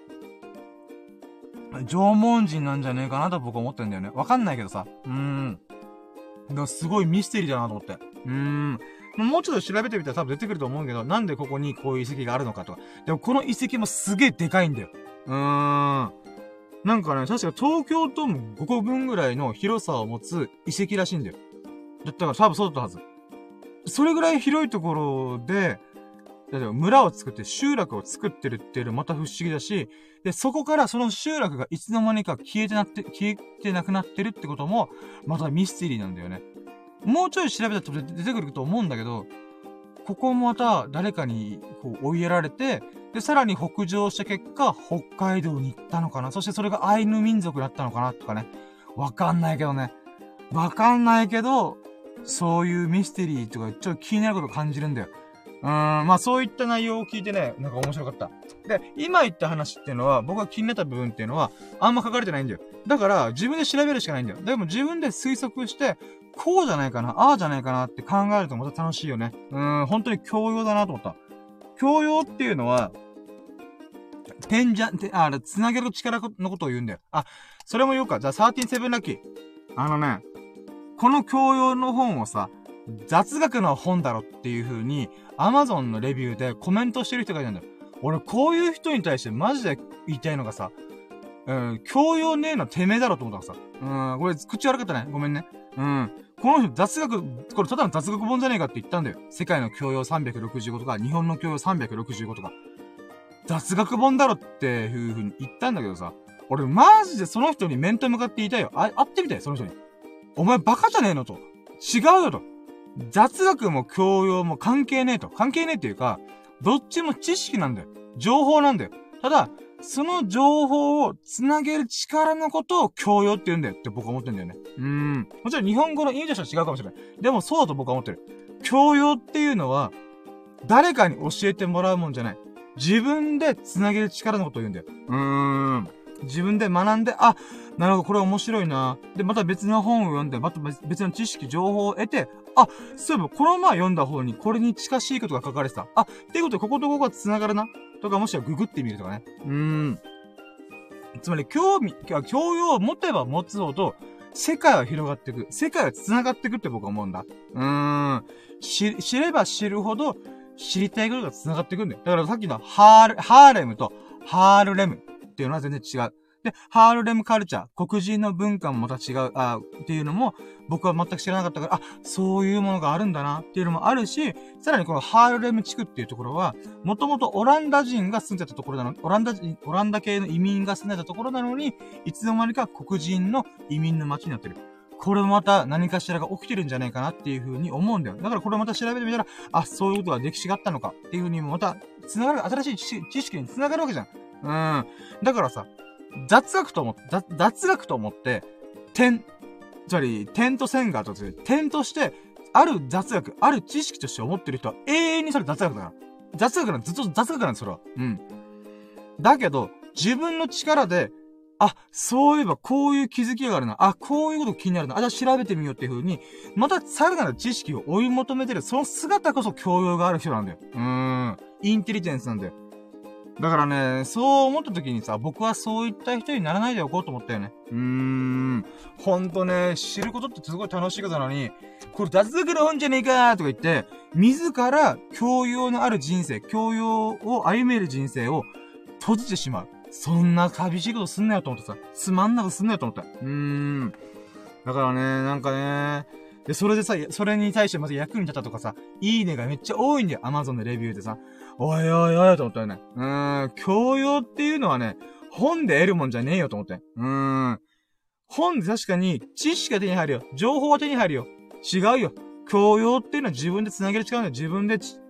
縄文人なんじゃねえかなと僕は思ってんだよね。わかんないけどさ。うーん。だからすごいミステリーだなと思って。うーん。もうちょっと調べてみたら多分出てくると思うけど、なんでここにこういう遺跡があるのかとか。でもこの遺跡もすげえでかいんだよ。うーん。なんかね、確か東京ドームごこぶんぐらいの広さを持つ遺跡らしいんだよ。だったから多分そうだったはず。それぐらい広いところで、例えば村を作って集落を作ってるっていうのまた不思議だし、で、そこからその集落がいつの間にか消えてなって、消えてなくなってるってことも、またミステリーなんだよね。もうちょい調べたら出てくると思うんだけど、ここもまた誰かにこう追いやられて、で、さらに北上した結果、北海道に行ったのかな。そしてそれがアイヌ民族だったのかなとかね。わかんないけどね。わかんないけど、そういうミステリーとかちょっと気になることを感じるんだよ。うーん、まあそういった内容を聞いてね、なんか面白かった。で、今言った話っていうのは、僕が気になった部分っていうのは、あんま書かれてないんだよ。だから、自分で調べるしかないんだよ。でも自分で推測して、こうじゃないかな、ああじゃないかなって考えるとまた楽しいよね。うーん、本当に教養だなと思った。教養っていうのは、点じゃ、て、あ、つなげる力のことを言うんだよ。あ、それも言うか。じゃあ、サーティーセブンラッキー。あのね、この教養の本をさ、雑学の本だろっていう風に、アマゾンのレビューでコメントしてる人がいるんだよ。俺、こういう人に対してマジで言いたいのがさ、うん、教養ねえのてめえだろと思ったらさ、うん、これ、口悪かったね。ごめんね。うん。この人、雑学、これただの雑学本じゃねえかって言ったんだよ。世界の教養さんびゃくろくじゅうごとか、日本の教養さんびゃくろくじゅうごとか。雑学本だろっていう風に言ったんだけどさ、俺マジでその人に面と向かって言いたいよ。あ、会ってみたい、その人に。お前バカじゃねえのと。違うよと。雑学も教養も関係ねえと。関係ねえっていうか、どっちも知識なんだよ。情報なんだよ。ただ、その情報をつなげる力のことを教養って言うんだよって僕は思ってんだよね。うーん。もちろん日本語の意味としては違うかもしれない。でもそうだと僕は思ってる。教養っていうのは、誰かに教えてもらうもんじゃない。自分でつなげる力のことを言うんだよ。うーん。自分で学んで、あ、なるほど、これ面白いな。で、また別の本を読んで、また別の知識、情報を得て、あ、そういえば、この前読んだ方にこれに近しいことが書かれてた。あ、っていうことで、こことここが繋がるな。とか、もしくはググってみるとかね。うーん。つまり、興味、教養を持てば持つほど、世界は広がっていく。世界は繋がっていくって僕は思うんだ。うーん。知、知れば知るほど、知りたいことが繋がっていくんだよ。だからさっきのハール、ハーレムとハールレムっていうのは全然違う。で、ハールレムカルチャー、黒人の文化もまた違う、あっていうのも、僕は全く知らなかったから、あ、そういうものがあるんだなっていうのもあるし、さらにこのハールレム地区っていうところは、もともとオランダ人が住んでたところなの、オランダ人、オランダ系の移民が住んでたところなのに、いつの間にか黒人の移民の街になってる。これもまた何かしらが起きてるんじゃないかなっていう風に思うんだよ。だからこれまた調べてみたら、あ、そういうことが歴史があったのかっていう風にもまた、繋がる、新しい知識、知識に繋がるわけじゃん。うん。だからさ、雑学と思って、雑学と思って、点、つまり、点と線があったとして、点として、ある雑学、ある知識として思ってる人は永遠にそれ雑学だから。雑学なんずっと雑学なんです、それは。うん。だけど、自分の力で、あ、そういえばこういう気づきがあるな。あ、こういうこと気になるな。あ、じゃあ調べてみようっていう風に、またさらなる知識を追い求めてる、その姿こそ教養がある人なんだよ。うーん。インテリジェンスなんだよ。だからね、そう思った時にさ、僕はそういった人にならないでおこうと思ったよね。うーん。ほんとね、知ることってすごい楽しいことなのに、これ雑学の本じゃねえかーとか言って、自ら教養のある人生、教養を歩める人生を閉じてしまう。そんな寂しいことすんなよと思ってさ、つまんなくすんなよと思った。うーん。だからね、なんかね、で、それでさ、それに対してまず役に立ったとかさ、いいねがめっちゃ多いんだよ。Amazon のレビューでさ。おいおいおいと思ったよね。うーん、教養っていうのはね、本で得るもんじゃねえよと思って。うーん。本で確かに知識が手に入るよ。情報は手に入るよ。違うよ。教養っていうのは自分で繋げる力なんだよ。自分で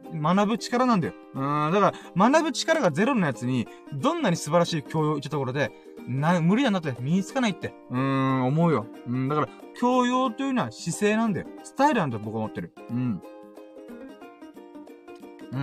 学ぶ力なんだよ。うーん、だから、学ぶ力がゼロのやつに、どんなに素晴らしい教養を言ったところで、な、無理なんだって、身につかないって。うーん、思うよ。うん、だから、教養というのは姿勢なんだよ。スタイルなんだよ、僕は思ってる。うん。うん。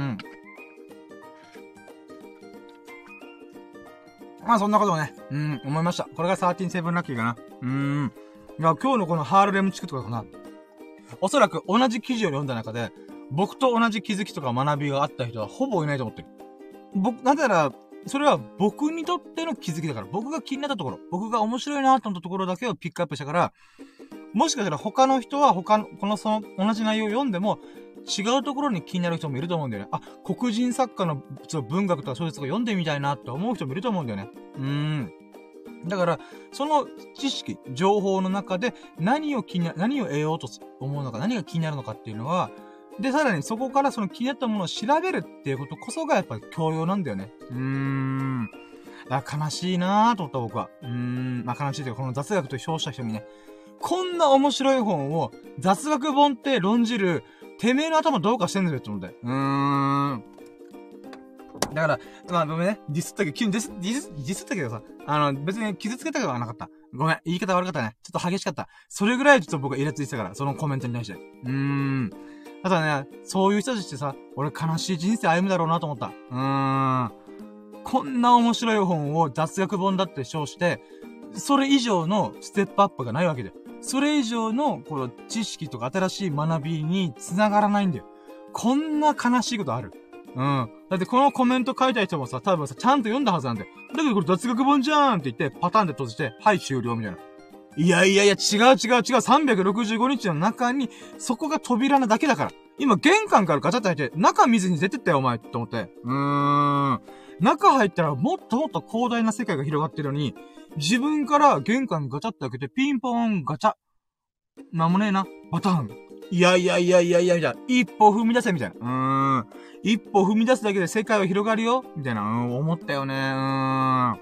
まあそんなことをね、うん、思いました。これがじゅうななラッキーかな。うーん。いや、今日のこのハーレム地区とかかな。おそらく同じ記事を読んだ中で、僕と同じ気づきとか学びがあった人はほぼいないと思ってる。僕、なんだら、それは僕にとっての気づきだから、僕が気になったところ、僕が面白いなと思ったところだけをピックアップしたから、もしかしたら他の人は他の、このその同じ内容を読んでも、違うところに気になる人もいると思うんだよね。あ、黒人作家の文学とか小説とか読んでみたいなって思う人もいると思うんだよね。うーん。だから、その知識、情報の中で何を気にな、何を得ようと思うのか、何が気になるのかっていうのは、で、さらにそこからその気になったものを調べるっていうことこそがやっぱり教養なんだよね。うーん。だから悲しいなぁと思った僕は。うーん。まあ悲しいというか、この雑学と評した人にね、こんな面白い本を雑学本って論じる、てめえの頭どうかしてんだよって思うんだよ。うーん。だから、まあごめんね。ディスったけど、急にディス、ディス、ディスったけどさ、あの、別に傷つけたくはなかった。ごめん。言い方悪かったね。ちょっと激しかった。それぐらいちょっと僕はイラついてたから、そのコメントに対して。うーん。ただね、そういう人たちってさ、俺悲しい人生歩むだろうなと思った。うーん。こんな面白い本を雑学本だって称して、それ以上のステップアップがないわけだよ。それ以上の、この知識とか新しい学びに繋がらないんだよ。こんな悲しいことある。うん。だってこのコメント書いた人もさ、多分さ、ちゃんと読んだはずなんだよ。だけどこれ雑学本じゃーんって言って、パターンで閉じて、はい、終了みたいな。いやいやいや、違う違う違う、さんびゃくろくじゅうごにちの中に、そこが扉なだけだから。今、玄関からガチャって入って、中見ずに出てったよ、お前って思って。うーん。中入ったら、もっともっと広大な世界が広がってるのに、自分から玄関ガチャって開けて、ピンポーン、ガチャ。なんもねえな。パターン。いやいやいやいやいやいや、一歩踏み出せ、みたいな。うーん。一歩踏み出すだけで世界は広がるよみたいな、うん、思ったよね。うーん。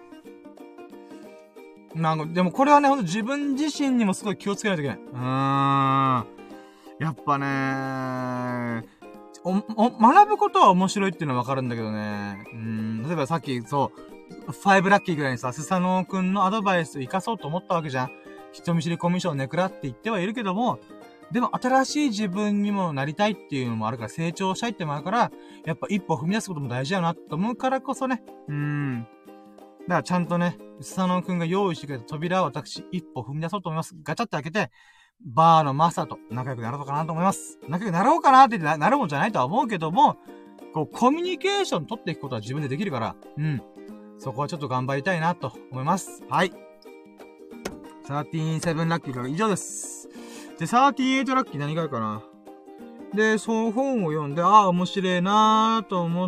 なんか、でもこれはね、ほんと自分自身にもすごい気をつけないといけない。うーん。やっぱねー、お、お、学ぶことは面白いっていうのはわかるんだけどね。うん。例えばさっき、そう、ファイブラッキーぐらいにさ、スサノーくんのアドバイスを活かそうと思ったわけじゃん。人見知りコミュ障ネクラって言ってはいるけども、でも新しい自分にもなりたいっていうのもあるから、成長したいってのもあるから、やっぱ一歩踏み出すことも大事だなと思うからこそね。うーん。だからちゃんとね、スサノーくんが用意してくれた扉を私、一歩踏み出そうと思います。ガチャって開けて、バーのマスターと仲良くなろうかなと思います。仲良くなろうかなって言ってなるもんじゃないとは思うけども、こう、コミュニケーション取っていくことは自分でできるから、うん。そこはちょっと頑張りたいなと思います。はい。じゅうななラッキーから以上です。で、じゅうはちラッキー何があるかな。で、その本を読んで、ああ、面白いなーと思って、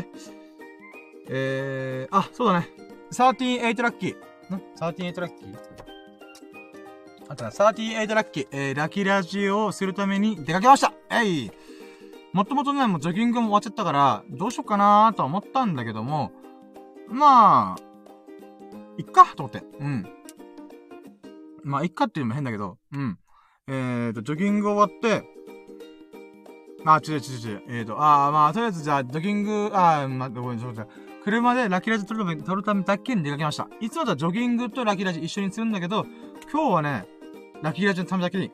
えー、あ、そうだね。じゅうはちラッキー。ん ?じゅうはちラッキーあとは、じゅうはちラッキー、えー、ラッキーラジオをするために出かけました。えい。もともとね、もうジョギングも終わっちゃったから、どうしようかなーとは思ったんだけども、まあ、いっかと思って。うん。まあ、いっかっていうのも変だけど、うん。えーと、ジョギング終わって、あ、違う違う違う、えーと、あー、まあ、とりあえずじゃあ、ジョギング、あー、まあ、ごめん、そうだ。車でラッキーラジ撮るため、撮るためだけに出かけました。いつもだとジョギングとラッキーラジ一緒にするんだけど、今日はね、ラッキーラジのためだけに、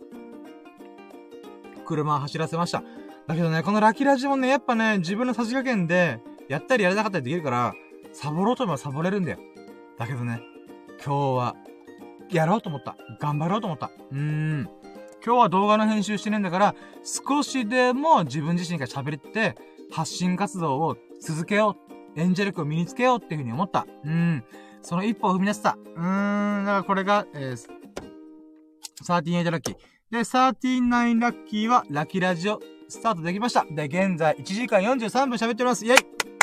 車を走らせました。だけどね、このラッキーラジもね、やっぱね、自分のさじ加減で、やったりやれなかったりできるから、サボろうと思えばサボれるんだよ。だけどね、今日は、やろうと思った。頑張ろうと思った。うーん。今日は動画の編集してねえんだから、少しでも自分自身が喋って、発信活動を続けよう。演者力を身につけようっていうふうに思った。うん。その一歩を踏み出した。うーん。だからこれが、えー、じゅうはちラッキー。で、じゅうはちきゅうラッキーは、ラッキーラジオ、スタートできました。で、現在いちじかんよんじゅうさんぷん喋っております。イェイ !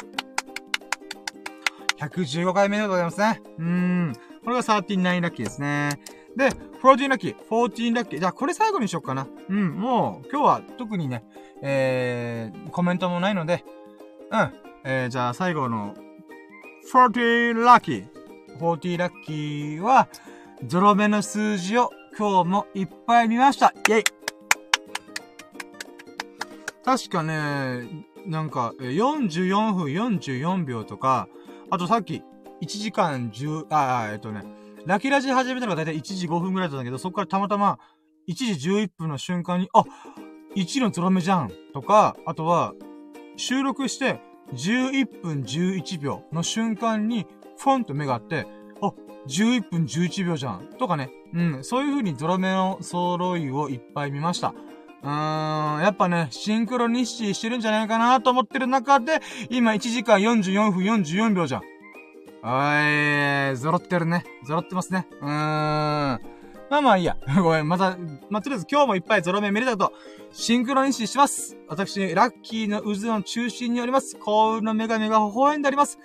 ひゃくじゅうごかいめでございますね。うーん。これがじゅうはちラッキーですね。で、じゅうよんラッキー、じゅうよんラッキー。じゃあ、これ最後にしよっかな。うん、もう、今日は特にね、えー、コメントもないので、うん。えー、じゃあ、最後の、よんじゅうラッキー。よんじゅうラッキーは、ゾロ目の数字を今日もいっぱい見ました。イェイ確かね、 なんか、よんじゅうよんふんよんじゅうよんびょうとか、あとさっき、いちじかんじゅう、あ、えっとね、ラキラジ始めたのがだいたいいちじごふんぐらいだったんだけど、そこからたまたま、いちじじゅういっぷんの瞬間に、あ、いちのゾロ目じゃんとか、あとは、収録して、じゅういっぷんじゅういちびょうの瞬間に、フォンと目があって、あ、じゅういっぷんじゅういちびょうじゃんとかね。うん、そういう風にゾロ目の揃いをいっぱい見ました。うーん、やっぱね、シンクロニシティしてるんじゃないかなと思ってる中で、今いちじかんよんじゅうよんふんよんじゅうよんびょうじゃん。おーい、揃ってるね。揃ってますね。うーん。まあまあいいや。ごめん、また、まあ、とりあえず今日もいっぱいゾロ目見れたこと、シンクロニシティします。私、ラッキーの渦の中心におります。幸運の女神が微笑んでおります。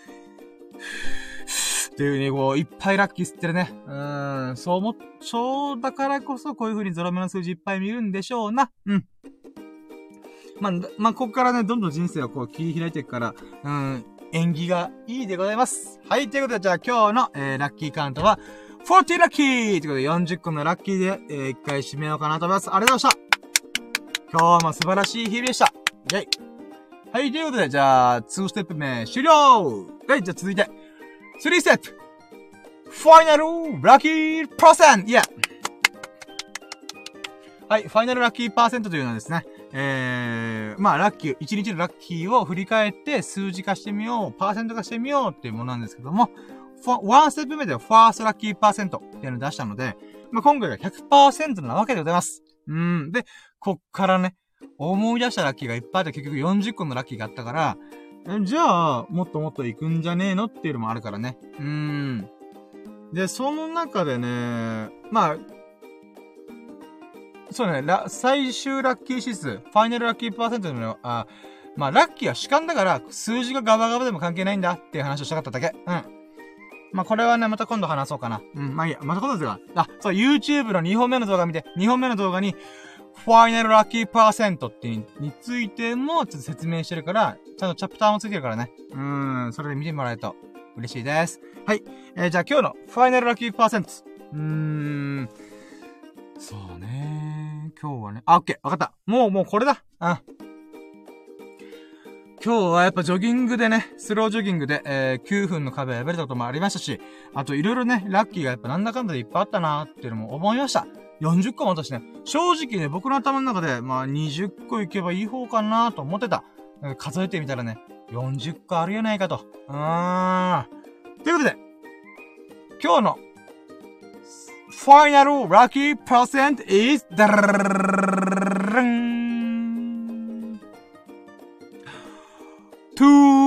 っていうね、こう、いっぱいラッキー吸ってるね。うーん、そう思っ、そうだからこそ、こういう風にゾロ目の数字いっぱい見るんでしょうな。うん。まあ、まあ、ここからね、どんどん人生をこう切り開いていくから、うん、縁起がいいでございます。はい、ということで、じゃあ今日の、えー、ラッキーカウントは、よんじゅうラッキーということで、よんじゅっこのラッキーで、えー、一回締めようかなと思います。ありがとうございました。今日も素晴らしい日々でした。イェイ。はい、ということで、じゃあ、にステップ目、終了。はい、じゃあ続いて、さんステップ。ファイナルラッキーパーセント。いや。はい、ファイナルラッキーパーセントというのはですね、えー、まあ、ラッキー、一日のラッキーを振り返って数字化してみよう、パーセント化してみようっていうものなんですけども、ワンステップ目でファーストラッキーパーセントっていうのを出したので、まあ、今回が ひゃくパーセント なわけでございます。うん。で、こっからね、思い出したラッキーがいっぱいあって結局よんじゅっこのラッキーがあったから、じゃあ、もっともっと行くんじゃねえのっていうのもあるからね。うーん。で、その中でね、まあ、そうね、ラ、最終ラッキー指数、ファイナルラッキーパーセントの、あ、まあ、ラッキーは主観だから、数字がガバガバでも関係ないんだっていう話をしたかっただけ。うん。まあ、これはね、また今度話そうかな。うん、まあいいや、また今度ですが。あ、そう、YouTube のにほんめの動画見て、にほんめの動画に、ファイナルラッキーパーセントってについてもちょっと説明してるから、ちゃんとチャプターもついてるからね。うーん、それで見てもらえると嬉しいです。はい。えー、じゃあ今日のファイナルラッキーパーセント。うーん。そうね。今日はね。あ、オッケー。わかった。もう、もうこれだ。うん。今日はやっぱジョギングでね、スロージョギングで、えー、きゅうふんの壁を破れたこともありましたし、あといろいろね、ラッキーがやっぱなんだかんだでいっぱいあったなーっていうのも思いました。よんじゅっこも私ね、正直ね、僕の頭の中で、まあにじゅっこいけばいい方かなと思ってた。数えてみたらね、よんじゅっこあるやないかと。うーん。ということで、今日の、ファイナルラッキーパーセント is, ダララララランにじゅうにパーセント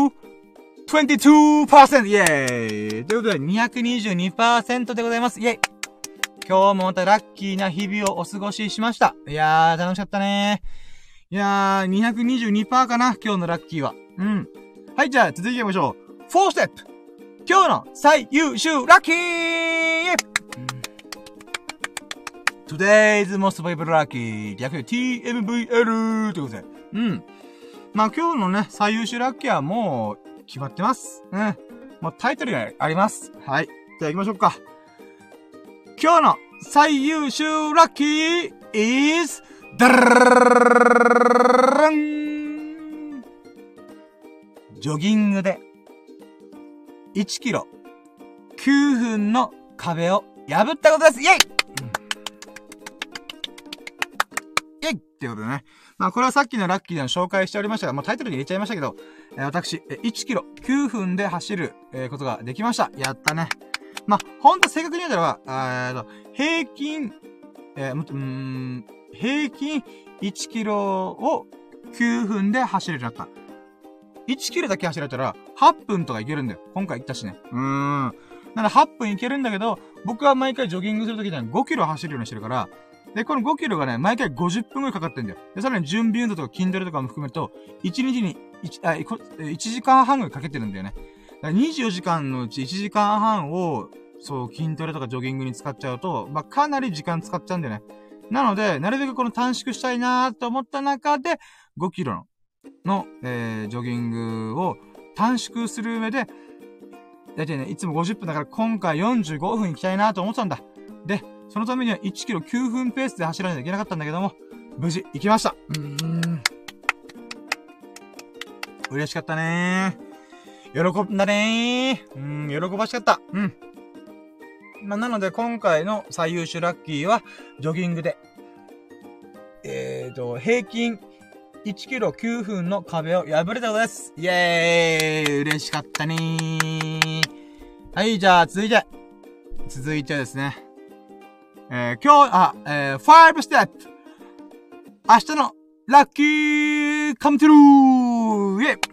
イェーイということで にひゃくにじゅうにパーセント でございます。イェイ今日もまたラッキーな日々をお過ごししました。いやー、楽しかったねー。いやー、にひゃくにじゅうにパーセント かな今日のラッキーは。うん。はい、じゃあ続いていきましょう。よんステップ今日の最優秀ラッキー、うん、!Today's most valuable lucky 略で ティーエムブイエル ということで。うん。まあ今日のね、最優秀ラッキーはもう決まってます。うん。もうタイトルがあります。はい。じゃあ行きましょうか。今日の最優秀ラッキー is ダラランジョギングでいちキロきゅうふんの壁を破ったことです。イェイ、うん、イェイっていうことでね。まあこれはさっきのラッキーでの紹介しておりましたが、まあタイトルに入れちゃいましたけど、えー、私、いちキロきゅうふんで走る、えー、ことができました。やったね。まあ、ほんと正確に言うたらば、えーと、平均、えー、うーん、平均いちキロをきゅうふんで走れるようになった。いちキロだけ走れたらはっぷんとかいけるんだよ。今回言ったしね。うーん。なのではっぷんいけるんだけど、僕は毎回ジョギングするときにはごキロ走るようにしてるから、で、このごキロがね、毎回ごじゅっぷんぐらいかかってんだよ。で、さらに準備運動とか筋トレとかも含めると、いちにちに 1, あいちじかんはんぐらいかけてるんだよね。にじゅうよじかんのうちいちじかんはんを、そう、筋トレとかジョギングに使っちゃうと、まあ、かなり時間使っちゃうんだよね。なので、なるべくこの短縮したいなーと思った中で、ごキロの、のえー、ジョギングを短縮する上で、だいたいね、いつもごじゅっぷんだから今回よんじゅうごふん行きたいなと思ってたんだ。で、そのためにはいちキロきゅうふんペースで走らないといけなかったんだけども、無事行きました。うーん。 嬉しかったねー。喜んだねー。うん、喜ばしかった。うん。まあ、なので今回の最優秀ラッキーは、ジョギングで、えーと、平均いちキロきゅうふんの壁を破れたことです。イェーイ嬉しかったねー。はい、じゃあ続いて。続いてですね。えー、今日、あ、えー、ファイブステップ。明日のラッキーカムトゥルーイェイ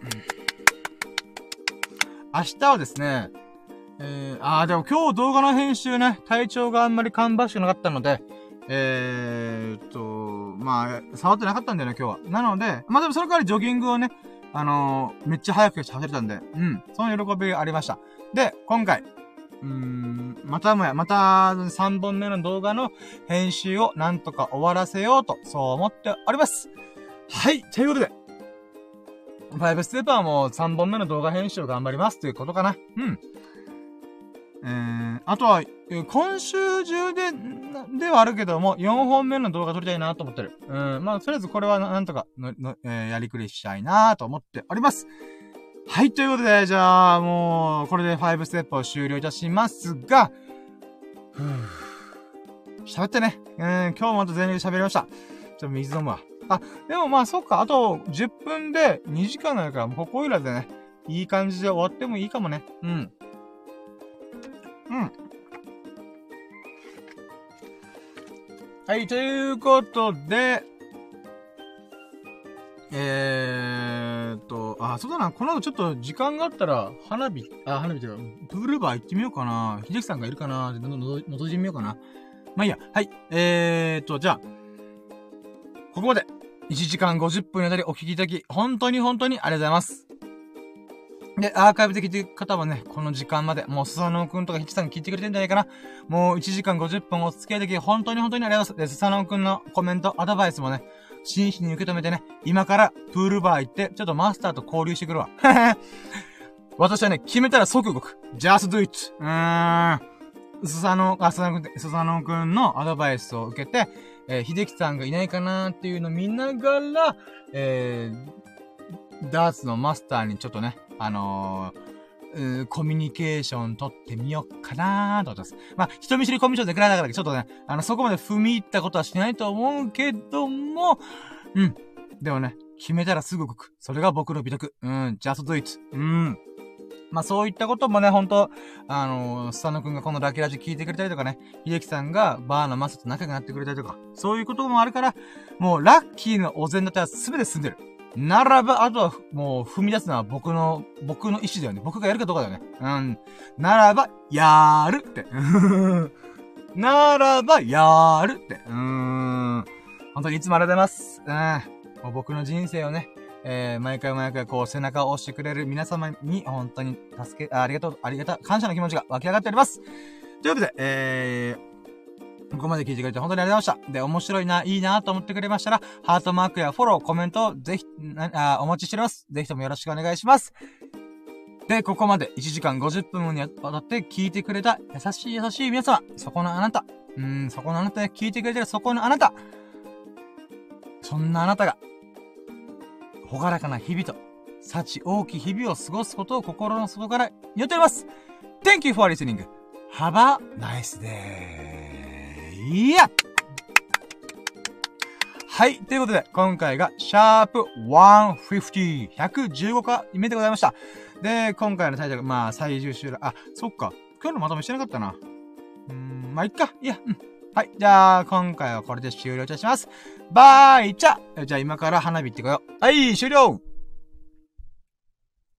明日はですね、えー、あーでも今日動画の編集ね、体調があんまり芳しくなかったので、えーっと、まあ、触ってなかったんだよね、今日は。なので、まあでもその代わりジョギングをね、あのー、めっちゃ早く走れたんで、うん、その喜びがありました。で、今回、うーん、またもや、またさんぼんめの動画の編集をなんとか終わらせようと、そう思っております。はい、ということで、ファイブステップはもうさんぼんめの動画編集を頑張りますということかな。うん。えー、あとは、今週中で、ではあるけども、よんほんめの動画撮りたいなと思ってる。うん、まあ、とりあえずこれはなんとかの、の、えー、やりくりしたいなと思っております。はい、ということで、じゃあ、もう、これでごステップを終了いたしますが、ふぅ、喋ってね。うん、今日もまた全力で喋りました。ちょっと水飲むわ。あ、でもまあ、そっか、あと、じゅっぷんでにじかんになるから、もうここいらでね、いい感じで終わってもいいかもね。うん。うん。はい、ということで、えーっと、あ、そうだな、この後ちょっと時間があったら、花火、あ、花火というか、プールバー行ってみようかな。秀樹さんがいるかな。の、の、のぞいてみようかな。まあいいや。はい。えーっと、じゃあ、ここまで、いちじかんごじゅっぷんにあたりお聞きいただき、本当に本当にありがとうございます。で、アーカイブで聞いてる方はね、この時間まで、もう、スサノオくんとかヒチさん聞いてくれてんじゃないかな。もういちじかんごじゅっぷんお付き合いでき、本当に本当にありがとうございます。で、スサノオくんのコメント、アドバイスもね、真摯に受け止めてね、今からプールバー行って、ちょっとマスターと交流してくるわ。私はね、決めたら即動く。just do it. うーん。スサノオ、あ、スサノオくん、スサノオくんのアドバイスを受けて、えー、秀樹さんがいないかなーっていうのを見ながら、えー、ダーツのマスターにちょっとね、あのー、うーコミュニケーション取ってみようかなーと思ってます。まあ、人見知りコミュニケーションでくらいだからちょっとね、あの、そこまで踏み入ったことはしないと思うけども、うん。でもね、決めたらすぐ動く。それが僕の美徳。うん、just do it. うん。まあ、そういったこともね、ほんと、あのー、スサノくんがこのラキラジ聞いてくれたりとかね、秀樹さんがバーのマスターと仲良くなってくれたりとか、そういうこともあるから、もうラッキーのお膳立ては全て済んでる。ならば、あとは、もう、踏み出すのは僕の、僕の意思だよね。僕がやるかどうかだよね。うん。ならば、やーるって。ならば、やーるって。うーん。本当にいつもありがとうございます。うん。もう僕の人生をね、えー、毎回毎回こう背中を押してくれる皆様に、本当に助け、あ、ありがとう、ありがた、感謝の気持ちが湧き上がっております。ということで、えー、ここまで聞いてくれて本当にありがとうございました。で、面白いな、いいなと思ってくれましたら、ハートマークやフォロー、コメントをぜひ、あ、お待ちしております。ぜひともよろしくお願いします。で、ここまでいちじかんごじゅっぷんにわたって聞いてくれた優しい優しい皆様、そこのあなた、うーん、そこのあなたで聞いてくれてるそこのあなた、そんなあなたが、ほがらかな日々と、幸大きい日々を過ごすことを心の底から祈っております。Thank you for listening. Have a nice day. いやはい。ということで、今回が、シャープひゃくごじゅう、ひゃくじゅうごかいめでございました。で、今回のタイトル、まあ、最優秀だ。あ、そっか。今日のまとめしてなかったな。うーん、まあ、いっか。いや、うん。はい。じゃあ、今回はこれで終了いたします。バイチャじゃあ、今から花火ってこよう。はい、終了